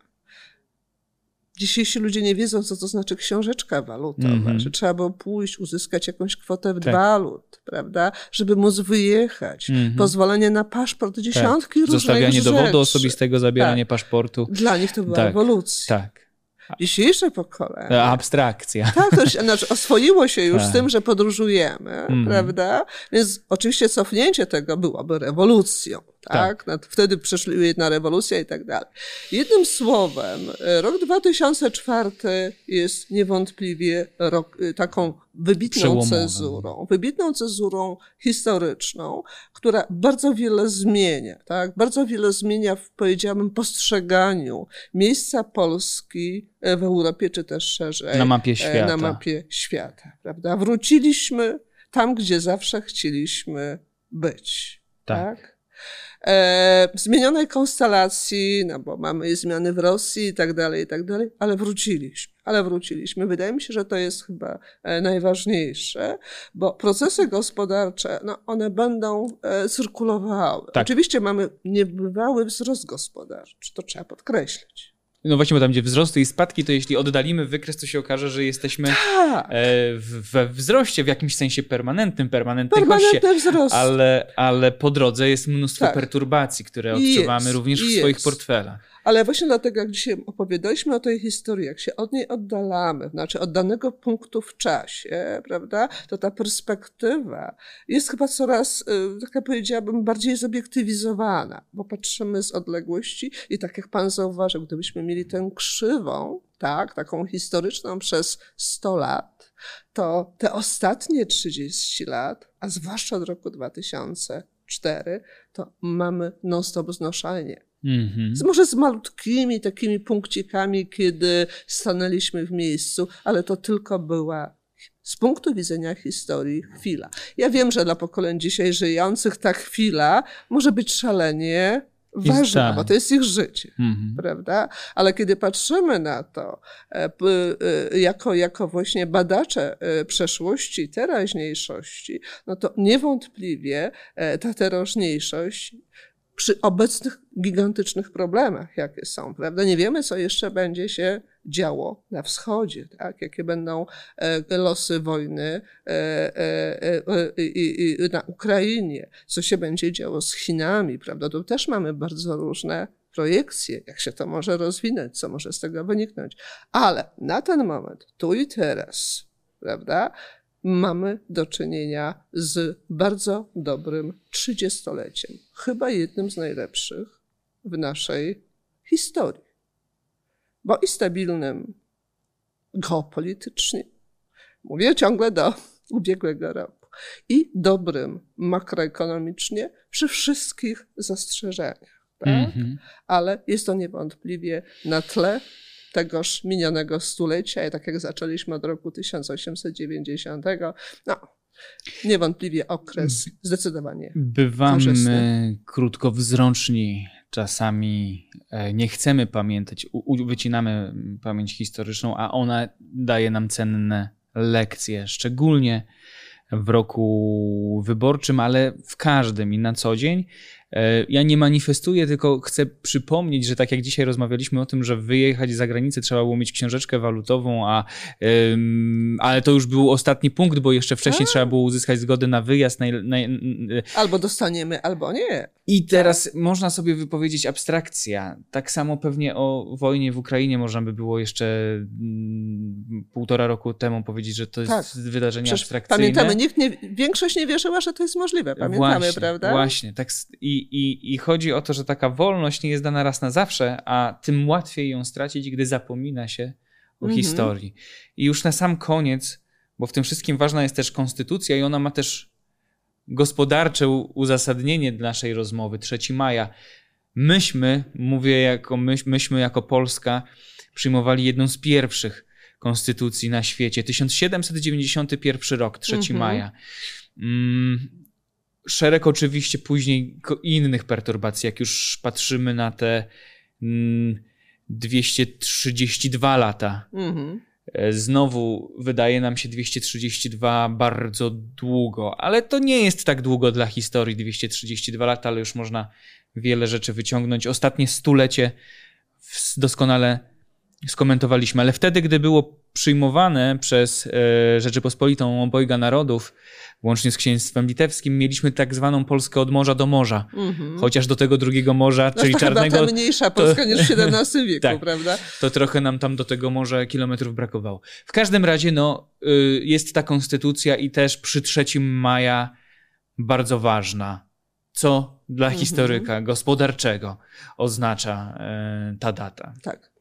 Speaker 2: Dzisiejsi ludzie nie wiedzą, co to znaczy książeczka walutowa, mm-hmm. że trzeba było pójść, uzyskać jakąś kwotę tak. walut, prawda, żeby móc wyjechać. Mm-hmm. Pozwolenie na paszport, dziesiątki tak. różnych
Speaker 1: Zostawianie
Speaker 2: rzeczy.
Speaker 1: dowodu osobistego, zabieranie
Speaker 2: tak.
Speaker 1: paszportu.
Speaker 2: Dla nich to była
Speaker 1: tak.
Speaker 2: rewolucja.
Speaker 1: Tak.
Speaker 2: Dzisiejsze pokolenie.
Speaker 1: Abstrakcja.
Speaker 2: Tak, to się, znaczy oswoiło się już tak. z tym, że podróżujemy, mm. prawda? Więc oczywiście cofnięcie tego byłoby rewolucją, tak? tak. Wtedy przyszła jedna rewolucja i tak dalej. Jednym słowem, rok dwa tysiące czwarty jest niewątpliwie rok, taką wybitną
Speaker 1: Przełomowym.
Speaker 2: cezurą, wybitną cezurą historyczną, która bardzo wiele zmienia, tak? Bardzo wiele zmienia w, powiedziałabym, postrzeganiu miejsca Polski w Europie, czy też szerzej
Speaker 1: na mapie świata.
Speaker 2: Na mapie świata, prawda? Wróciliśmy tam, gdzie zawsze chcieliśmy być. Tak. tak? E, zmienionej konstelacji, no bo mamy zmiany w Rosji i tak dalej, i tak dalej, ale wróciliśmy. Ale wróciliśmy. Wydaje mi się, że to jest chyba e, najważniejsze, bo procesy gospodarcze, no one będą e, cyrkulowały.
Speaker 1: Tak.
Speaker 2: Oczywiście mamy niebywały wzrost gospodarczy, to trzeba podkreślić.
Speaker 1: No właśnie, bo tam gdzie wzrosty i spadki, to jeśli oddalimy wykres, to się okaże, że jesteśmy
Speaker 2: tak.
Speaker 1: we wzroście, w jakimś sensie permanentnym, permanentnej
Speaker 2: Permanentny
Speaker 1: hoście,
Speaker 2: wzrost.
Speaker 1: ale, ale po drodze jest mnóstwo
Speaker 2: tak.
Speaker 1: perturbacji, które
Speaker 2: I
Speaker 1: odczuwamy
Speaker 2: jest,
Speaker 1: również w
Speaker 2: jest.
Speaker 1: swoich portfelach.
Speaker 2: Ale właśnie dlatego, jak dzisiaj opowiadaliśmy o tej historii, jak się od niej oddalamy, znaczy od danego punktu w czasie, prawda, to ta perspektywa jest chyba coraz, tak jak powiedziałabym, bardziej zobiektywizowana, bo patrzymy z odległości i tak jak pan zauważył, gdybyśmy mieli tę krzywą, tak, taką historyczną przez sto lat, to te ostatnie trzydzieści lat, a zwłaszcza od roku dwa tysiące czwarty, to mamy non-stop znoszenie.
Speaker 1: Mm-hmm.
Speaker 2: Z, może z malutkimi takimi punkcikami, kiedy stanęliśmy w miejscu, ale to tylko była z punktu widzenia historii chwila. Ja wiem, że dla pokoleń dzisiaj żyjących ta chwila może być szalenie ważna, tak. bo to jest ich życie, mm-hmm. prawda? Ale kiedy patrzymy na to e, e, jako, jako właśnie badacze e, przeszłości i teraźniejszości, no to niewątpliwie e, ta teraźniejszość przy obecnych gigantycznych problemach, jakie są, prawda? Nie wiemy, co jeszcze będzie się działo na wschodzie, tak? Jakie będą e, losy wojny e, e, e, i, i na Ukrainie, co się będzie działo z Chinami, prawda? Tu też mamy bardzo różne projekcje, jak się to może rozwinąć, co może z tego wyniknąć. Ale na ten moment, tu i teraz, prawda? Mamy do czynienia z bardzo dobrym trzydziestoleciem. Chyba jednym z najlepszych w naszej historii. Bo i stabilnym geopolitycznie, mówię ciągle do ubiegłego roku, i dobrym makroekonomicznie przy wszystkich zastrzeżeniach. Tak? Mm-hmm. Ale jest to niewątpliwie na tle tegoż minionego stulecia i tak jak zaczęliśmy od roku tysiąc osiemset dziewięćdziesiątego, no niewątliwie okres zdecydowanie
Speaker 1: Bywamy
Speaker 2: korzystny.
Speaker 1: krótkowzroczni, czasami nie chcemy pamiętać, u- wycinamy pamięć historyczną, a ona daje nam cenne lekcje, szczególnie w roku wyborczym, ale w każdym i na co dzień. Ja nie manifestuję, tylko chcę przypomnieć, że tak jak dzisiaj rozmawialiśmy o tym, że wyjechać za granicę trzeba było mieć książeczkę walutową, a, ym, ale to już był ostatni punkt, bo jeszcze wcześniej a. trzeba było uzyskać zgodę na wyjazd. Naj, naj...
Speaker 2: Albo dostaniemy, albo nie.
Speaker 1: I teraz tak. Można sobie wypowiedzieć abstrakcja. Tak samo pewnie o wojnie w Ukrainie można by było jeszcze mm, półtora roku temu powiedzieć, że to jest tak. wydarzenie Przecież abstrakcyjne.
Speaker 2: Pamiętamy, nikt nie, większość nie wierzyła, że to jest możliwe. Pamiętamy,
Speaker 1: właśnie,
Speaker 2: prawda?
Speaker 1: Właśnie, tak. I I, I chodzi o to, że taka wolność nie jest dana raz na zawsze, a tym łatwiej ją stracić, gdy zapomina się o mm-hmm. historii. I już na sam koniec, bo w tym wszystkim ważna jest też konstytucja i ona ma też gospodarcze uzasadnienie dla naszej rozmowy. trzeciego maja. Myśmy, mówię jako my, myśmy jako Polska, przyjmowali jedną z pierwszych konstytucji na świecie. tysiąc siedemset dziewięćdziesiąty pierwszy rok, trzeciego mm-hmm. maja. Mm, Szereg oczywiście później innych perturbacji, jak już patrzymy na te mm, dwieście trzydzieści dwa lata. Mm-hmm. Znowu wydaje nam się dwieście trzydzieści dwa bardzo długo, ale to nie jest tak długo dla historii, dwieście trzydzieści dwa lata, ale już można wiele rzeczy wyciągnąć. Ostatnie stulecie doskonale skomentowaliśmy, ale wtedy, gdy było przyjmowane przez e, Rzeczypospolitą obojga narodów, łącznie z księstwem litewskim, mieliśmy tak zwaną Polskę od morza do morza. Mm-hmm. Chociaż do tego drugiego morza,
Speaker 2: no
Speaker 1: czyli
Speaker 2: to
Speaker 1: Czarnego...
Speaker 2: chyba ta mniejsza Polska to... niż w siedemnastym wieku,
Speaker 1: tak,
Speaker 2: prawda?
Speaker 1: To trochę nam tam do tego morza kilometrów brakowało. W każdym razie no, y, jest ta konstytucja i też przy trzeciego maja bardzo ważna. Co dla mm-hmm. historyka gospodarczego oznacza y, ta data.
Speaker 2: Tak.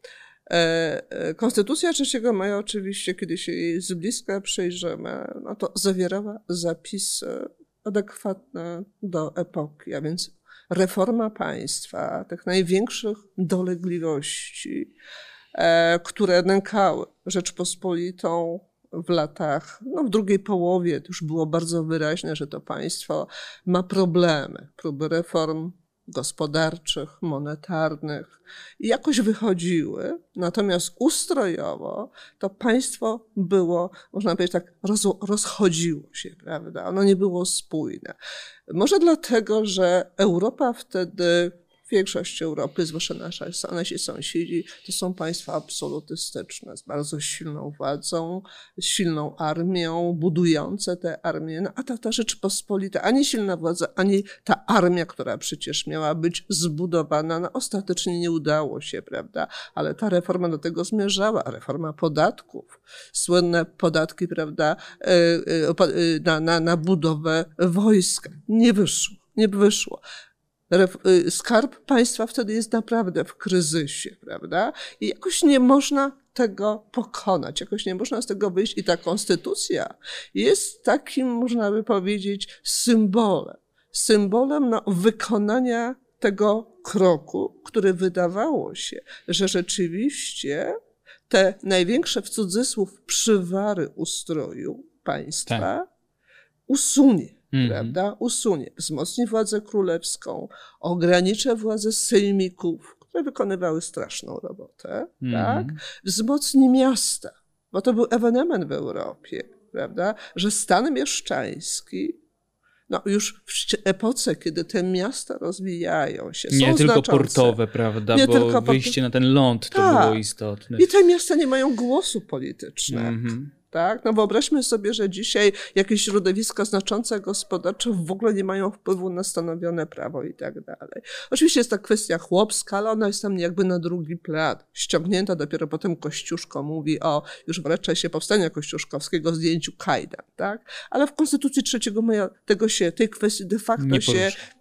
Speaker 2: Konstytucja trzeciego maja oczywiście, kiedy się jej z bliska przyjrzymy, no to zawierała zapisy adekwatne do epoki, a więc reforma państwa, tych największych dolegliwości, które nękały Rzeczpospolitą w latach, no w drugiej połowie to już było bardzo wyraźne, że to państwo ma problemy, próby reform gospodarczych, monetarnych i jakoś wychodziły, natomiast ustrojowo to państwo było, można powiedzieć tak, roz, rozchodziło się, prawda? Ono nie było spójne. Może dlatego, że Europa wtedy, większość Europy, zwłaszcza nasza, nasi sąsiedzi, to są państwa absolutystyczne, z bardzo silną władzą, z silną armią, budujące te armie. No, a ta, ta Rzeczpospolita, ani silna władza, ani ta armia, która przecież miała być zbudowana, no ostatecznie nie udało się, prawda? Ale ta reforma do tego zmierzała, reforma podatków, słynne podatki, prawda, na, na, na budowę wojska. Nie wyszło, nie wyszło. Skarb państwa wtedy jest naprawdę w kryzysie, prawda? I jakoś nie można tego pokonać, jakoś nie można z tego wyjść. I ta konstytucja jest takim, można by powiedzieć, symbolem. Symbolem no, wykonania tego kroku, który wydawało się, że rzeczywiście te największe w cudzysłów przywary ustroju państwa tak. usunie. Mm-hmm. Prawda? Usunie, wzmocni władzę królewską, ogranicza władzę sejmików, które wykonywały straszną robotę, mm-hmm. tak? Wzmocni miasta, bo to był ewenement w Europie, prawda? Że stan mieszczański, no już w epoce, kiedy te miasta rozwijają się,
Speaker 1: nie
Speaker 2: są
Speaker 1: tylko
Speaker 2: znaczące,
Speaker 1: portowe, prawda? Nie bo tylko wyjście na ten ląd to tak. było istotne.
Speaker 2: I te miasta nie mają głosu politycznego. Mm-hmm. Tak? No wyobraźmy sobie, że dzisiaj jakieś środowiska znaczące gospodarczo w ogóle nie mają wpływu na stanowione prawo i tak dalej. Oczywiście jest to kwestia chłopska, ale ona jest tam jakby na drugi plan. Ściągnięta dopiero potem Kościuszko mówi o już w czasie powstania kościuszkowskiego zdjęciu kajdan, tak? Ale w Konstytucji trzeciego maja tego się, tej kwestii de facto
Speaker 1: nie
Speaker 2: się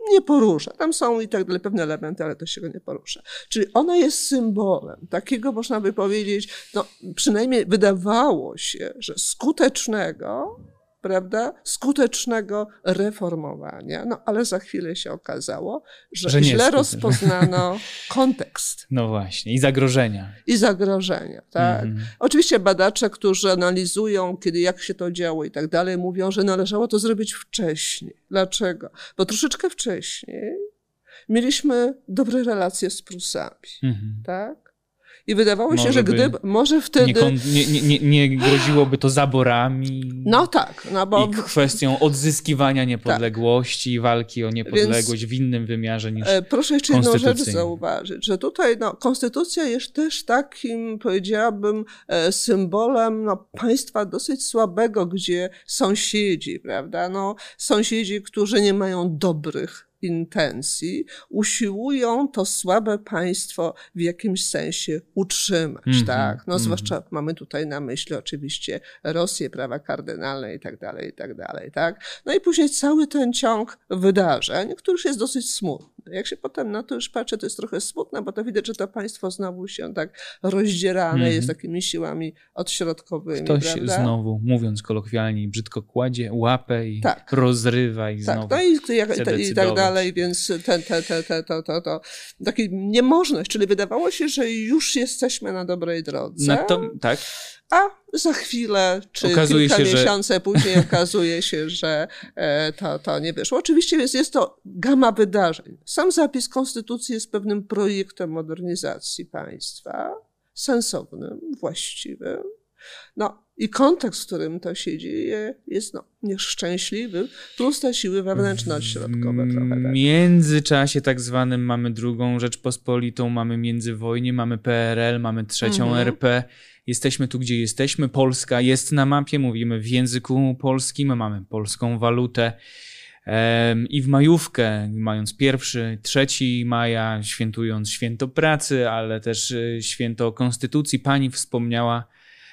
Speaker 2: nie porusza. Tam są i tak dalej pewne elementy, ale to się go nie porusza. Czyli ona jest symbolem takiego, można by powiedzieć, no przynajmniej wydawało się, że skutecznego, prawda, skutecznego reformowania. No ale za chwilę się okazało, że, że źle rozpoznano kontekst.
Speaker 1: No właśnie, i zagrożenia.
Speaker 2: I zagrożenia, tak. Mm. Oczywiście badacze, którzy analizują, kiedy jak się to działo i tak dalej, mówią, że należało to zrobić wcześniej. Dlaczego? Bo troszeczkę wcześniej mieliśmy dobre relacje z Prusami, mm. tak? I wydawało może się, że gdyby, może wtedy...
Speaker 1: Nie, nie, nie, nie groziłoby to zaborami.
Speaker 2: No tak. No bo...
Speaker 1: I kwestią odzyskiwania niepodległości, tak. walki o niepodległość Więc, w innym wymiarze niż
Speaker 2: proszę jeszcze jedną rzecz zauważyć, że tutaj no, konstytucja jest też takim, powiedziałabym, symbolem no, państwa dosyć słabego, gdzie sąsiedzi, prawda, no, sąsiedzi, którzy nie mają dobrych intencji, usiłują to słabe państwo w jakimś sensie utrzymać, mm-hmm, tak? No mm-hmm. zwłaszcza mamy tutaj na myśli oczywiście Rosję, prawa kardynalne i tak dalej, i tak dalej, tak? No i później cały ten ciąg wydarzeń, który już jest dosyć smutny. Jak się potem na to już patrzy, to jest trochę smutne, bo to widać, że to państwo znowu się tak rozdzierane mm-hmm. jest takimi siłami odśrodkowymi,
Speaker 1: Ktoś
Speaker 2: prawda?
Speaker 1: znowu, mówiąc kolokwialnie i brzydko, kładzie łapę i tak. rozrywa i
Speaker 2: tak.
Speaker 1: znowu
Speaker 2: no i, jak, i, i tak dalej, więc te, te, te, te, to, to, to, taka niemożność, czyli wydawało się, że już jesteśmy na dobrej drodze. Na to,
Speaker 1: tak.
Speaker 2: A za chwilę, czy okazuje kilka się, miesiące że... później okazuje się, że e, to, to nie wyszło. Oczywiście jest, jest to gama wydarzeń. Sam zapis konstytucji jest pewnym projektem modernizacji państwa, sensownym, właściwym. No i kontekst, w którym to się dzieje, jest no, nieszczęśliwy, plus te siły wewnętrzno-środkowe trochę. Tak.
Speaker 1: W międzyczasie tak zwanym mamy drugą Rzeczpospolitą, mamy międzywojnie, mamy P R L, mamy trzecią mhm. R P. Jesteśmy tu, gdzie jesteśmy. Polska jest na mapie, mówimy w języku polskim, mamy polską walutę. I w majówkę, mając pierwszy, trzeci maja, świętując święto pracy, ale też święto Konstytucji, pani wspomniała,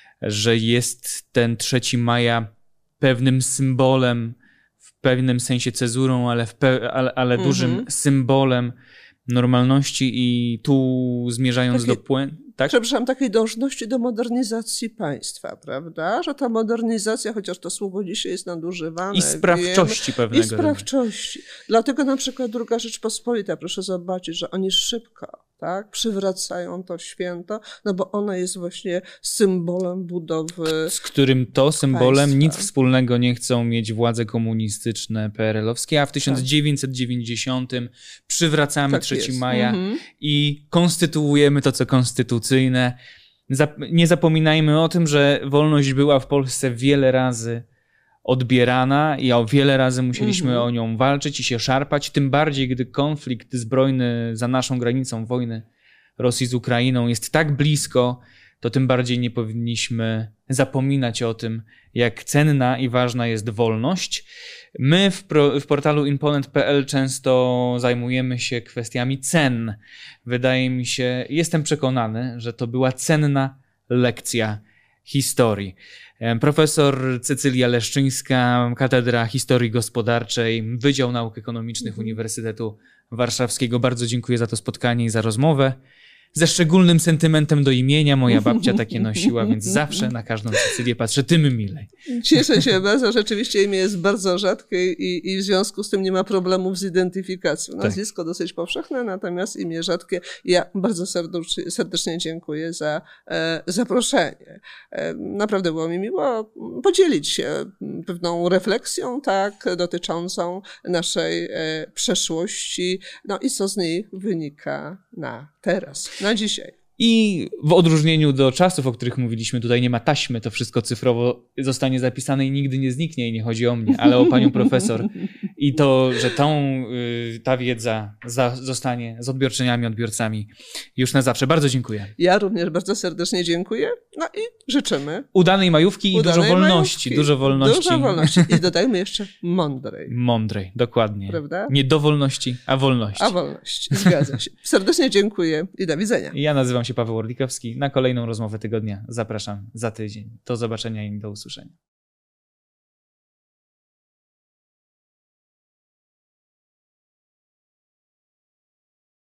Speaker 1: że jest ten trzeci maja pewnym symbolem, w pewnym sensie cezurą, ale, w pe- ale, ale mm-hmm. dużym symbolem normalności i tu zmierzając Takie... do puentu. Tak?
Speaker 2: Przepraszam, takiej dążności do modernizacji państwa, prawda? Że ta modernizacja, chociaż to słowo dzisiaj jest nadużywane.
Speaker 1: I sprawczości
Speaker 2: wiem,
Speaker 1: pewnego.
Speaker 2: I sprawczości. Dlatego na przykład Druga Rzeczpospolita, proszę zobaczyć, że oni szybko tak, przywracają to święto, no bo ono jest właśnie symbolem budowy
Speaker 1: z którym to symbolem
Speaker 2: państwa.
Speaker 1: Nic wspólnego nie chcą mieć władze komunistyczne P R L-owskie, a w tysiąc dziewięćset dziewięćdziesiątym przywracamy tak trzeciego maja mhm. i konstytuujemy to, co konstytucyjne. Zap- nie zapominajmy o tym, że wolność była w Polsce wiele razy odbierana i o wiele razy musieliśmy mm-hmm. o nią walczyć i się szarpać, tym bardziej, gdy konflikt zbrojny za naszą granicą, wojny Rosji z Ukrainą jest tak blisko, to tym bardziej nie powinniśmy zapominać o tym, jak cenna i ważna jest wolność. My w, pro, w portalu inponent kropka p l często zajmujemy się kwestiami cen. Wydaje mi się, jestem przekonany, że to była cenna lekcja historii. Profesor Cecylia Leszczyńska, Katedra Historii Gospodarczej, Wydział Nauk Ekonomicznych Uniwersytetu Warszawskiego. Bardzo dziękuję za to spotkanie i za rozmowę. Ze szczególnym sentymentem do imienia. Moja babcia takie nosiła, więc zawsze na każdą Cecylię patrzę tym milej.
Speaker 2: Cieszę się bardzo. Rzeczywiście imię jest bardzo rzadkie i, i w związku z tym nie ma problemów z identyfikacją. Nazwisko tak. dosyć powszechne, natomiast imię rzadkie. Ja bardzo serdecznie, serdecznie dziękuję za e, zaproszenie. E, naprawdę było mi miło podzielić się pewną refleksją tak, dotyczącą naszej e, przeszłości, no i co z niej wynika na teraz, na dzisiaj.
Speaker 1: I w odróżnieniu do czasów, o których mówiliśmy, tutaj nie ma taśmy, to wszystko cyfrowo zostanie zapisane i nigdy nie zniknie i nie chodzi o mnie, ale o panią profesor. I to, że tą, ta wiedza za, zostanie z odbiorczyniami, odbiorcami już na zawsze. Bardzo dziękuję.
Speaker 2: Ja również bardzo serdecznie dziękuję. No i życzymy.
Speaker 1: Udanej majówki i
Speaker 2: Udanej
Speaker 1: dużo wolności.
Speaker 2: Majówki.
Speaker 1: Dużo wolności.
Speaker 2: Dużo wolności. I dodajmy jeszcze mądrej.
Speaker 1: Mądrej, dokładnie.
Speaker 2: Prawda?
Speaker 1: Nie do wolności, a wolności.
Speaker 2: A wolności. Zgadza się. Serdecznie dziękuję i do widzenia.
Speaker 1: Ja nazywam się Paweł Orlikowski. Na kolejną rozmowę tygodnia zapraszam za tydzień. Do zobaczenia i do usłyszenia.